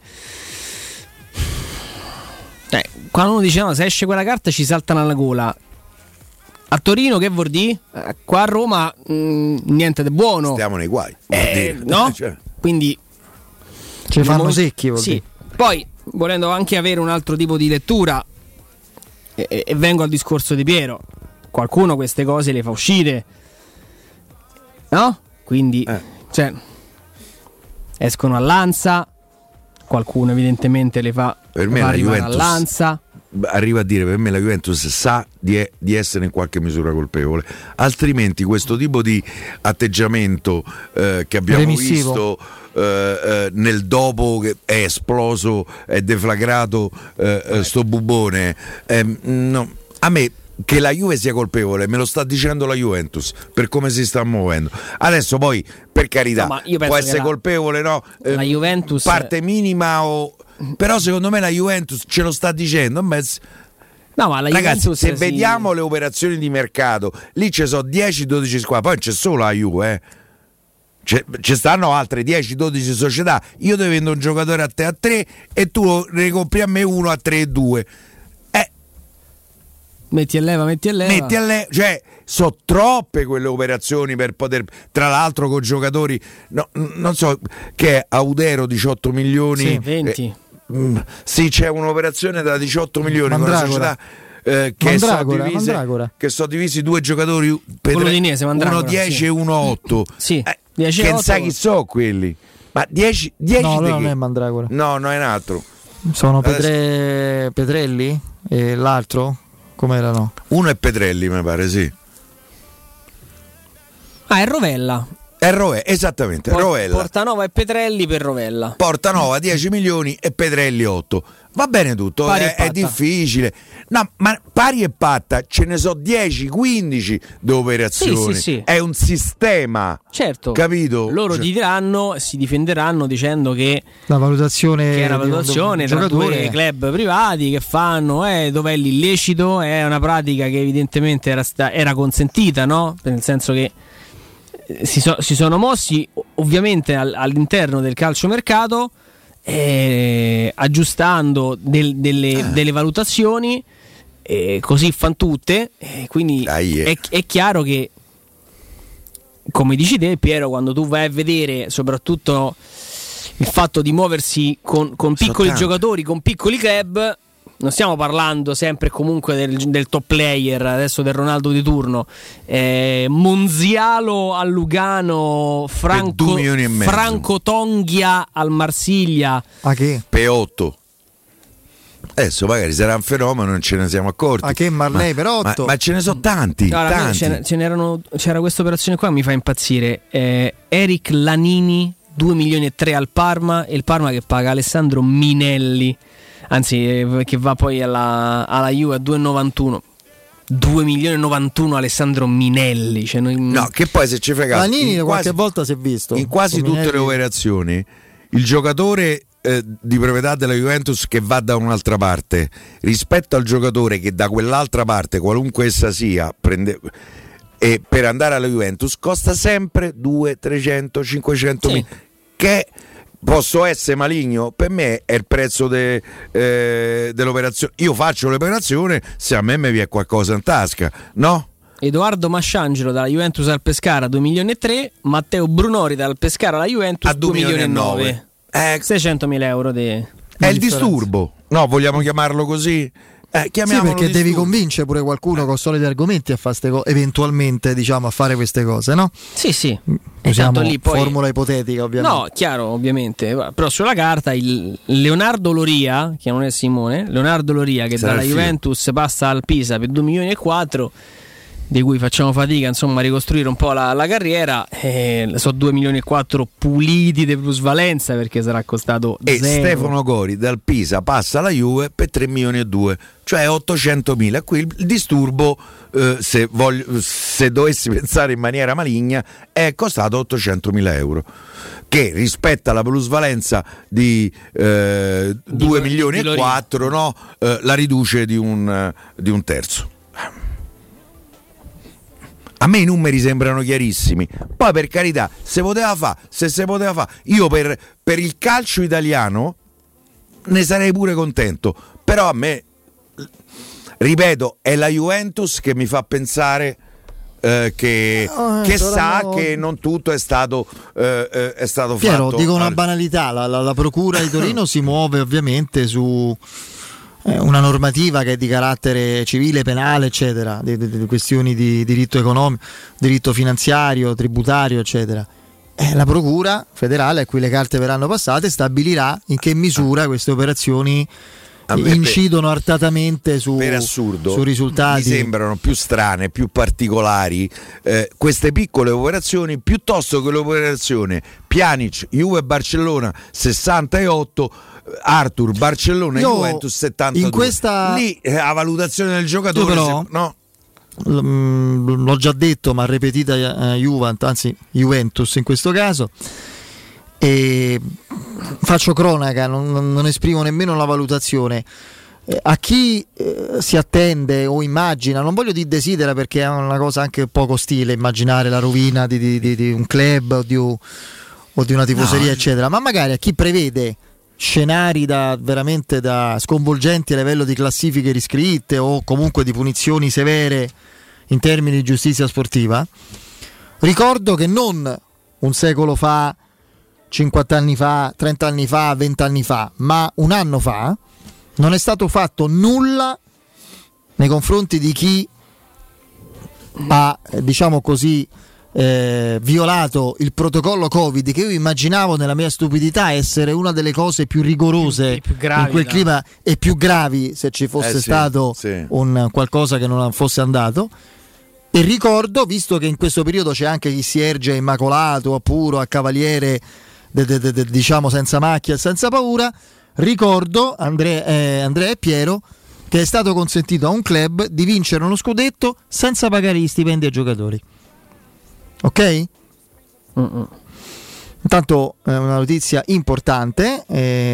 Quando uno dice no, se esce quella carta ci saltano alla gola. A Torino che vuol dire? Qua a Roma niente di buono. Stiamo nei guai. No? Quindi ci fanno secchi, sì. Poi volendo anche avere un altro tipo di lettura e vengo al discorso di Piero, qualcuno queste cose le fa uscire, no? Quindi escono a Lanza, qualcuno evidentemente le fa per me la Juventus a Lanza. Arriva a dire, per me la Juventus sa di essere in qualche misura colpevole, altrimenti questo tipo di atteggiamento che abbiamo visto nel dopo che è esploso, è deflagrato sto bubone, no, a me che la Juve sia colpevole me lo sta dicendo la Juventus per come si sta muovendo. Adesso poi per carità può essere colpevole, no? La Juventus parte minima però secondo me la Juventus ce lo sta dicendo. No, ma la ragazzi, Juventus se vediamo le operazioni di mercato, lì ci sono 10-12 squadre, poi non c'è solo la Juve, ci stanno altre 10-12 società. Io ti vendo un giocatore a te a 3 e tu ne compri a me uno a 3 e 2. Metti e leva. Cioè, sono troppe quelle operazioni per poter, tra l'altro con giocatori, no, non so, che è Audero 18 milioni. Sì, 20. Sì, c'è un'operazione da 18 milioni con una società che sono divisi 2 giocatori per uno 10 e uno 8. Sì, 10 che 8. Sai chi sono quelli? Ma 10 no, non è Mandragora. No, è un altro. Sono Petrelli e l'altro? Come erano? Uno è Petrelli, mi pare, sì. È Rovella. Esattamente, Rovella. Portanova e Petrelli per Rovella. Portanova 10 milioni e Petrelli 8. Va bene tutto, è difficile. No, ma pari e patta ce ne so 10, 15 di operazioni. Sì. È un sistema. Certo. Capito? Loro diranno, si difenderanno dicendo che la valutazione, che è una valutazione tra due club privati che fanno, dov'è l'illecito? È una pratica che evidentemente era consentita, no? Nel senso che si sono mossi ovviamente all'interno del calciomercato, aggiustando delle valutazioni, così fan tutte, quindi è chiaro che, come dici te Piero, quando tu vai a vedere soprattutto il fatto di muoversi con piccoli giocatori, con piccoli club, non stiamo parlando sempre e comunque del top player, adesso del Ronaldo di turno, Monzialo al Lugano, Franco Tonghia al Marsiglia, per 8. Adesso magari sarà un fenomeno, non ce ne siamo accorti. Che Marley per 8? Ma ce ne sono tanti. C'era questa operazione qua, mi fa impazzire. Eric Lanini 2 milioni e 3 al Parma, e il Parma che paga Alessandro Minelli, anzi che va poi alla Juve a 2,91. 2 milioni e 91 Alessandro Minelli, cioè no, che poi se ci frega Lanini qualche volta si è visto in quasi tutte Minelli. Le operazioni il giocatore di proprietà della Juventus che va da un'altra parte rispetto al giocatore che da quell'altra parte, qualunque essa sia, prende, e per andare alla Juventus costa sempre 200, 300, 500 mila, che posso essere maligno, per me è il prezzo dell'operazione. Io faccio l'operazione se a me mi viene qualcosa in tasca, no? Edoardo Masciangelo dalla Juventus al Pescara 2 milioni e 3, Matteo Brunori dal Pescara alla Juventus a 2 milioni e 9. 600.000 euro è il disturbo, no? Vogliamo chiamarlo così? Sì, perché devi convincere pure qualcuno con soliti argomenti a fare eventualmente, diciamo, a fare queste cose, no? Sì. Usiamo lì poi, formula ipotetica, ovviamente. No, chiaro, ovviamente. Però sulla carta il Leonardo Loria, che non è Simone, Leonardo Loria che dalla Juventus passa al Pisa per 2 milioni e 4, di cui facciamo fatica insomma a ricostruire un po' la carriera, so 2 milioni e 4 puliti di plusvalenza, perché sarà costato e 0. Stefano Gori dal Pisa passa alla Juve per 3 milioni e 2, cioè 800.000. Qui il disturbo, se dovessi pensare in maniera maligna, è costato 800.000 euro, che rispetto alla plusvalenza di 2 milioni e 4, no, la riduce di un terzo. A me i numeri sembrano chiarissimi. Poi, per carità, se poteva fare, io per il calcio italiano ne sarei pure contento. Però a me, ripeto, è la Juventus che mi fa pensare che sa che non tutto è stato fatto. Piero, dico una banalità, la procura di Torino si muove ovviamente su una normativa che è di carattere civile, penale, eccetera, di questioni di diritto economico, diritto finanziario, tributario, eccetera. La procura federale, a cui le carte verranno passate, stabilirà in che misura queste operazioni incidono artatamente su, per assurdo, su risultati. Mi sembrano più strane, più particolari queste piccole operazioni, piuttosto che l'operazione Pjanic, Juve Barcellona 68, Arthur Barcellona e Juventus 72. In questa lì la valutazione del giocatore però, no. L'ho già detto, ma ripetita Juventus in questo caso, e faccio cronaca, non esprimo nemmeno la valutazione. A chi si attende o immagina, non voglio dire desidera perché è una cosa anche poco stile immaginare la rovina di un club o di una tifoseria, eccetera, ma magari a chi prevede scenari veramente da sconvolgenti a livello di classifiche riscritte o comunque di punizioni severe in termini di giustizia sportiva, ricordo che non un secolo fa, 50 anni fa, 30 anni fa, 20 anni fa, ma un anno fa non è stato fatto nulla nei confronti di chi ha, diciamo così, violato il protocollo Covid, che io immaginavo nella mia stupidità essere una delle cose più rigorose più gravi, in quel clima, e più gravi se ci fosse stato un qualcosa che non fosse andato. E ricordo, visto che in questo periodo c'è anche chi si erge a immacolato, a puro, a cavaliere, diciamo senza macchia e senza paura, ricordo Andrea e Piero che è stato consentito a un club di vincere uno scudetto senza pagare gli stipendi ai giocatori. Ok? Intanto è una notizia importante,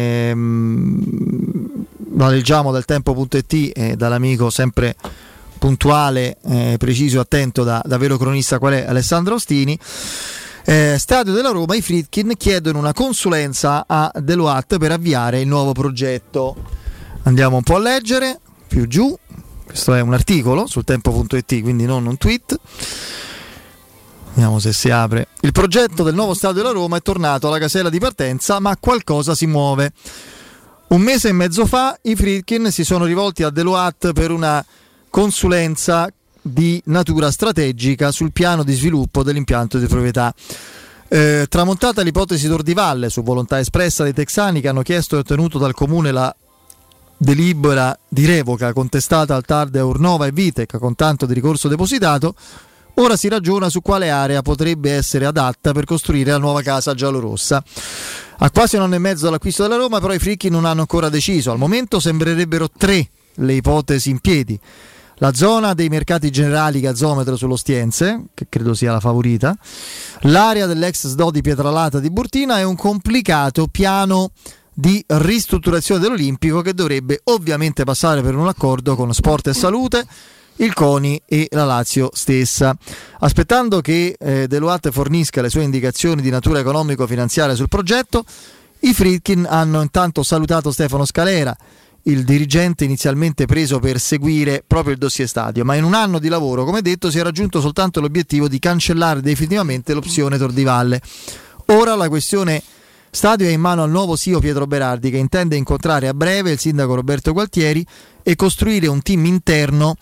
la leggiamo dal tempo.it e dall'amico sempre puntuale, preciso e attento da vero cronista qual è Alessandro Ostini. Stadio della Roma, i Friedkin chiedono una consulenza a Deloitte per avviare il nuovo progetto. Andiamo un po' a leggere più giù, questo è un articolo sul tempo.it, quindi non un tweet. Vediamo se si apre. Il progetto del nuovo stadio della Roma è tornato alla casella di partenza, ma qualcosa si muove. Un mese e mezzo fa i Friedkin si sono rivolti a Deloitte per una consulenza di natura strategica sul piano di sviluppo dell'impianto di proprietà. Tramontata l'ipotesi d'Ordivalle, su volontà espressa dei texani che hanno chiesto e ottenuto dal comune la delibera di revoca contestata al TAR di Urnova e Vitec con tanto di ricorso depositato, ora si ragiona su quale area potrebbe essere adatta per costruire la nuova casa giallorossa. A quasi un anno e mezzo dall'acquisto della Roma, però i Friedkin non hanno ancora deciso. Al momento sembrerebbero 3 le ipotesi in piedi: la zona dei mercati generali Gazzometro sull'Ostiense, che credo sia la favorita, l'area dell'ex SDO di Pietralata di Burtina e un complicato piano di ristrutturazione dell'Olimpico che dovrebbe ovviamente passare per un accordo con Sport e Salute, il CONI e la Lazio stessa. Aspettando che Deloitte fornisca le sue indicazioni di natura economico-finanziaria sul progetto, i Friedkin hanno intanto salutato Stefano Scalera, il dirigente inizialmente preso per seguire proprio il dossier stadio, ma in un anno di lavoro, come detto, si è raggiunto soltanto l'obiettivo di cancellare definitivamente l'opzione Tordivalle. Ora la questione stadio è in mano al nuovo CEO Pietro Berardi, che intende incontrare a breve il sindaco Roberto Gualtieri e costruire un team interno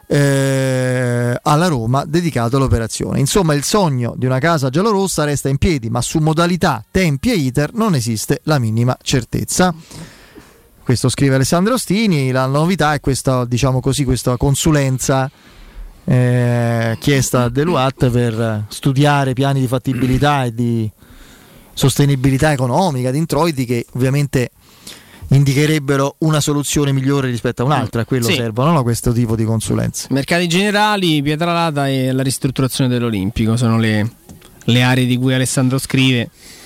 alla Roma dedicato all'operazione. Insomma, il sogno di una casa giallorossa resta in piedi, ma su modalità, tempi e iter non esiste la minima certezza. Questo scrive Alessandro Ostini. La novità è questa, diciamo così, questa consulenza chiesta a Deloitte per studiare piani di fattibilità e di sostenibilità economica, di introiti, che ovviamente indicherebbero una soluzione migliore rispetto a un'altra. A quello servono, no? Questo tipo di consulenze. Mercati generali, Pietralata e la ristrutturazione dell'Olimpico sono le aree di cui Alessandro scrive.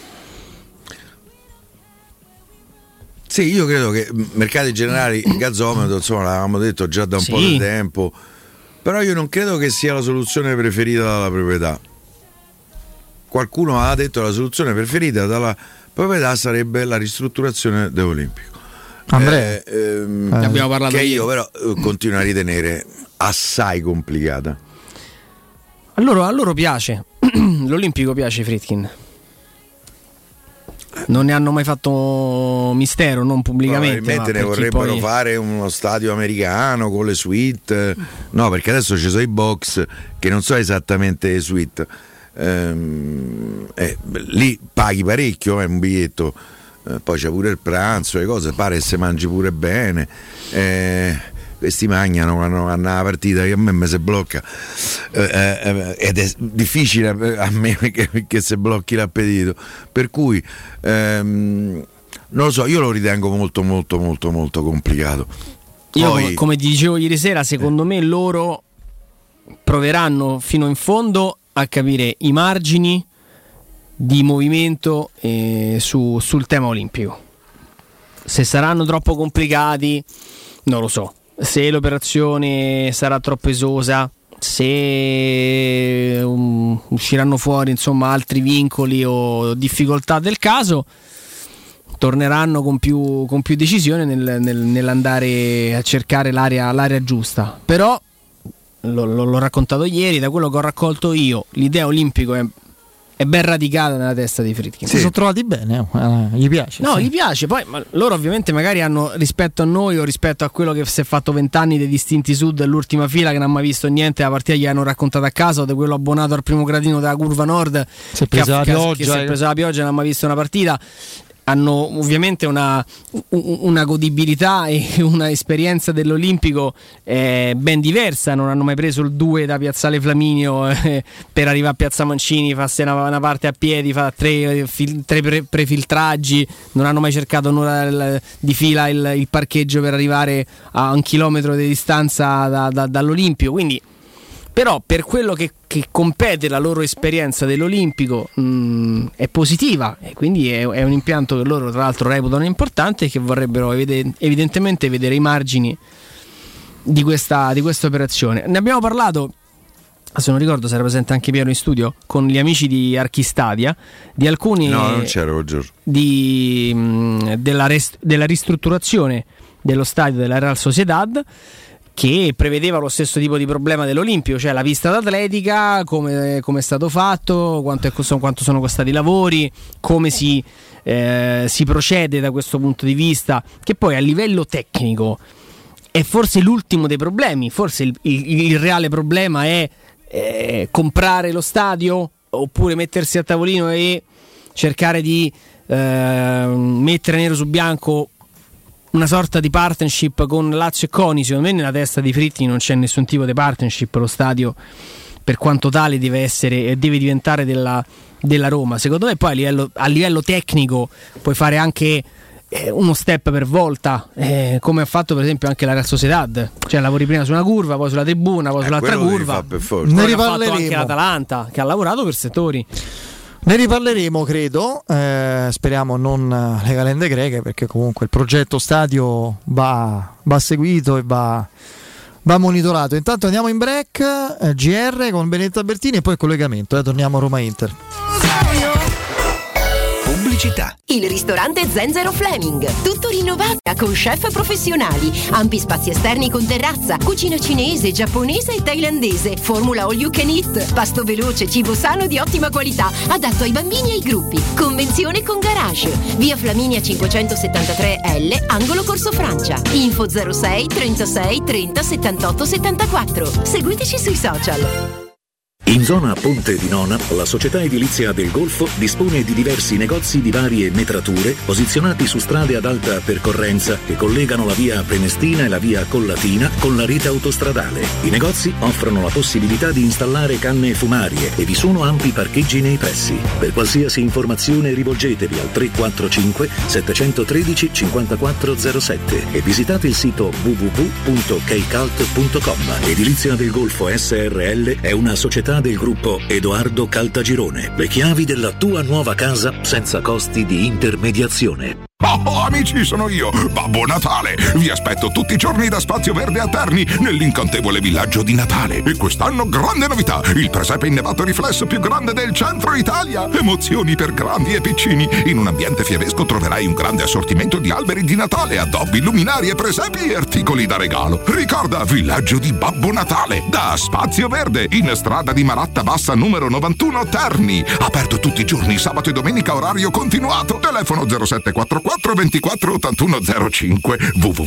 Sì, io credo che mercati generali, Gazzometro, insomma, l'avevamo detto già da un po' di tempo, però io non credo che sia la soluzione preferita dalla proprietà. Qualcuno ha detto che la soluzione preferita dalla proprietà sarebbe la ristrutturazione dell'Olimpico. Andrea, abbiamo parlato che io però continuo a ritenere assai complicata. A loro piace l'Olimpico, piace ai Friedkin. Non ne hanno mai fatto mistero, non pubblicamente. Probabilmente ne vorrebbero fare uno stadio americano con le suite. No, perché adesso ci sono i box che non so esattamente le suite. Lì paghi parecchio, è un biglietto. Poi c'è pure il pranzo, le cose, pare che si mangi pure bene. Questi mangiano quando vanno alla partita, che a me si blocca ed è difficile a me che si blocchi l'appetito, per cui non lo so, io lo ritengo molto molto molto molto complicato. Io come ti dicevo ieri sera, secondo me loro proveranno fino in fondo a capire i margini di movimento sul tema olimpico. Se saranno troppo complicati non lo so, se l'operazione sarà troppo esosa, se usciranno fuori insomma altri vincoli o difficoltà del caso, torneranno con più decisione nell'andare a cercare l'area giusta. Però l'ho raccontato ieri, da quello che ho raccolto io, l'idea olimpico è ben radicata nella testa dei Friedkin. Si sono trovati bene, gli piace. No, gli piace. Poi loro ovviamente magari hanno, rispetto a noi o rispetto a quello che si è fatto 20 anni dei distinti sud dell'ultima fila, che non ha mai visto niente, la partita gli hanno raccontata a casa, o di quello abbonato al primo gradino della curva nord si è presa la pioggia e non ha mai visto una partita. hanno ovviamente una godibilità e una esperienza dell'Olimpico ben diversa. Non hanno mai preso il 2 da Piazzale Flaminio per arrivare a Piazza Mancini, farsi una parte a piedi, fa tre prefiltraggi, non hanno mai cercato un'ora di fila il parcheggio per arrivare a 1 chilometro di distanza dall'Olimpico. Quindi, però, per quello che compete la loro esperienza dell'Olimpico è positiva, e quindi è un impianto che loro tra l'altro reputano importante e che vorrebbero evidentemente vedere i margini di questa operazione. Ne abbiamo parlato, se non ricordo se era presente anche Piero in studio, con gli amici di Archistadia, di alcuni non c'ero giorno della ristrutturazione dello stadio della Real Sociedad, che prevedeva lo stesso tipo di problema dell'Olimpio, cioè la pista d'atletica, come è stato fatto, quanto sono costati i lavori, come si procede da questo punto di vista, che poi a livello tecnico è forse l'ultimo dei problemi. Forse il reale problema è comprare lo stadio, oppure mettersi a tavolino e cercare di mettere nero su bianco una sorta di partnership con Lazio e CONI. Secondo me nella testa di Fritti non c'è nessun tipo di partnership. Lo stadio, per quanto tale, deve essere e deve diventare della Roma. Secondo me poi a livello tecnico puoi fare anche uno step per volta, come ha fatto per esempio anche la Real Sociedad, cioè lavori prima su una curva, poi sulla tribuna, poi sull'altra curva. Ne riparleremo. Ha anche l'Atalanta, che ha lavorato per settori. Ne riparleremo, credo, speriamo non le calende greche, perché comunque il progetto stadio va seguito e va monitorato. Intanto andiamo in break, GR con Benedetta Bertini e poi collegamento, torniamo a Roma Inter. Pubblicità. Il ristorante Zenzero Fleming, tutto rinnovato con chef professionali, ampi spazi esterni con terrazza, cucina cinese, giapponese e thailandese, formula all you can eat, pasto veloce, cibo sano di ottima qualità, adatto ai bambini e ai gruppi. Convenzione con garage. Via Flaminia 573L, angolo Corso Francia. Info 06 36 30 78 74. Seguiteci sui social. In zona Ponte di Nona, la società edilizia del Golfo dispone di diversi negozi di varie metrature posizionati su strade ad alta percorrenza che collegano la via Prenestina e la via Collatina con la rete autostradale. I negozi offrono la possibilità di installare canne fumarie e vi sono ampi parcheggi nei pressi. Per qualsiasi informazione rivolgetevi al 345 713 5407 e visitate il sito www.keicalt.com. Edilizia del Golfo SRL è una società del gruppo Edoardo Caltagirone. Le chiavi della tua nuova casa senza costi di intermediazione. Oh, amici, sono io, Babbo Natale. Vi aspetto tutti i giorni da Spazio Verde a Terni, nell'incantevole villaggio di Natale. E quest'anno grande novità, il presepe innevato riflesso più grande del centro Italia. Emozioni per grandi e piccini. In un ambiente fiabesco troverai un grande assortimento di alberi di Natale, addobbi, luminari e presepi e articoli da regalo. Ricorda, villaggio di Babbo Natale, da Spazio Verde, in strada di Maratta Bassa numero 91 Terni. Aperto tutti i giorni, sabato e domenica, orario continuato. Telefono 0744 24 81 05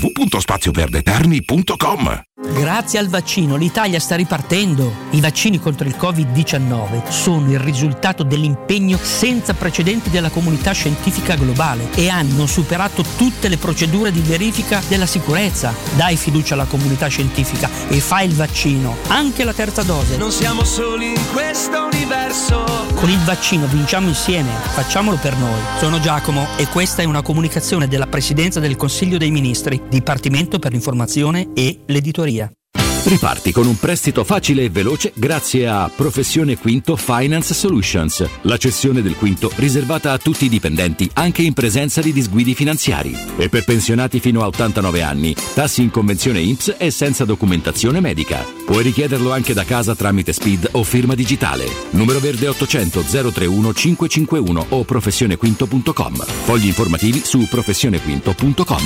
www.spazioverdeterni.com. Grazie al vaccino l'Italia sta ripartendo. I vaccini contro il Covid-19 sono il risultato dell'impegno senza precedenti della comunità scientifica globale e hanno superato tutte le procedure di verifica della sicurezza. Dai fiducia alla comunità scientifica e fai il vaccino, anche la terza dose. Non siamo soli in questo universo. Con il vaccino vinciamo insieme, facciamolo per noi. Sono Giacomo e questa è una comunicazione della Presidenza del Consiglio dei Ministri, Dipartimento per l'Informazione e l'Editoria. Riparti con un prestito facile e veloce grazie a Professione Quinto Finance Solutions, la cessione del quinto riservata a tutti i dipendenti anche in presenza di disguidi finanziari. E per pensionati fino a 89 anni, tassi in convenzione INPS e senza documentazione medica. Puoi richiederlo anche da casa tramite SPID o firma digitale. Numero verde 800 031 551 o professionequinto.com. Fogli informativi su professionequinto.com.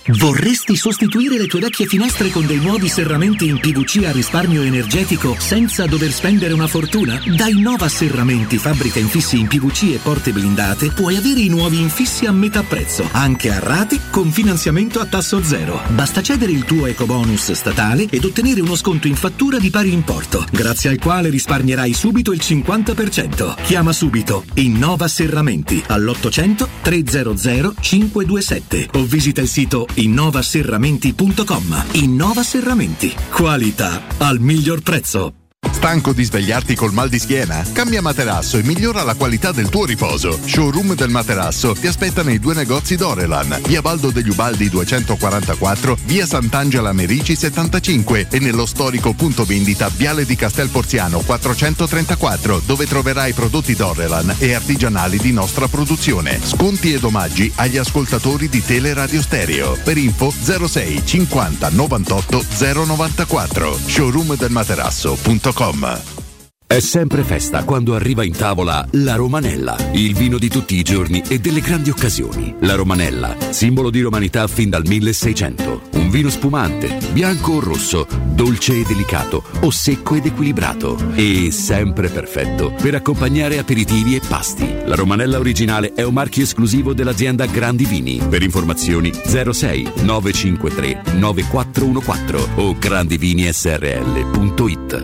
Vorresti sostituire le tue vecchie finestre con dei nuovi serramenti in PVC a risparmio energetico senza dover spendere una fortuna? Da Innova Serramenti, fabbrica infissi in PVC e porte blindate, puoi avere i nuovi infissi a metà prezzo, anche a rate con finanziamento a tasso zero. Basta cedere il tuo ecobonus statale ed ottenere uno sconto in fattura di pari importo, grazie al quale risparmierai subito il 50%. Chiama subito Innova Serramenti all'800 300 527 o visita il sito innovaserramenti.com. Innova Serramenti, qualità al miglior prezzo. Stanco di svegliarti col mal di schiena? Cambia materasso e migliora la qualità del tuo riposo. Showroom del materasso ti aspetta nei 2 negozi Dorelan, via Baldo degli Ubaldi 244, via Sant'Angela Merici 75 e nello storico punto vendita Viale di Castel Porziano 434, dove troverai prodotti Dorelan e artigianali di nostra produzione. Sconti ed omaggi agli ascoltatori di Teleradio Stereo. Per info 06 50 98 094. showroomdelmaterasso.com. È sempre festa quando arriva in tavola la Romanella, il vino di tutti i giorni e delle grandi occasioni. La Romanella, simbolo di romanità fin dal 1600. Un vino spumante, bianco o rosso, dolce e delicato o secco ed equilibrato. E sempre perfetto per accompagnare aperitivi e pasti. La Romanella originale è un marchio esclusivo dell'azienda Grandi Vini. Per informazioni 06 953 9414 o grandivinisrl.it.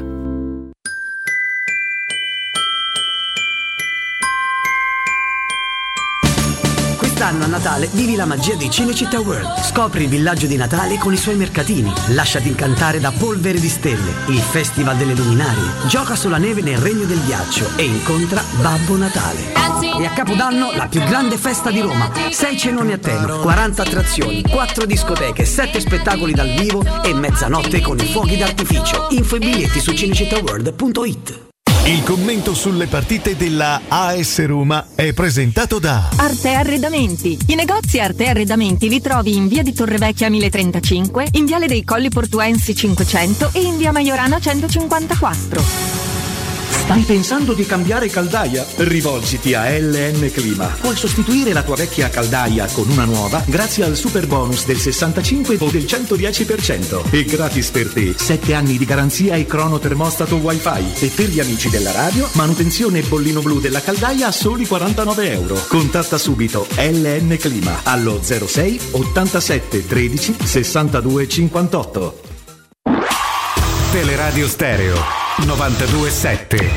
Quest'anno a Natale vivi la magia di Cinecittà World. Scopri il villaggio di Natale con i suoi mercatini. Lasciati incantare da Polvere di Stelle, il Festival delle Luminarie. Gioca sulla neve nel Regno del Ghiaccio e incontra Babbo Natale. E a Capodanno la più grande festa di Roma. 6 cenoni a tema, 40 attrazioni, 4 discoteche, 7 spettacoli dal vivo e mezzanotte con i fuochi d'artificio. Info e biglietti su cinecittàworld.it. Il commento sulle partite della AS Roma è presentato da Arte Arredamenti. I negozi Arte Arredamenti li trovi in via di Torrevecchia 1035, in viale dei Colli Portuensi 500 e in via Maiorana 154. Stai pensando di cambiare caldaia? Rivolgiti a LN Clima. Puoi sostituire la tua vecchia caldaia con una nuova grazie al super bonus del 65 o del 110%. E gratis per te 7 anni di garanzia e cronotermostato wifi. E per gli amici della radio, manutenzione bollino blu della caldaia a soli €49. Contatta subito LN Clima allo 06 87 13 62 58. Teleradio Stereo 92.7.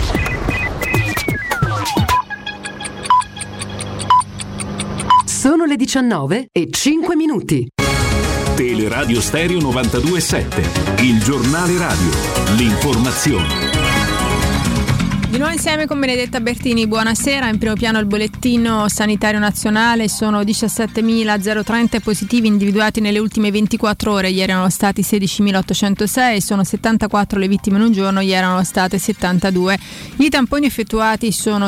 Sono le 19:05. Teleradio Stereo 92.7, il giornale radio, l'informazione. Di nuovo insieme con Benedetta Bertini, buonasera. In primo piano il bollettino sanitario nazionale, sono 17.030 positivi individuati nelle ultime 24 ore, ieri erano stati 16.806, sono 74 le vittime in un giorno, ieri erano state 72. I tamponi effettuati sono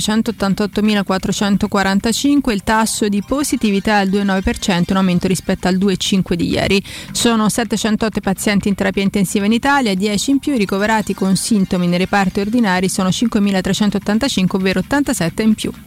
588.445, il tasso di positività è al 2,9%, un aumento rispetto al 2,5% di ieri. Sono 708 pazienti in terapia intensiva in Italia, 10 in più, i ricoverati con sintomi nei reparti ordinari sono 5.385, ovvero 87 in più.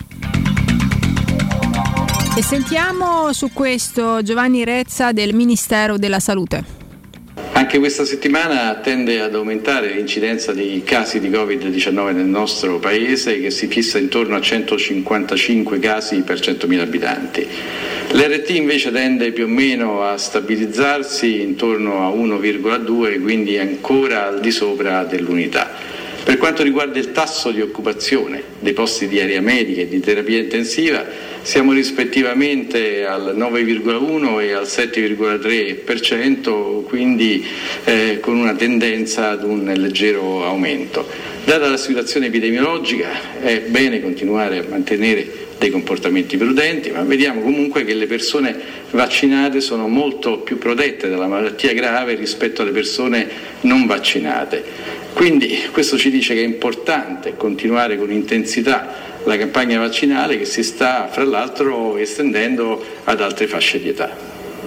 E sentiamo su questo Giovanni Rezza del Ministero della Salute. Anche questa settimana tende ad aumentare l'incidenza di casi di Covid-19 nel nostro Paese, che si fissa intorno a 155 casi per 100.000 abitanti. L'RT invece tende più o meno a stabilizzarsi intorno a 1,2, quindi ancora al di sopra dell'unità. Per quanto riguarda il tasso di occupazione dei posti di area medica e di terapia intensiva, siamo rispettivamente al 9,1 e al 7,3%, quindi con una tendenza ad un leggero aumento. Data la situazione epidemiologica è bene continuare a mantenere dei comportamenti prudenti, ma vediamo comunque che le persone vaccinate sono molto più protette dalla malattia grave rispetto alle persone non vaccinate. Quindi questo ci dice che è importante continuare con intensità la campagna vaccinale, che si sta fra l'altro estendendo ad altre fasce di età.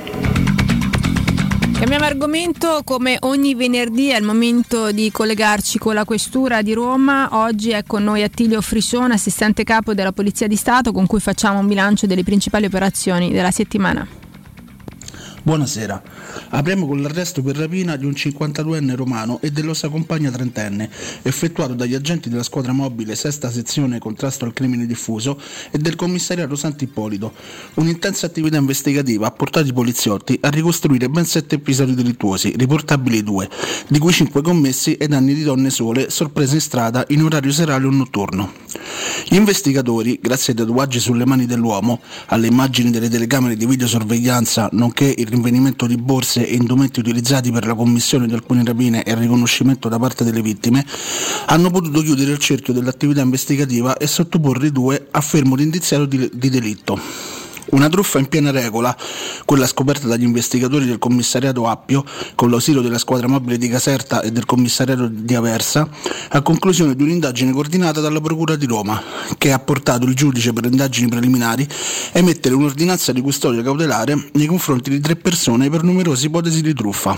Cambiamo argomento, come ogni venerdì è il momento di collegarci con la Questura di Roma. Oggi è con noi Attilio Frisone, assistente capo della Polizia di Stato, con cui facciamo un bilancio delle principali operazioni della settimana. Buonasera. Apriamo con l'arresto per rapina di un 52enne romano e della sua compagna trentenne, effettuato dagli agenti della squadra mobile sesta sezione contrasto al crimine diffuso e del commissariato Sant'Ippolito. Un'intensa attività investigativa ha portato i poliziotti a ricostruire ben 7 episodi delittuosi, riportabili 2, di cui 5 commessi ai danni di donne sole sorprese in strada in orario serale o notturno. Gli investigatori, grazie ai tatuaggi sulle mani dell'uomo, alle immagini delle telecamere di videosorveglianza, nonché il rinvenimento di borse e indumenti utilizzati per la commissione di alcune rapine e il riconoscimento da parte delle vittime, hanno potuto chiudere il cerchio dell'attività investigativa e sottoporre i 2 a fermo d'indiziato di delitto. Una truffa in piena regola, quella scoperta dagli investigatori del commissariato Appio con l'ausilio della squadra mobile di Caserta e del commissariato di Aversa, a conclusione di un'indagine coordinata dalla Procura di Roma, che ha portato il giudice per le indagini preliminari a emettere un'ordinanza di custodia cautelare nei confronti di 3 persone per numerose ipotesi di truffa.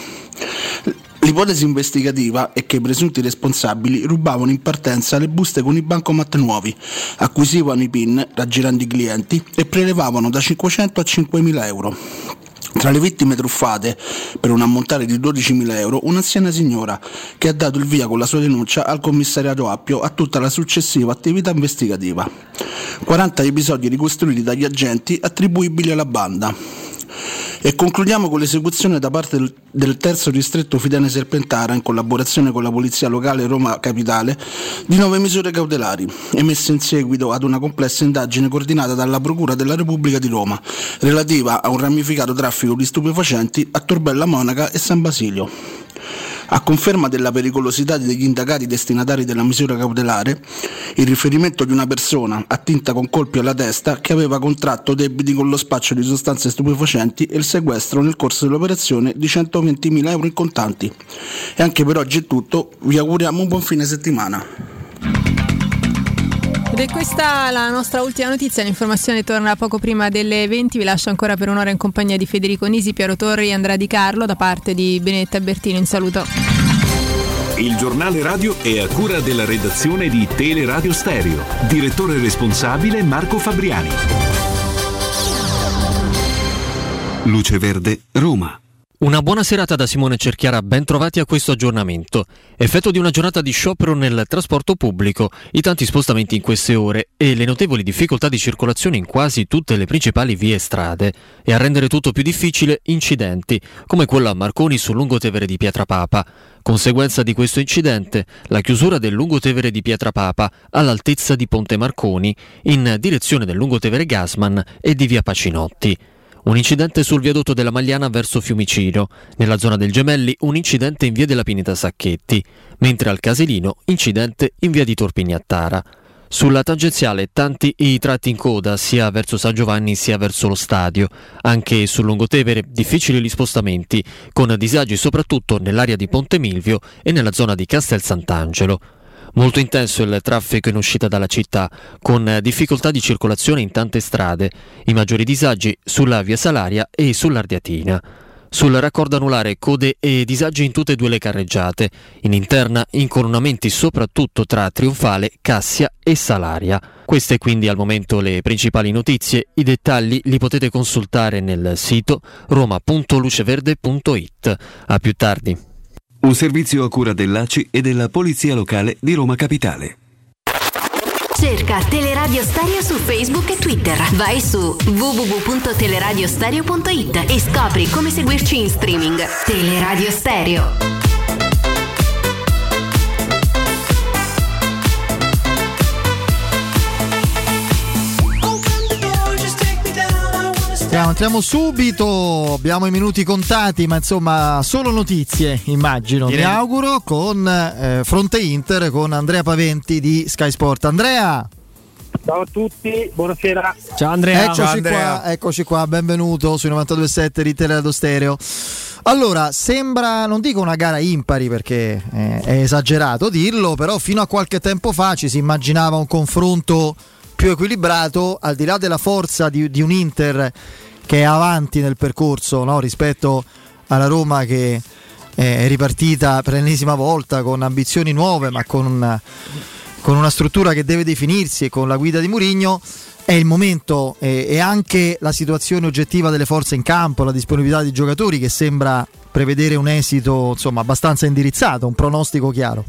L'ipotesi investigativa è che i presunti responsabili rubavano in partenza le buste con i bancomat nuovi, acquisivano i PIN raggirando i clienti e prelevavano da 500 a 5.000 euro. Tra le vittime truffate, per un ammontare di 12.000 euro, un'anziana signora che ha dato il via con la sua denuncia al commissariato Appio a tutta la successiva attività investigativa. 40 episodi ricostruiti dagli agenti attribuibili alla banda. E concludiamo con l'esecuzione da parte del terzo distretto Fidene Serpentara, in collaborazione con la Polizia Locale Roma Capitale, di 9 misure cautelari, emesse in seguito ad una complessa indagine coordinata dalla Procura della Repubblica di Roma, relativa a un ramificato traffico di stupefacenti a Torbella Monaca e San Basilio. A conferma della pericolosità degli indagati destinatari della misura cautelare, il riferimento di una persona attinta con colpi alla testa che aveva contratto debiti con lo spaccio di sostanze stupefacenti e il sequestro nel corso dell'operazione di 120.000 euro in contanti. E anche per oggi è tutto, vi auguriamo un buon fine settimana. Ed è questa la nostra ultima notizia, l'informazione torna poco prima delle 20, vi lascio ancora per un'ora in compagnia di Federico Nisi, Piero Torri e Andrea Di Carlo da parte di Benetta Bertino, in saluto. Il giornale radio è a cura della redazione di Teleradio Stereo, direttore responsabile Marco Fabriani. Luce Verde, Roma. Una buona serata da Simone Cerchiara, ben trovati a questo aggiornamento. Effetto di una giornata di sciopero nel trasporto pubblico, i tanti spostamenti in queste ore e le notevoli difficoltà di circolazione in quasi tutte le principali vie e strade, e a rendere tutto più difficile incidenti, come quello a Marconi sul lungotevere di Pietrapapa. Conseguenza di questo incidente, la chiusura del lungotevere di Pietrapapa all'altezza di Ponte Marconi, in direzione del lungotevere Gasman e di via Pacinotti. Un incidente sul viadotto della Magliana verso Fiumicino, nella zona del Gemelli un incidente in via della Pineta Sacchetti, mentre al Casilino incidente in via di Torpignattara. Sulla tangenziale tanti i tratti in coda sia verso San Giovanni sia verso lo stadio, anche sul lungotevere difficili gli spostamenti, con disagi soprattutto nell'area di Ponte Milvio e nella zona di Castel Sant'Angelo. Molto intenso il traffico in uscita dalla città, con difficoltà di circolazione in tante strade, i maggiori disagi sulla via Salaria e sull'Ardiatina. Sul raccordo anulare code e disagi in tutte e due le carreggiate, in interna incoronamenti soprattutto tra Trionfale, Cassia e Salaria. Queste quindi al momento le principali notizie, i dettagli li potete consultare nel sito roma.luceverde.it. A più tardi. Un servizio a cura dell'ACI e della Polizia Locale di Roma Capitale. Cerca Teleradio Stereo su Facebook e Twitter. Vai su www.teleradiostereo.it e scopri come seguirci in streaming. Teleradio Stereo. Entriamo subito, abbiamo i minuti contati, ma insomma solo notizie, immagino, mi auguro, con Fronte Inter con Andrea Paventi di Sky Sport. Andrea! Ciao a tutti, buonasera. Ciao Andrea. Eccoci qua, benvenuto sui 92.7 di Teleradio Stereo. Allora, sembra, non dico una gara impari perché è esagerato dirlo, però fino a qualche tempo fa ci si immaginava un confronto più equilibrato, al di là della forza di un Inter che è avanti nel percorso, no? Rispetto alla Roma che è ripartita per l'ennesima volta con ambizioni nuove, ma con una struttura che deve definirsi e con la guida di Mourinho. è il momento e anche la situazione oggettiva delle forze in campo, la disponibilità dei giocatori che sembra prevedere un esito insomma abbastanza indirizzato, un pronostico chiaro.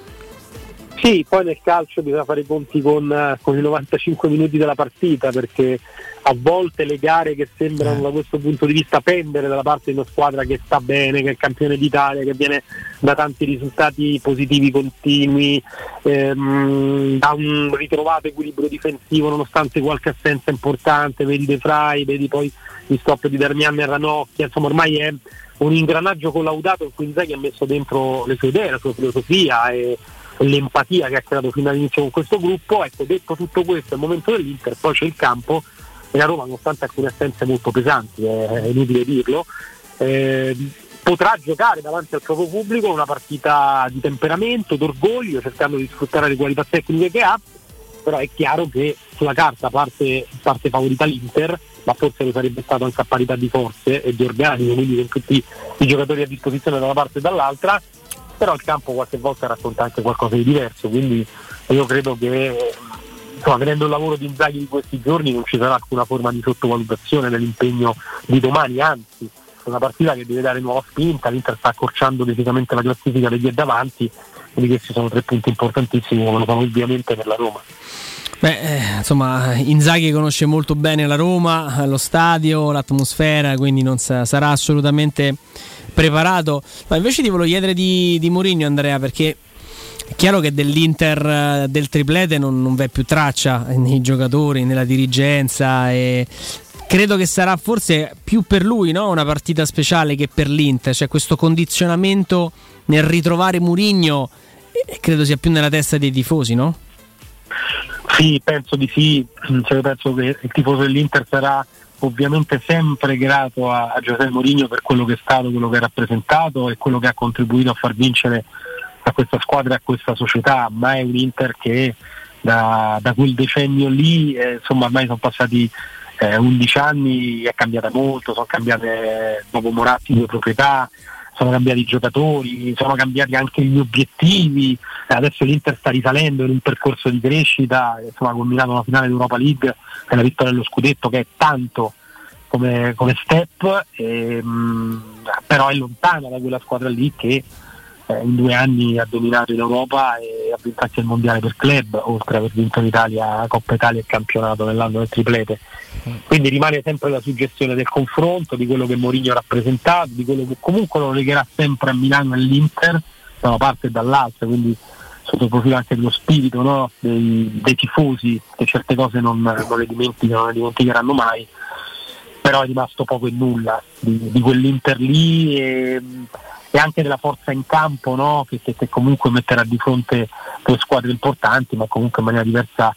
Sì, poi nel calcio bisogna fare i conti con i 95 minuti della partita, perché a volte le gare che sembrano da questo punto di vista pendere dalla parte di una squadra che sta bene, che è campione d'Italia, che viene da tanti risultati positivi continui, da un ritrovato equilibrio difensivo nonostante qualche assenza importante, vedi De Vrij, vedi poi gli stop di Darmian e Ranocchia, insomma ormai è un ingranaggio collaudato in cui Inzaghi ha messo dentro le sue idee, la sua filosofia e l'empatia che ha creato fino all'inizio con questo gruppo. Ecco, detto tutto questo, è il momento dell'Inter, poi c'è il campo e la Roma, nonostante alcune assenze molto pesanti, è inutile dirlo, potrà giocare davanti al proprio pubblico una partita di temperamento, d'orgoglio, cercando di sfruttare le qualità tecniche che ha, però è chiaro che sulla carta parte favorita l'Inter, ma forse lo sarebbe stato anche a parità di forze e di organico, quindi con tutti i giocatori a disposizione da una parte e dall'altra. Però il campo qualche volta racconta anche qualcosa di diverso, quindi io credo che vedendo il lavoro di Inzaghi di questi giorni non ci sarà alcuna forma di sottovalutazione dell'impegno di domani, anzi è una partita che deve dare nuova spinta. L'Inter sta accorciando decisamente la classifica degli è davanti, quindi questi sono 3 punti importantissimi come lo sono ovviamente per la Roma. Insomma, Inzaghi conosce molto bene la Roma, lo stadio, l'atmosfera, quindi non sarà assolutamente preparato. Ma invece ti volevo chiedere di Mourinho, Andrea, perché è chiaro che dell'Inter del triplete non v'è più traccia nei giocatori, nella dirigenza, e credo che sarà forse più per lui, no? Una partita speciale che per l'Inter, cioè questo condizionamento nel ritrovare Mourinho credo sia più nella testa dei tifosi, no? Sì, penso di sì, penso che il tifoso dell'Inter sarà ovviamente sempre grato a José Mourinho per quello che è stato, quello che ha rappresentato e quello che ha contribuito a far vincere a questa squadra e a questa società, ma è un Inter che da quel decennio lì, insomma ormai sono passati 11 anni, è cambiata molto, sono cambiate dopo Moratti 2 proprietà, sono cambiati i giocatori, sono cambiati anche gli obiettivi, adesso l'Inter sta risalendo in un percorso di crescita, insomma ha combinato una finale d'Europa League e la vittoria dello scudetto che è tanto come step, però è lontana da quella squadra lì che in 2 anni ha dominato in Europa e ha vinto anche il mondiale per club, oltre ad aver vinto l'Italia, Coppa Italia e il campionato nell'anno del triplete. Quindi rimane sempre la suggestione del confronto, di quello che Mourinho ha rappresentato, di quello che comunque lo legherà sempre a Milano e all'Inter da una parte e dall'altra, quindi sotto il profilo anche dello spirito, no? dei tifosi, che certe cose non le dimenticheranno mai, però è rimasto poco e nulla di quell'Inter lì e anche della forza in campo, no? che comunque metterà di fronte 2 squadre importanti, ma comunque in maniera diversa,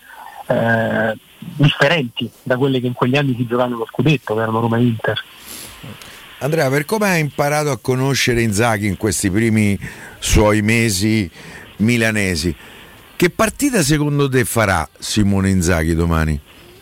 differenti da quelle che in quegli anni si giocavano lo scudetto, che erano Roma e Inter. Andrea, per come hai imparato a conoscere Inzaghi in questi primi suoi mesi milanesi, che partita secondo te farà Simone Inzaghi domani?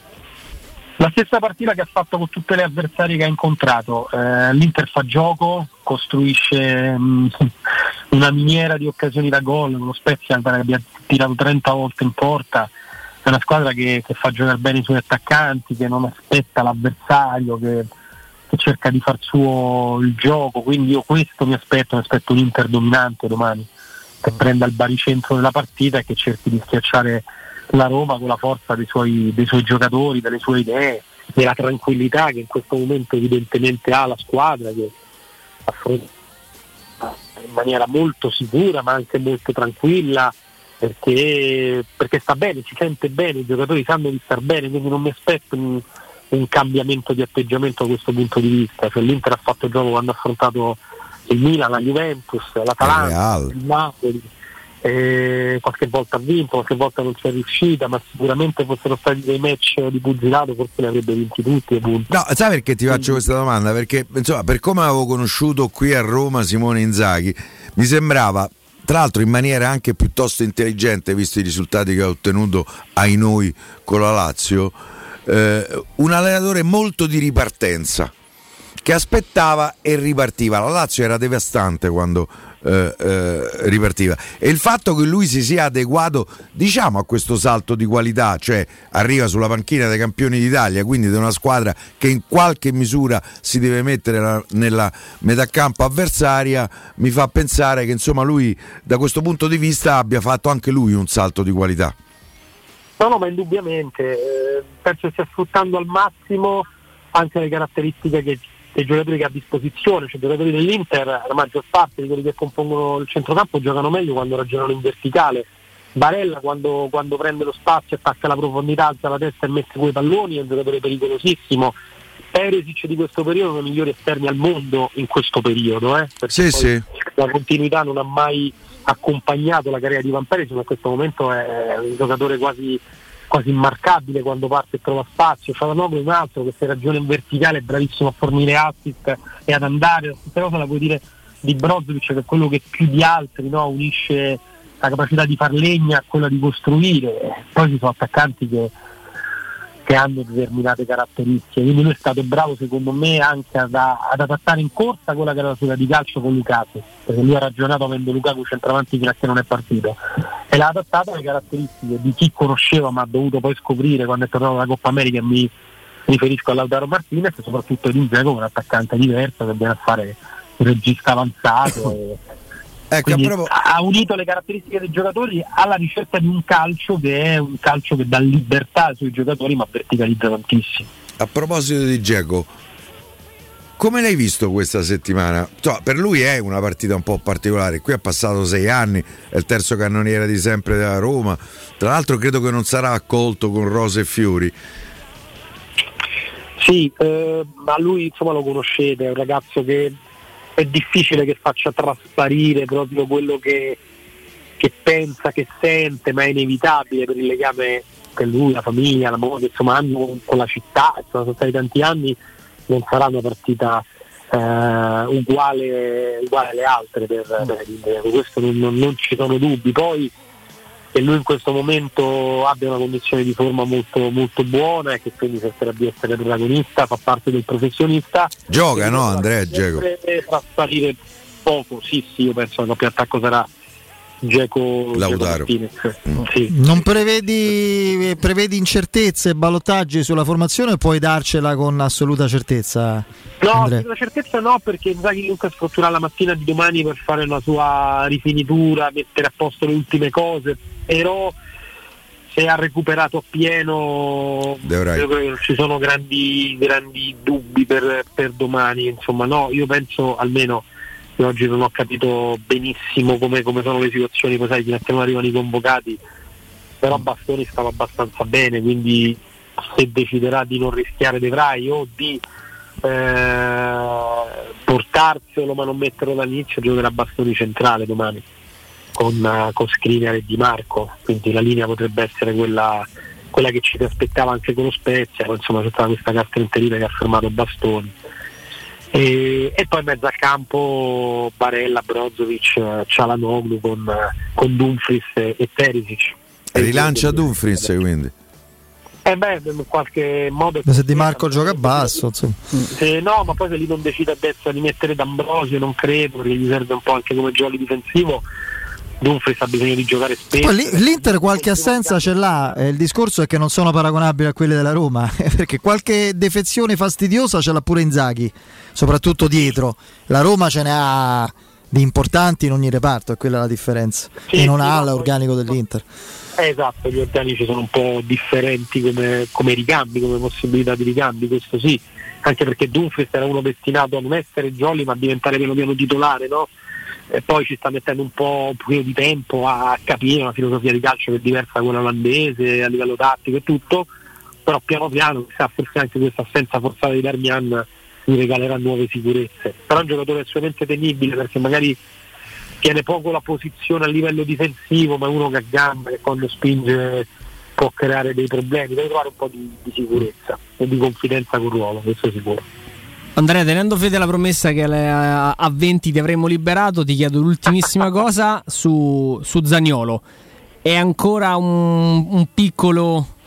La stessa partita che ha fatto con tutte le avversarie che ha incontrato. L'Inter fa gioco, costruisce una miniera di occasioni da gol, lo Spezia che abbia tirato 30 volte in porta, è una squadra che fa giocare bene i suoi attaccanti, che non aspetta l'avversario, che cerca di far suo il gioco, quindi io questo mi aspetto un Inter dominante domani, che prenda il baricentro della partita e che cerchi di schiacciare la Roma con la forza dei suoi giocatori, delle sue idee, della tranquillità che in questo momento evidentemente ha la squadra, che affronta in maniera molto sicura ma anche molto tranquilla, perché sta bene, si sente bene, i giocatori sanno di star bene, quindi non mi aspetto un cambiamento di atteggiamento da questo punto di vista. Cioè, l'Inter ha fatto gioco quando ha affrontato il Milan, la Juventus, l'Atalanta, il Napoli, qualche volta ha vinto, qualche volta non ci è riuscita, ma sicuramente fossero stati dei match di pugilato forse li avrebbe vinti tutti, appunto. No, sai perché ti faccio questa domanda? Perché insomma, per come avevo conosciuto qui a Roma Simone Inzaghi, mi sembrava, tra l'altro in maniera anche piuttosto intelligente, visto i risultati che ha ottenuto ai noi con la Lazio, un allenatore molto di ripartenza, che aspettava e ripartiva. La Lazio era devastante quando ripartiva, e il fatto che lui si sia adeguato, diciamo, a questo salto di qualità, cioè arriva sulla panchina dei campioni d'Italia, quindi di una squadra che in qualche misura si deve mettere nella metà campo avversaria, mi fa pensare che insomma lui da questo punto di vista abbia fatto anche lui un salto di qualità. No, ma indubbiamente penso che stia sfruttando al massimo anche le caratteristiche dei giocatori che ha a disposizione. Cioè, i giocatori dell'Inter, la maggior parte di quelli che compongono il centrocampo giocano meglio quando ragionano in verticale. Barella quando prende lo spazio, attacca la profondità, alza la testa e mette quei palloni, è un giocatore pericolosissimo. Perisic di questo periodo è uno dei migliori esterni al mondo in questo periodo, perché sì. La continuità non ha mai accompagnato la carriera di Van Persie, ma in questo momento è un giocatore quasi immarcabile quando parte e trova spazio. Çalhanoğlu è un altro che se ragiona in verticale è bravissimo a fornire assist e ad andare. La stessa cosa la puoi dire di Brozovic, che è quello che più di altri, no, unisce la capacità di far legna a quella di costruire. Poi ci sono attaccanti che hanno determinate caratteristiche, quindi lui è stato bravo secondo me anche ad adattare in corsa quella che era la sua di calcio con Lukaku, perché lui ha ragionato avendo Lukaku centravanti fino a che non è partito, e l'ha adattato alle caratteristiche di chi conosceva ma ha dovuto poi scoprire quando è tornato dalla Coppa America, e mi riferisco a Lautaro Martinez e soprattutto di Dzeko, un attaccante diverso che viene a fare il regista avanzato ecco, ha unito le caratteristiche dei giocatori alla ricerca di un calcio che è un calcio che dà libertà ai suoi giocatori ma verticalizza tantissimo. A proposito di Dzeko, come l'hai visto questa settimana? Per lui è una partita un po' particolare, qui ha passato 6 anni, è il terzo cannoniere di sempre della Roma, tra l'altro credo che non sarà accolto con rose e fiori. Sì, ma lui insomma lo conoscete, è un ragazzo che è difficile che faccia trasparire proprio quello che pensa, che sente, ma è inevitabile per il legame che lui, la famiglia, la moglie, insomma, hanno con la città. Sono stati tanti anni, non sarà una partita uguale alle altre per questo non ci sono dubbi. Poi che lui in questo momento abbia una condizione di forma molto, molto buona e che quindi cercherà di essere protagonista, fa parte del professionista. Gioca, no, Andrea Dzeko? Trasparire poco, sì, io penso che il doppio attacco sarà Dzeko Lautaro. Sì. Non prevedi incertezze, ballottaggi sulla formazione, o puoi darcela con assoluta certezza? No, la certezza no, perché Inzaghi comunque strutturerà la mattina di domani per fare una sua rifinitura, mettere a posto le ultime cose, però se ha recuperato appieno credo che non ci sono grandi dubbi per domani, insomma. No, io penso, almeno che oggi non ho capito benissimo come sono le situazioni, poi sai, fino a che non arrivano i convocati, però Bastoni stava abbastanza bene, quindi se deciderà di non rischiare De Vrij o di portarselo ma non metterlo dall'inizio, giocherà Bastoni centrale domani con Skriniar e Di Marco, quindi la linea potrebbe essere quella che ci si aspettava anche con lo Spezia, poi insomma c'è stata questa caratteristica che ha fermato Bastoni, e poi in mezzo al campo Barella, Brozovic, Çalhanoğlu con Dumfries e Perisic. Rilancia Dumfries quindi? In qualche modo. Se Di Marco gioca basso, no, ma poi se lì non decide a destra di mettere D'Ambrosio, non credo, perché gli serve un po' anche come gioco difensivo. Dumfries ha bisogno di giocare spesso. Poi l'Inter qualche assenza ce l'ha, il discorso è che non sono paragonabili a quelle della Roma, perché qualche defezione fastidiosa ce l'ha pure Inzaghi, soprattutto dietro. La Roma ce ne ha di importanti in ogni reparto, è quella la differenza, e non ha l'organico dell'Inter. Esatto, gli organici sono un po' differenti come ricambi, come possibilità di ricambi, questo sì, anche perché Dumfries era uno destinato a non essere jolly ma a diventare piano piano titolare, no? E poi ci sta mettendo un pochino di tempo a capire una filosofia di calcio che è diversa da quella olandese a livello tattico e tutto, però piano piano chissà, forse anche questa assenza forzata di Darmian gli regalerà nuove sicurezze. Però è un giocatore assolutamente temibile, perché magari tiene poco la posizione a livello difensivo, ma è uno che ha gambe, che quando spinge può creare dei problemi, deve trovare un po' di sicurezza e di confidenza col ruolo, questo è sicuro. Andrea, tenendo fede alla promessa che a 20 ti avremmo liberato, ti chiedo l'ultimissima cosa su Zaniolo. È ancora un piccolo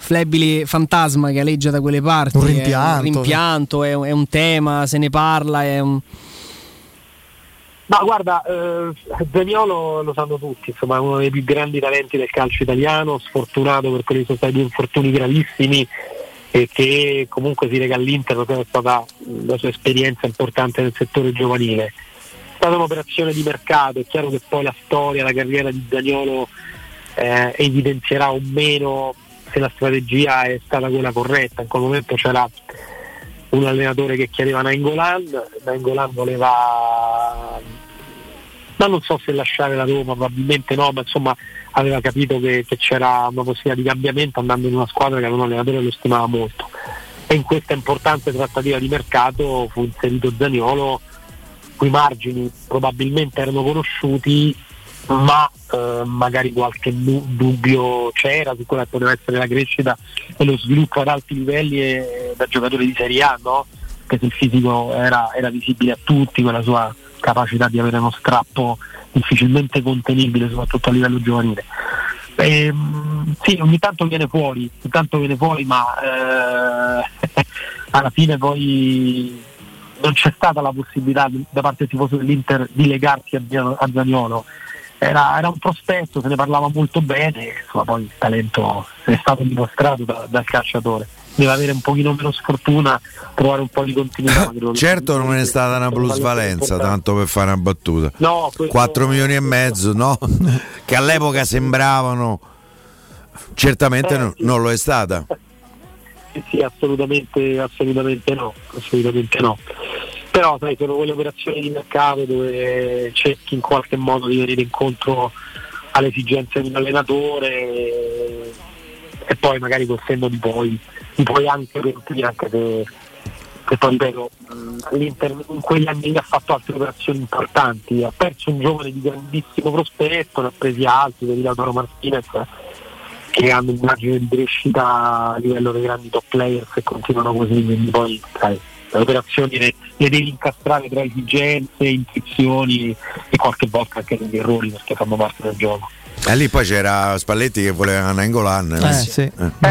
flebile fantasma che aleggia da quelle parti. Un rimpianto, è un tema, se ne parla, è un... Ma guarda, Zaniolo lo sanno tutti, insomma è uno dei più grandi talenti del calcio italiano, sfortunato per quelli che sono stati due infortuni gravissimi e che comunque si lega all'Inter perché è stata la sua esperienza importante nel settore giovanile. È stata un'operazione di mercato, è chiaro che poi la storia, la carriera di Zaniolo evidenzierà o meno se la strategia è stata quella corretta. In quel momento c'era un allenatore che chiedeva Nainggolan voleva, ma non so se lasciare la Roma, probabilmente no, ma insomma aveva capito che c'era una possibilità di cambiamento andando in una squadra che aveva un allenatore che lo stimava molto, e in questa importante trattativa di mercato fu inserito Zaniolo, cui margini probabilmente erano conosciuti, ma magari qualche dubbio c'era su quella che poteva essere la crescita e lo sviluppo ad alti livelli da giocatore di Serie A, no? Perché il fisico era visibile a tutti, quella sua capacità di avere uno strappo difficilmente contenibile, soprattutto a livello giovanile. Sì, ogni tanto viene fuori, ma alla fine poi non c'è stata la possibilità da parte del tifoso dell'Inter di legarsi a Zaniolo. Era un prospetto, se ne parlava molto bene, insomma poi il talento è stato dimostrato dal calciatore. Deve avere un pochino meno sfortuna, trovare un po' di continuità. Certo non è stata una plusvalenza, tanto per fare una battuta. No, 4 milioni e mezzo, no? Che all'epoca sembravano, certamente non lo è stata. Sì, assolutamente no. Però sai, sono quelle operazioni di mercato dove cerchi in qualche modo di venire incontro alle esigenze di un allenatore e poi magari col senno di poi anche pentire, anche se poi ripeto, l'Inter in quegli anni ha fatto altre operazioni importanti, ha perso un giovane di grandissimo prospetto, ne ha presi altri, per Lautaro Martinez, che hanno un margine di crescita a livello dei grandi top players e continuano così, quindi poi sai, le operazioni le devi incastrare tra esigenze, intuizioni e qualche volta anche degli errori, perché fanno parte del gioco. E lì poi c'era Spalletti che voleva Nainggolan. Sì.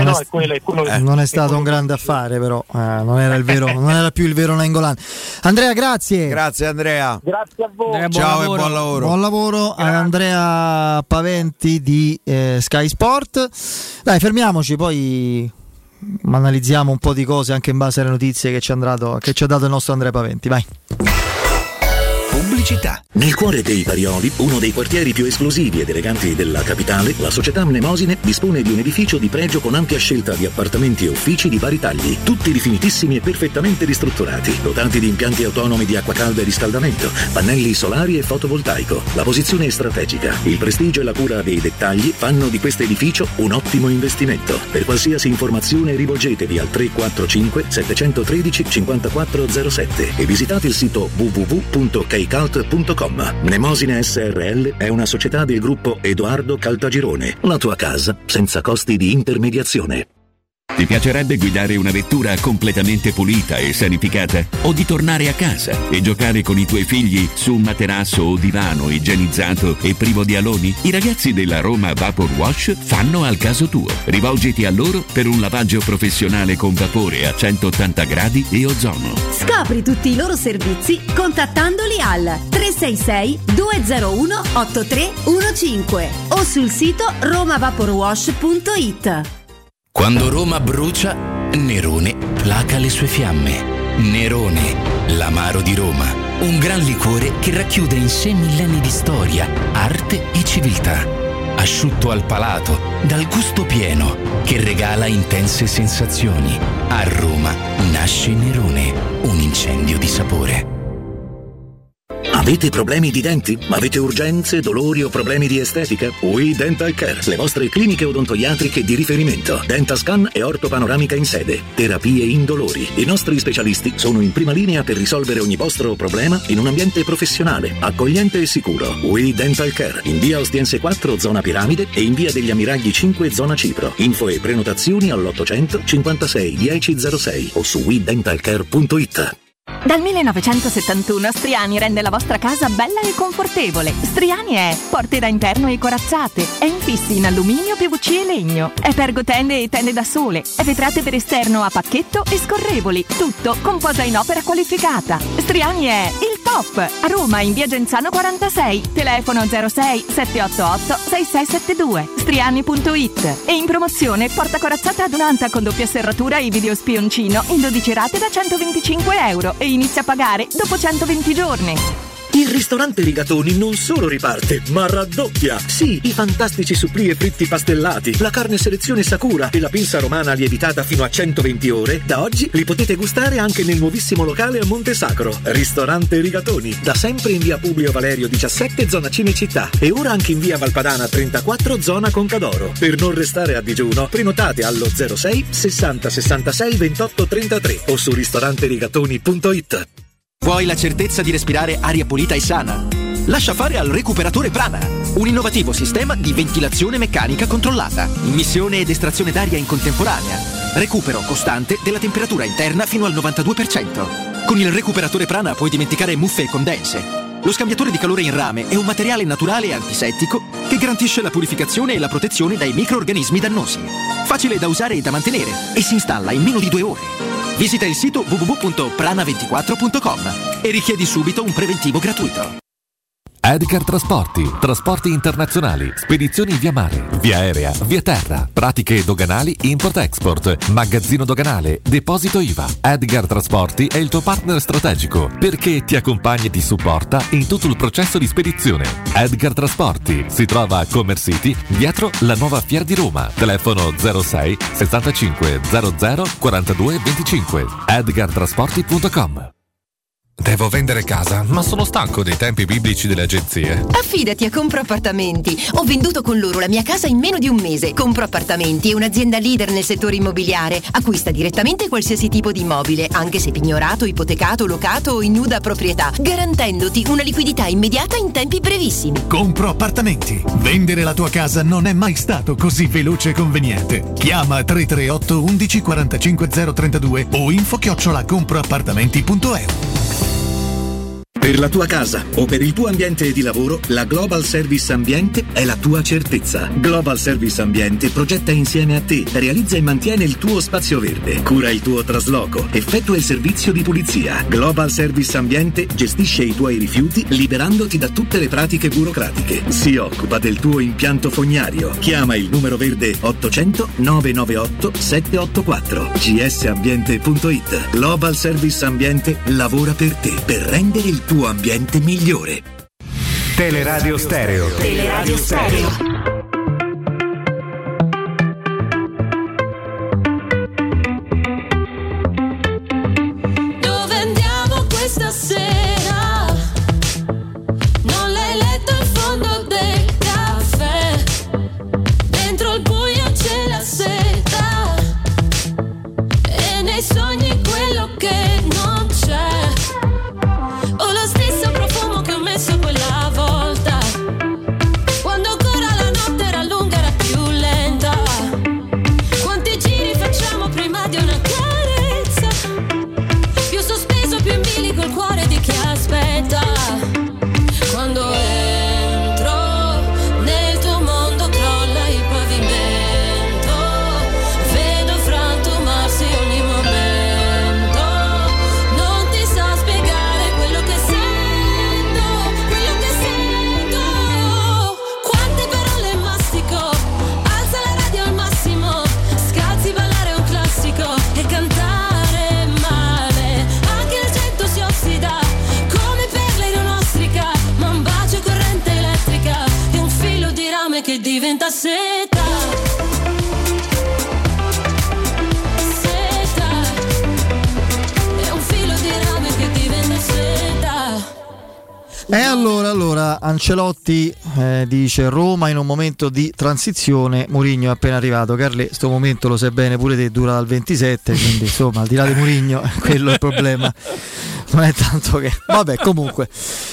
Non è stato un grande affare, però non era più il vero Nainggolan. Andrea, grazie. Grazie Andrea. Grazie a voi. Ciao e buon lavoro. Buon lavoro ad Andrea Paventi di Sky Sport. Dai, fermiamoci, poi analizziamo un po' di cose anche in base alle notizie che ci ha dato il nostro Andrea Paventi. Vai. Pubblicità. Nel cuore dei Parioli, uno dei quartieri più esclusivi ed eleganti della capitale, la società Mnemosine dispone di un edificio di pregio con ampia scelta di appartamenti e uffici di vari tagli, tutti rifinitissimi e perfettamente ristrutturati, dotati di impianti autonomi di acqua calda e riscaldamento, pannelli solari e fotovoltaico. La posizione è strategica, il prestigio e la cura dei dettagli fanno di questo edificio un ottimo investimento. Per qualsiasi informazione rivolgetevi al 345 713 5407 e visitate il sito www.kcult.com. Mnemosine SRL è una società del gruppo Edoardo Caltagirone. La tua casa senza costi di intermediazione. Ti piacerebbe guidare una vettura completamente pulita e sanificata? O di tornare a casa e giocare con i tuoi figli su un materasso o divano igienizzato e privo di aloni? I ragazzi della Roma Vapor Wash fanno al caso tuo. Rivolgiti a loro per un lavaggio professionale con vapore a 180 gradi e ozono. Scopri tutti i loro servizi contattandoli al 366 201 8315 o sul sito romavaporwash.it. Quando Roma brucia, Nerone placa le sue fiamme. Nerone, l'amaro di Roma. Un gran liquore che racchiude in sé millenni di storia, arte e civiltà. Asciutto al palato, dal gusto pieno, che regala intense sensazioni. A Roma nasce Nerone, un incendio di sapore. Avete problemi di denti? Avete urgenze, dolori o problemi di estetica? We Dental Care, le vostre cliniche odontoiatriche di riferimento. Dentascan e ortopanoramica in sede. Terapie indolori. I nostri specialisti sono in prima linea per risolvere ogni vostro problema in un ambiente professionale, accogliente e sicuro. We Dental Care, in via Ostiense 4, zona Piramide, e in via degli Ammiragli 5, zona Cipro. Info e prenotazioni all'800 56 1006 o su WeDentalCare.it. Dal 1971 Striani rende la vostra casa bella e confortevole. Striani è porte da interno e corazzate, è infissi in alluminio, PVC e legno, è pergotende e tende da sole, è vetrate per esterno a pacchetto e scorrevoli, tutto con posa in opera qualificata. Striani è il top! A Roma in via Genzano 46, telefono 06 788 6672, striani.it. E in promozione porta corazzata adunata con doppia serratura e video spioncino in 12 rate da €125 e inizia a pagare dopo 120 giorni. Il ristorante Rigatoni non solo riparte, ma raddoppia. Sì, i fantastici supplì e fritti pastellati, la carne selezione Sakura e la pinza romana lievitata fino a 120 ore, da oggi li potete gustare anche nel nuovissimo locale a Monte Sacro. Ristorante Rigatoni, da sempre in via Publio Valerio 17, zona Cinecittà, e ora anche in via Valpadana 34, zona Concadoro. Per non restare a digiuno, prenotate allo 06 60 66 28 33 o su ristoranterigatoni.it. Vuoi la certezza di respirare aria pulita e sana? Lascia fare al Recuperatore Prana, un innovativo sistema di ventilazione meccanica controllata, immissione ed estrazione d'aria in contemporanea, recupero costante della temperatura interna fino al 92%. Con il Recuperatore Prana puoi dimenticare muffe e condense. Lo scambiatore di calore in rame è un materiale naturale e antisettico che garantisce la purificazione e la protezione dai microrganismi dannosi. Facile da usare e da mantenere e si installa in meno di 2 ore. Visita il sito www.prana24.com e richiedi subito un preventivo gratuito. Edgar Trasporti, trasporti internazionali, spedizioni via mare, via aerea, via terra, pratiche doganali import-export, magazzino doganale, deposito IVA. Edgar Trasporti è il tuo partner strategico perché ti accompagna e ti supporta in tutto il processo di spedizione. Edgar Trasporti si trova a Commerce City, dietro la nuova Fiera di Roma. Telefono 06 65 00 42 25. edgartrasporti.com. Devo vendere casa, ma sono stanco dei tempi biblici delle agenzie. Affidati a Compro Appartamenti. Ho venduto con loro la mia casa in meno di un mese. Compro Appartamenti è un'azienda leader nel settore immobiliare. Acquista direttamente qualsiasi tipo di immobile, anche se pignorato, ipotecato, locato o in nuda proprietà, garantendoti una liquidità immediata in tempi brevissimi. Compro Appartamenti. Vendere la tua casa non è mai stato così veloce e conveniente. Chiama 338 11 45 032 o info@comproappartamenti.eu. Per la tua casa o per il tuo ambiente di lavoro, la Global Service Ambiente è la tua certezza. Global Service Ambiente progetta insieme a te, realizza e mantiene il tuo spazio verde, cura il tuo trasloco, effettua il servizio di pulizia. Global Service Ambiente gestisce i tuoi rifiuti liberandoti da tutte le pratiche burocratiche. Si occupa del tuo impianto fognario. Chiama il numero verde 800 998 784. gsambiente.it. Global Service Ambiente lavora per te, per rendere il tuo ambiente migliore. Teleradio Stereo. Teleradio Stereo. Dove andiamo questa sera? Non l'hai letto il fondo del caffè. Dentro il buio c'è la seta e nei sogni quello che non c'è. Ho lo stesso profumo che ho messo quella volta, quando ancora la notte era lunga, era più lenta. Quanti giri facciamo prima di una carezza? Più sospeso, più in bilico il cuore di chi aspetta. Quando entro nel tuo mondo crolla il pavimento, vedo frantumarsi ogni momento. Non ti so spiegare quello che sento, quello che sento. Quante parole mastico, alza la radio al massimo, scalzi ballare un classico e cantare male. Anche l'accento si ossida come perle in un'ostrica, ma un bacio corrente elettrica e un filo di rame che diventa seta. Seta. È un filo di rame che diventa seta. E allora Ancelotti dice Roma in un momento di transizione, Mourinho è appena arrivato. Carle, sto momento lo sai bene pure te, dura dal 27, quindi insomma al di là di Mourinho quello è il problema, non è tanto che vabbè, comunque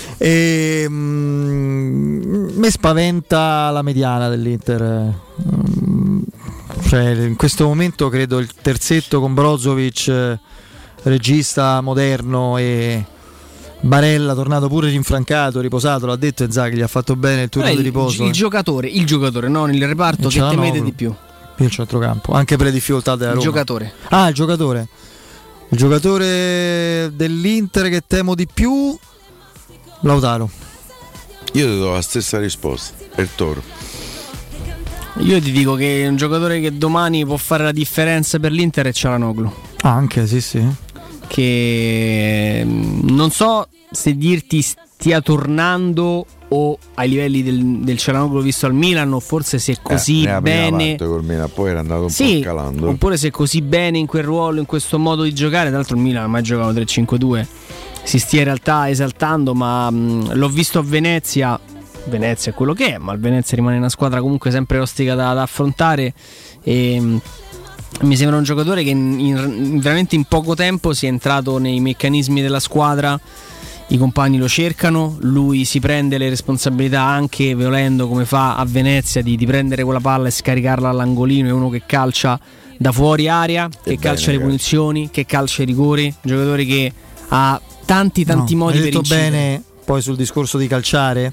me spaventa la mediana dell'Inter, cioè in questo momento credo il terzetto con Brozovic regista moderno, e Barella tornato pure rinfrancato, riposato, l'ha detto Inzaghi, gli ha fatto bene il turno di riposo. Il giocatore, non il reparto, che temete di più? Il centrocampo, anche per le difficoltà della Roma. Il giocatore. Il giocatore dell'Inter che temo di più, Lautaro. Io ti do la stessa risposta, è il Toro. Io ti dico che un giocatore che domani può fare la differenza per l'Inter è Çalhanoğlu. Anche, sì. Che non so se dirti stia tornando o ai livelli del Çalhanoğlu visto al Milan, o forse se così bene col Milan, poi era andato un po' calando, oppure se così bene in quel ruolo, in questo modo di giocare. Tra l'altro il Milan ha mai giocato 3-5-2, si stia in realtà esaltando, ma l'ho visto a Venezia è quello che è, ma il Venezia rimane una squadra comunque sempre ostica da affrontare, e mi sembra un giocatore che veramente in poco tempo si è entrato nei meccanismi della squadra. I compagni lo cercano, lui si prende le responsabilità, anche volendo, come fa a Venezia, di prendere quella palla e scaricarla all'angolino. È uno che calcia da fuori area, che calcia le punizioni, che calcia i rigori, un giocatore che ha tanti modi per detto incidere. Bene poi sul discorso di calciare,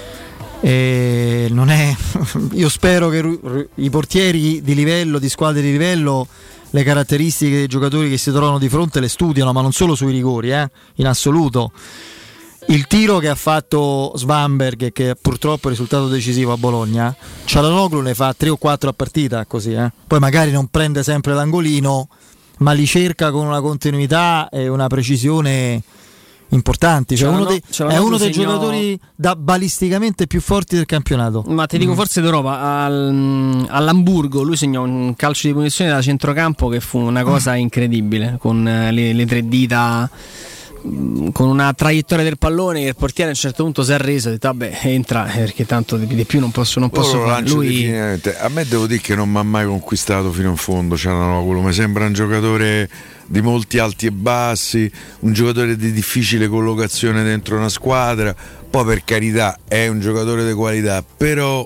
non è io spero che i portieri di livello, di squadre di livello, le caratteristiche dei giocatori che si trovano di fronte le studiano, ma non solo sui rigori, in assoluto. Il tiro che ha fatto Svanberg, che purtroppo è risultato decisivo a Bologna, Çalhanoğlu ne fa 3 o 4 a partita così, poi magari non prende sempre l'angolino, ma li cerca con una continuità e una precisione importanti, cioè è uno dei giocatori balisticamente più forti del campionato. Ma ti dico forse d'Europa. All'Amburgo lui segnò un calcio di punizione da centrocampo che fu una cosa incredibile, con le 3 dita, con una traiettoria del pallone che il portiere a un certo punto si è arreso e ha detto vabbè, entra, perché tanto di più non posso fare. Lui... A me devo dire che non mi ha mai conquistato fino in fondo Çalhanoğlu, mi sembra un giocatore di molti alti e bassi, un giocatore di difficile collocazione dentro una squadra. Poi per carità è un giocatore di qualità, però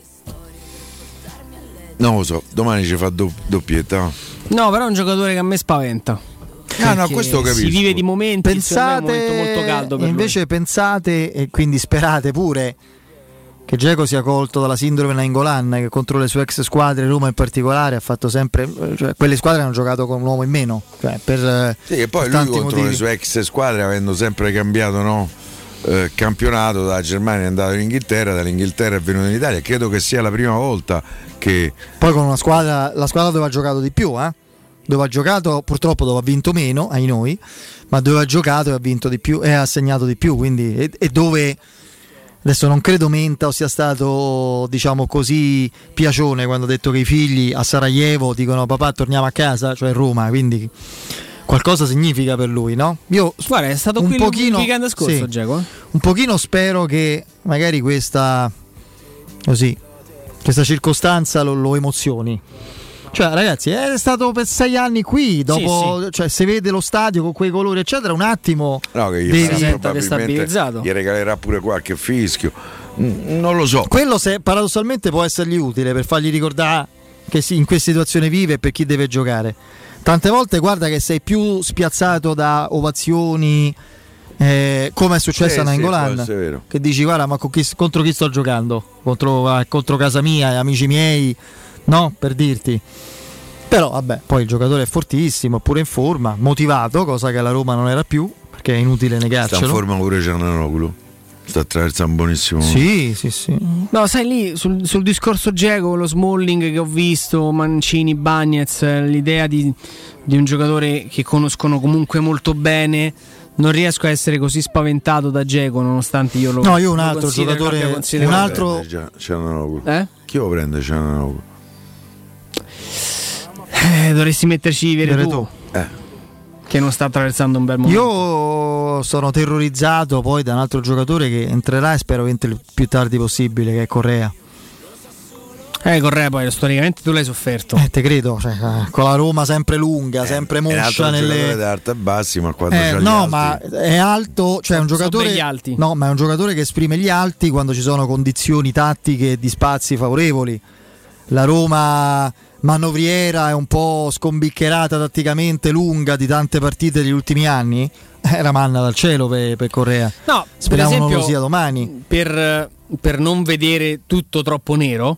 non lo so, domani ci fa doppietta. No, però è un giocatore che a me spaventa. No, questo lo capisco. Si vive di momenti, pensate, è un momento molto caldo per invece lui. Pensate, e quindi sperate pure, che Dzeko sia colto dalla sindrome Nainggolan, che contro le sue ex squadre, Roma in particolare, ha fatto sempre, cioè, quelle squadre hanno giocato con un uomo in meno, cioè, sì, e poi lui contro motivi. Le sue ex squadre, avendo sempre cambiato campionato, dalla Germania è andato in Inghilterra, dall'Inghilterra è venuto in Italia. Credo che sia la prima volta che poi con la squadra dove ha giocato di più, dove ha giocato, purtroppo dove ha vinto meno ai noi, ma dove ha giocato e ha vinto di più e ha segnato di più, quindi e dove adesso non credo menta o sia stato, diciamo così, piacione quando ha detto che i figli a Sarajevo dicono papà torniamo a casa, cioè Roma, quindi qualcosa significa per lui, no? Io guarda, è stato qui il weekend scorso, Dzeko, un pochino spero che magari questa circostanza lo emozioni. Cioè ragazzi, è stato per 6 anni qui, dopo cioè se vede lo stadio con quei colori eccetera, un attimo che gli senta destabilizzato, gli regalerà pure qualche fischio, non lo so. Quello paradossalmente può essergli utile per fargli ricordare che in questa situazione vive e per chi deve giocare. Tante volte guarda che sei più spiazzato da ovazioni, come è successo a Nainggolan, che dici guarda ma contro chi sto giocando, contro casa mia, amici miei, no, per dirti. Però vabbè, poi il giocatore è fortissimo, pure in forma, motivato, cosa che alla Roma non era più, perché è inutile negarcelo. Sta in forma pure Çalhanoğlu, sta attraversando un buonissimo. Sì. No, sai, lì sul discorso Dzeko, lo Smalling che ho visto, Mancini, Bagnez, l'idea di un giocatore che conoscono comunque molto bene. Non riesco a essere così spaventato da Dzeko, nonostante io lo. No, io un altro giocatore, un altro. Chi lo prende Çalhanoğlu? Dovresti metterci Veretù, che non sta attraversando un bel momento. Io sono terrorizzato poi da un altro giocatore che entrerà e spero che entri il più tardi possibile, che è Correa. Correa poi storicamente tu l'hai sofferto. Te credo, cioè, con la Roma sempre lunga, sempre moscia nelle da alta e bassi, ma quando c'ha gli no, alti... ma è alto, cioè è un giocatore alti. No, ma è un giocatore che esprime gli alti quando ci sono condizioni tattiche di spazi favorevoli. La Roma manovriera e un po' scombiccherata tatticamente, lunga, di tante partite degli ultimi anni, era manna dal cielo per Correa. No, speriamo per esempio, non lo sia domani. Per non vedere tutto troppo nero,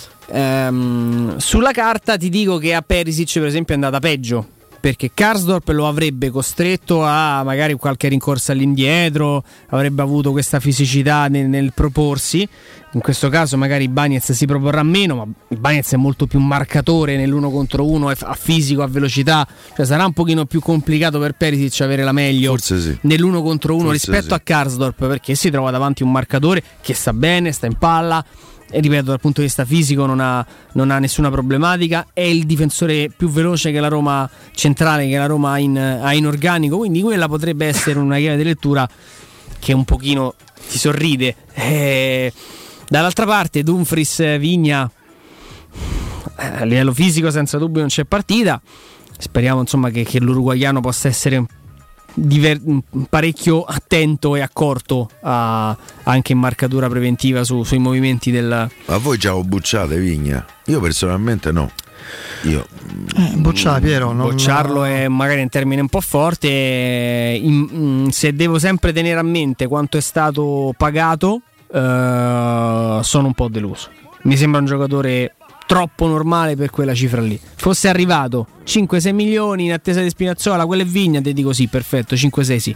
sulla carta ti dico che a Perisic per esempio è andata peggio, perché Karsdorp lo avrebbe costretto a magari qualche rincorsa all'indietro, avrebbe avuto questa fisicità nel proporsi. In questo caso magari Bagnez si proporrà meno, ma Bagnez è molto più marcatore nell'uno contro uno, a fisico, a velocità, cioè sarà un pochino più complicato per Perisic avere la meglio nell'uno contro uno rispetto a Karsdorp, perché si trova davanti un marcatore che sta bene, sta in palla. E ripeto, dal punto di vista fisico non ha nessuna problematica, è il difensore più veloce che la Roma centrale, che la Roma ha in organico, quindi quella potrebbe essere una chiave di lettura che un pochino ti sorride. Dall'altra parte Dumfries, Vigna, a livello fisico senza dubbio non c'è partita, speriamo insomma che l'uruguaiano possa essere parecchio attento e accorto anche in marcatura preventiva sui movimenti del... Ma voi già lo bucciate Vigna? Io personalmente no. Piero, bocciarlo è magari un termine un po' forte. Se devo sempre tenere a mente quanto è stato pagato, sono un po' deluso. Mi sembra un giocatore troppo normale per quella cifra lì. Fosse arrivato 5-6 milioni in attesa di Spinazzola, quello è Vigna, te dico sì, perfetto, 5-6 sì.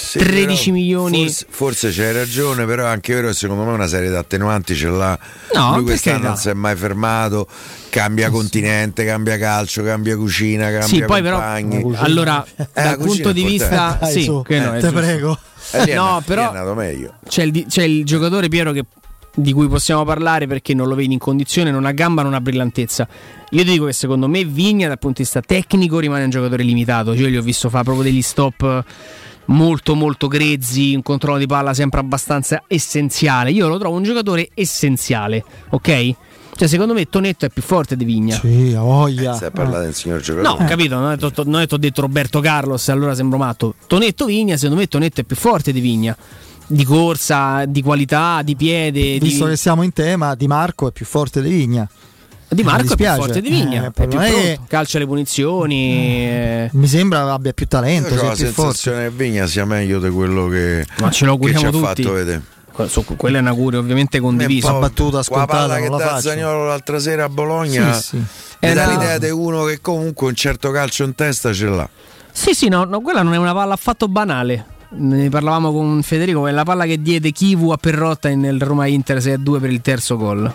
13 milioni forse c'hai ragione, però è anche vero che secondo me una serie di attenuanti ce l'ha. No, lui quest'anno non si è mai fermato, cambia continente, cambia calcio, cambia cucina, cambia sì, poi compagni. Però allora dal punto di vista dai, sì, che no, te prego. No, però è andato meglio. C'è il giocatore, Piero, di cui possiamo parlare perché non lo vedi in condizione, non ha gamba, non ha brillantezza. Io ti dico che secondo me Vigna dal punto di vista tecnico rimane un giocatore limitato. Io gli ho visto fare proprio degli stop molto molto grezzi, un controllo di palla sempre abbastanza essenziale. Io lo trovo un giocatore essenziale, ok? Cioè secondo me Tonetto è più forte di Vigna. Sì, ha voglia. Stai parlando del signor giocatore. No, capito, non è t'ho detto Roberto Carlos, allora sembro matto. Tonetto Vigna, secondo me Tonetto è più forte di Vigna. Di corsa, di qualità, di piede. Visto che siamo in tema, Di Marco è più forte di Vigna. Di Marco è più forte di Vigna, è più pronto, calcia le punizioni. Mi sembra abbia più talento. Io ho la sensazione che Vigna sia meglio di quello che ce lo auguriamo ci ha tutti. fatto vedere. Quella è una augurio ovviamente condiviso. La battuta ascoltata, la palla che non la dà Zaniolo l'altra sera a Bologna, sì. Mi dà l'idea di uno che comunque un certo calcio in testa ce l'ha. Sì, no, quella non è una palla affatto banale. Ne parlavamo con Federico, è la palla che diede Kivu a Perrotta nel Roma Inter 6-2 per il terzo gol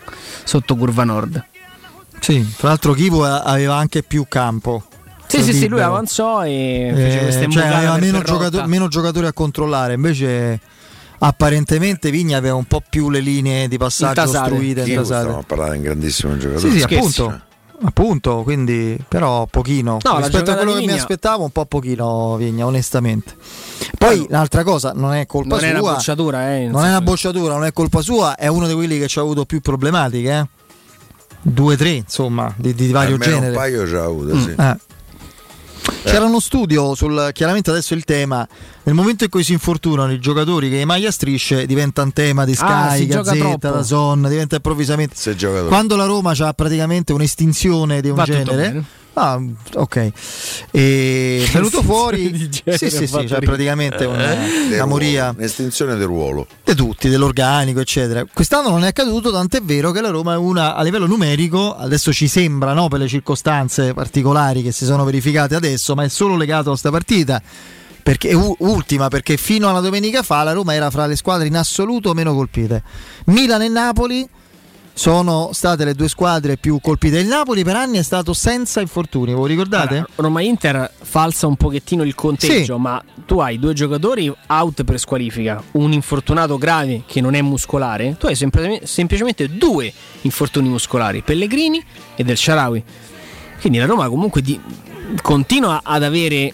sotto curva nord. Sì, tra l'altro Kivu aveva anche più campo. Sì, lui avanzò e fece queste imbucate, aveva meno giocatori a controllare, invece apparentemente Vigna aveva un po' più le linee di passaggio ostruite. Stiamo parlando di un grandissimo giocatore. Sì, appunto, quindi però pochino rispetto a quello che mi aspettavo, un po' pochino Vigna, onestamente. Poi un'altra cosa, non è colpa sua, non è una bocciatura, non è una bocciatura, non è colpa sua, è uno di quelli che ci ha avuto più problematiche, 2-3 insomma di vario genere. Un paio ci ha avuto, sì. C'era uno studio chiaramente adesso il tema, nel momento in cui si infortunano i giocatori che maglia strisce diventa un tema di Sky, Gazzetta, DAZN, diventa improvvisamente quando la Roma ha praticamente un'estinzione di un genere. Ok, e venuto fuori cioè praticamente una moria, un'estinzione del ruolo di tutti, dell'organico eccetera. Quest'anno non è accaduto, tant'è vero che la Roma è una, a livello numerico adesso ci sembra, no, per le circostanze particolari che si sono verificate adesso, ma è solo legato a questa partita, perché ultima, perché fino alla domenica fa la Roma era fra le squadre in assoluto meno colpite. Milan e Napoli sono state le due squadre più colpite. Il Napoli per anni è stato senza infortuni, voi ricordate? Roma-Inter falsa un pochettino il conteggio, ma tu hai due giocatori out per squalifica, un infortunato grave che non è muscolare, tu hai semplicemente due infortuni muscolari, Pellegrini e Del Shaarawy. Quindi la Roma comunque continua ad avere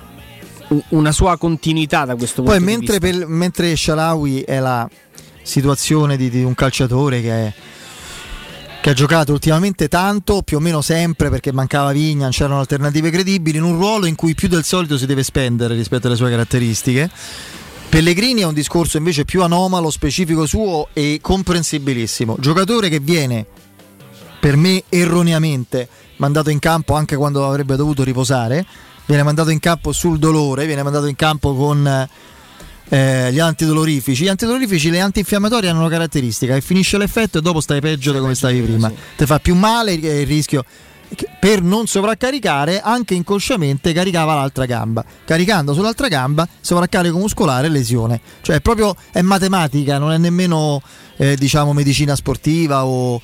una sua continuità da questo punto di vista. Mentre Shaarawy è la situazione di un calciatore che ha giocato ultimamente tanto, più o meno sempre, perché mancava Vigna, non c'erano alternative credibili, in un ruolo in cui più del solito si deve spendere rispetto alle sue caratteristiche. Pellegrini è un discorso invece più anomalo, specifico suo e comprensibilissimo. Giocatore che viene per me erroneamente mandato in campo anche quando avrebbe dovuto riposare, viene mandato in campo sul dolore, viene mandato in campo con gli antidolorifici. Gli antidolorifici, le antinfiammatori hanno una caratteristica che finisce l'effetto e dopo stai peggio di come stavi prima, ti fa più male, il rischio. Per non sovraccaricare, anche inconsciamente caricava l'altra gamba, caricando sull'altra gamba sovraccarico muscolare, lesione. Cioè è matematica, non è nemmeno diciamo medicina sportiva o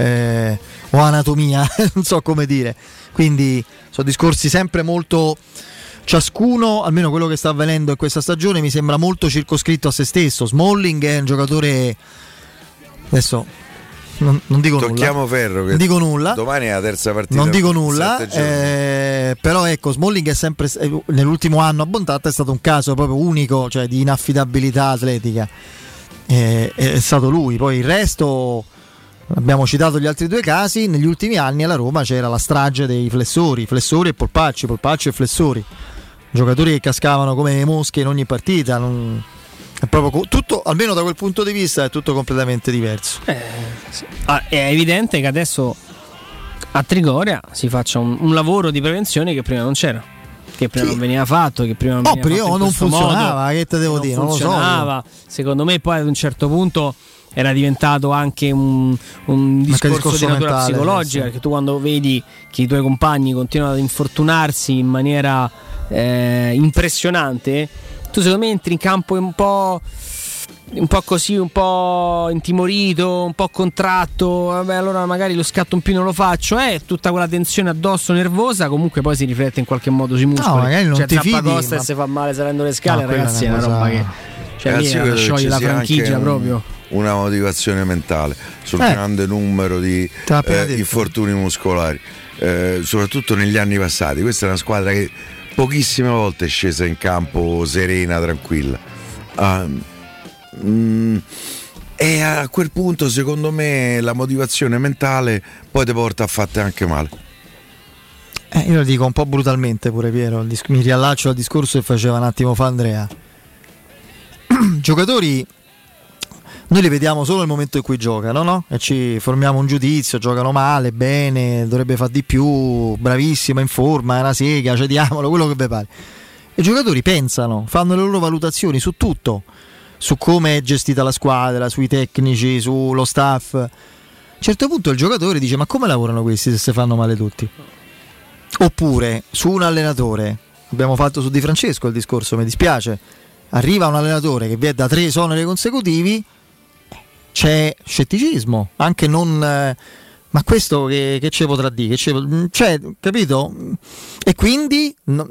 anatomia, non so come dire. Quindi sono discorsi sempre molto, ciascuno, almeno quello che sta avvenendo in questa stagione, mi sembra molto circoscritto a se stesso. Smalling è un giocatore, adesso non dico tocchiamo nulla, ferro, che non dico nulla, domani è la terza partita, non dico nulla, però ecco, Smalling è sempre, nell'ultimo anno a Bontatta è stato un caso proprio unico, cioè di inaffidabilità atletica, è stato lui. Poi il resto, abbiamo citato gli altri due casi, negli ultimi anni alla Roma c'era la strage dei flessori e polpacci e flessori, giocatori che cascavano come mosche in ogni partita. È proprio tutto, almeno da quel punto di vista, è tutto completamente diverso. Sì. È evidente che adesso a Trigoria si faccia un lavoro di prevenzione che prima non c'era, che prima non veniva fatto, che prima non funzionava, modo, che te devo dire, non funzionava. Lo so. Secondo me poi ad un certo punto era diventato anche un discorso di natura mentale, psicologica, perché tu quando vedi che i tuoi compagni continuano ad infortunarsi in maniera impressionante, tu secondo me entri in campo un po' così, un po' intimorito, un po' contratto. Vabbè, allora magari lo scatto in più non lo faccio, tutta quella tensione addosso nervosa comunque poi si riflette in qualche modo sui muscoli. No, magari non ti fidi, Costa e si fa male salendo le scale, no, ragazzi, è una roba che lì è scioglie la franchigia proprio. Una motivazione mentale sul grande numero di infortuni muscolari, soprattutto negli anni passati. Questa è una squadra che pochissime volte è scesa in campo serena, tranquilla, e a quel punto secondo me la motivazione mentale poi ti porta a fatte anche male. Io lo dico un po' brutalmente pure, Piero, mi riallaccio al discorso che faceva un attimo fa Andrea. Giocatori noi li vediamo solo nel momento in cui giocano, no? E ci formiamo un giudizio, giocano male, bene, dovrebbe far di più, bravissima, in forma, è una sega, cediamolo, quello che vi pare. I giocatori pensano, fanno le loro valutazioni su tutto, su come è gestita la squadra, sui tecnici, sullo staff. A un certo punto il giocatore dice: ma come lavorano questi se si fanno male tutti? Oppure su un allenatore, abbiamo fatto su Di Francesco il discorso, mi dispiace, arriva un allenatore che vi è da 3 esoneri consecutivi, c'è scetticismo, anche non ma questo che ci potrà dire, cioè, capito? E quindi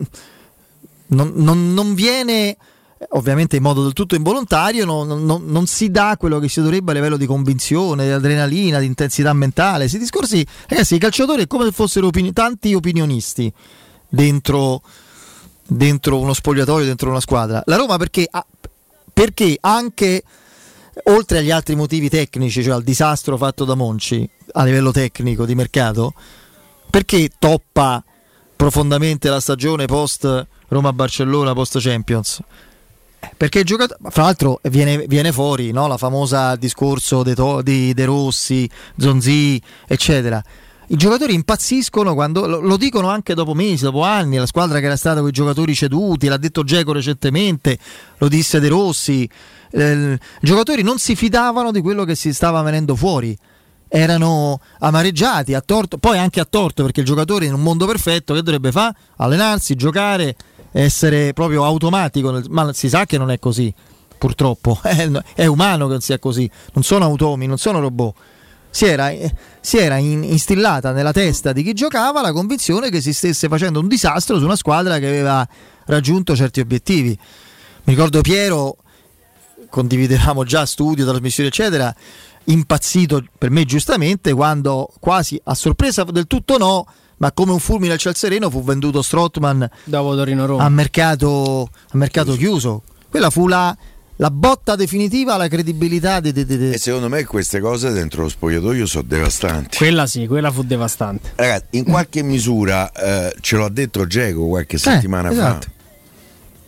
non viene, ovviamente in modo del tutto involontario, non si dà quello che si dovrebbe a livello di convinzione, di adrenalina, di intensità mentale. Questi discorsi, ragazzi, i calciatori è come se fossero tanti opinionisti dentro uno spogliatoio, dentro una squadra. La Roma perché anche oltre agli altri motivi tecnici, cioè al disastro fatto da Monci a livello tecnico di mercato, perché toppa profondamente la stagione post Roma-Barcellona, post Champions? Perché il giocatore, fra l'altro viene fuori, no? La famosa discorso di De Rossi, Zonzi, eccetera. I giocatori impazziscono quando lo dicono anche dopo mesi, dopo anni. La squadra che era stata con i giocatori ceduti, l'ha detto Dzeko recentemente, lo disse De Rossi. I giocatori non si fidavano di quello che si stava venendo fuori, erano amareggiati a torto, poi anche a torto, perché il giocatore in un mondo perfetto che dovrebbe fare? Allenarsi, giocare, essere proprio automatico, ma si sa che non è così, purtroppo è umano che non sia così, non sono automi, non sono robot. Si era instillata nella testa di chi giocava la convinzione che si stesse facendo un disastro su una squadra che aveva raggiunto certi obiettivi. Mi ricordo Piero, condividevamo già studio, trasmissioni eccetera, impazzito, per me giustamente, quando quasi a sorpresa del tutto no, ma come un fulmine al ciel sereno fu venduto Strootman dopo Torino-Roma a mercato chiuso. Quella fu la botta definitiva alla credibilità e secondo me queste cose dentro lo spogliatoio sono devastanti. Quella fu devastante, ragazzi. In qualche misura ce l'ha detto Dzeko qualche settimana fa.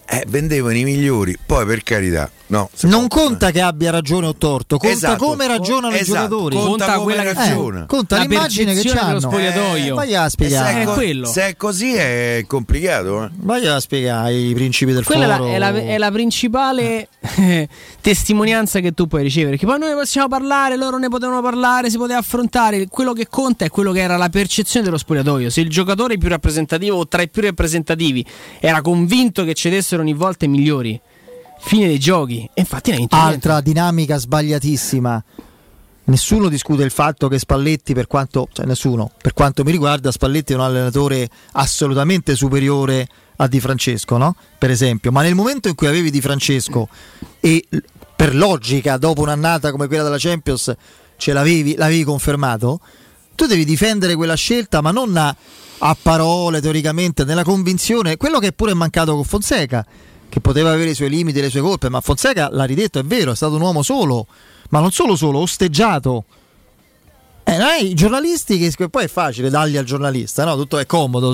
vendevano i migliori, poi per carità, no, non conta che abbia ragione o torto, conta esatto, come ragionano i giocatori, conta quella che ragiona, conta l'immagine che c'hanno. Spogliatoio. Vai a spiegare, se è così è complicato. Vai a spiegare i principi del quella foro. È la principale testimonianza che tu puoi ricevere, che poi noi possiamo parlare, loro ne potevano parlare, si poteva affrontare. Quello che conta è quello che era la percezione dello spogliatoio. Se il giocatore più rappresentativo o tra i più rappresentativi era convinto che cedessero ogni volta i migliori, fine dei giochi, e infatti ne altra dinamica sbagliatissima. Nessuno discute il fatto che Spalletti, per quanto mi riguarda, Spalletti è un allenatore assolutamente superiore a Di Francesco, no? Per esempio, ma nel momento in cui avevi Di Francesco e per logica dopo un'annata come quella della Champions l'avevi confermato, tu devi difendere quella scelta, ma non a parole, teoricamente, nella convinzione, quello che pure è mancato con Fonseca, che poteva avere i suoi limiti e le sue colpe, ma Fonseca l'ha ridetto, è vero, è stato un uomo solo, ma non solo, osteggiato. I giornalisti, che poi è facile dargli al giornalista, no? Tutto è comodo,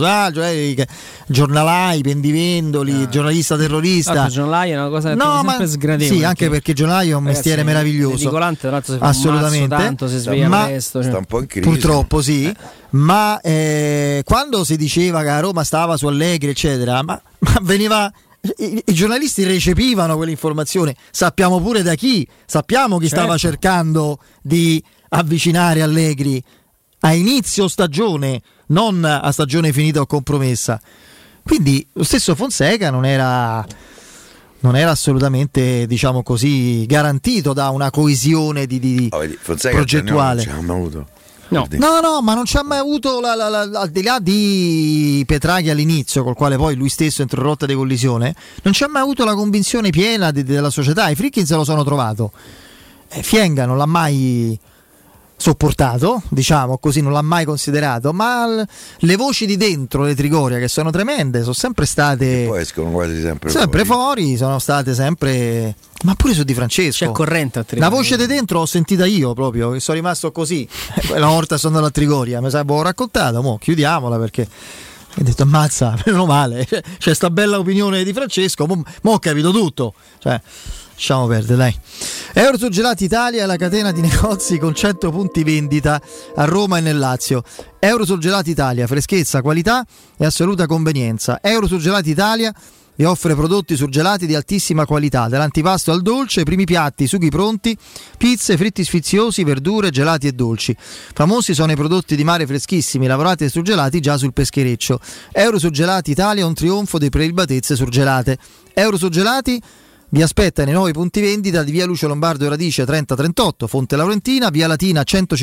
giornalai, pendivendoli, giornalista terrorista. Il giornalaio è una cosa sempre sgradevole. Sì, anche perché il giornalaio è un mestiere meraviglioso. Assolutamente. Tanto si sveglia presto, sta un po' in crisi. Purtroppo sì. Ma quando si diceva che a Roma stava su Allegri, eccetera, ma veniva. I giornalisti recepivano quell'informazione, sappiamo pure da chi, sappiamo chi stava cercando di avvicinare Allegri a inizio stagione, non a stagione finita o compromessa. Quindi lo stesso Fonseca non era assolutamente, diciamo così, garantito da una coesione di progettuale. Non c'è avuto. No, ma non c'ha mai avuto al di là di Petraghi all'inizio, col quale poi lui stesso entrò in rotta di collisione, non c'ha mai avuto la convinzione piena della società. I Friedkin se lo sono trovato. Fienga non l'ha mai sopportato, diciamo così, non l'ha mai considerato, ma le voci di dentro le Trigoria, che sono tremende, sono sempre state, e poi escono quasi sempre fuori, sono state sempre, ma pure su Di Francesco c'è corrente a la voce di dentro l'ho sentita io proprio, che sono rimasto così quella volta sono andato a Trigoria, mi avevo raccontato, mo chiudiamola perché ho detto ammazza, meno male, c'è sta bella opinione di Francesco, mo ho capito tutto, cioè lasciamo perdere, dai. Eurosurgelati Italia è la catena di negozi con 100 punti vendita a Roma e nel Lazio. Eurosurgelati Italia, freschezza, qualità e assoluta convenienza. Eurosurgelati Italia vi offre prodotti surgelati di altissima qualità, dall'antipasto al dolce, primi piatti, sughi pronti, pizze, fritti sfiziosi, verdure, gelati e dolci. Famosi sono i prodotti di mare freschissimi, lavorati e surgelati già sul peschereccio. Eurosurgelati Italia è un trionfo di prelibatezze surgelate. Eurosurgelati vi aspetta nei nuovi punti vendita di via Lucio Lombardo e Radice 3038, Fonte Laurentina, via Latina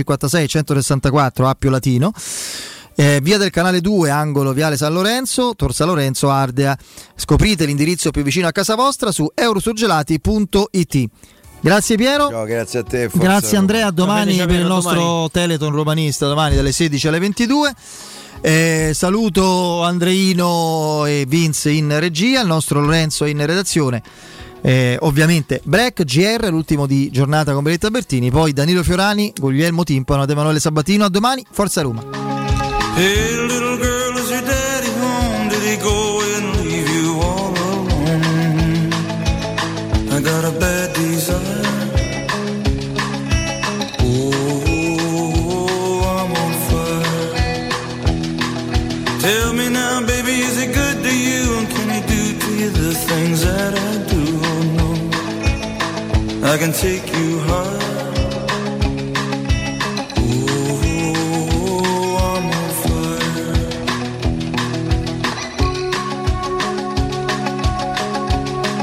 156-164 Appio Latino, via del Canale 2, angolo viale San Lorenzo, Tor San Lorenzo, Ardea. Scoprite l'indirizzo più vicino a casa vostra su eurosurgelati.it. Grazie Piero. Ciao, grazie a te. Grazie Andrea, domani per il nostro Teleton romanista, domani dalle 16 alle 22. Saluto Andreino e Vince in regia, il nostro Lorenzo in redazione. Ovviamente break, GR, l'ultimo di giornata con Benedetta Bertini, poi Danilo Fiorani, Guglielmo Timpano ed Emanuele Sabatino. A domani, Forza Roma. Hey little girl, is your daddy home? Did he go and leave you all alone? I got a bad desire. Oh, I'm on fire. Tell me now, baby, is it good to you? And can he do to you the things that I do? I can take you high.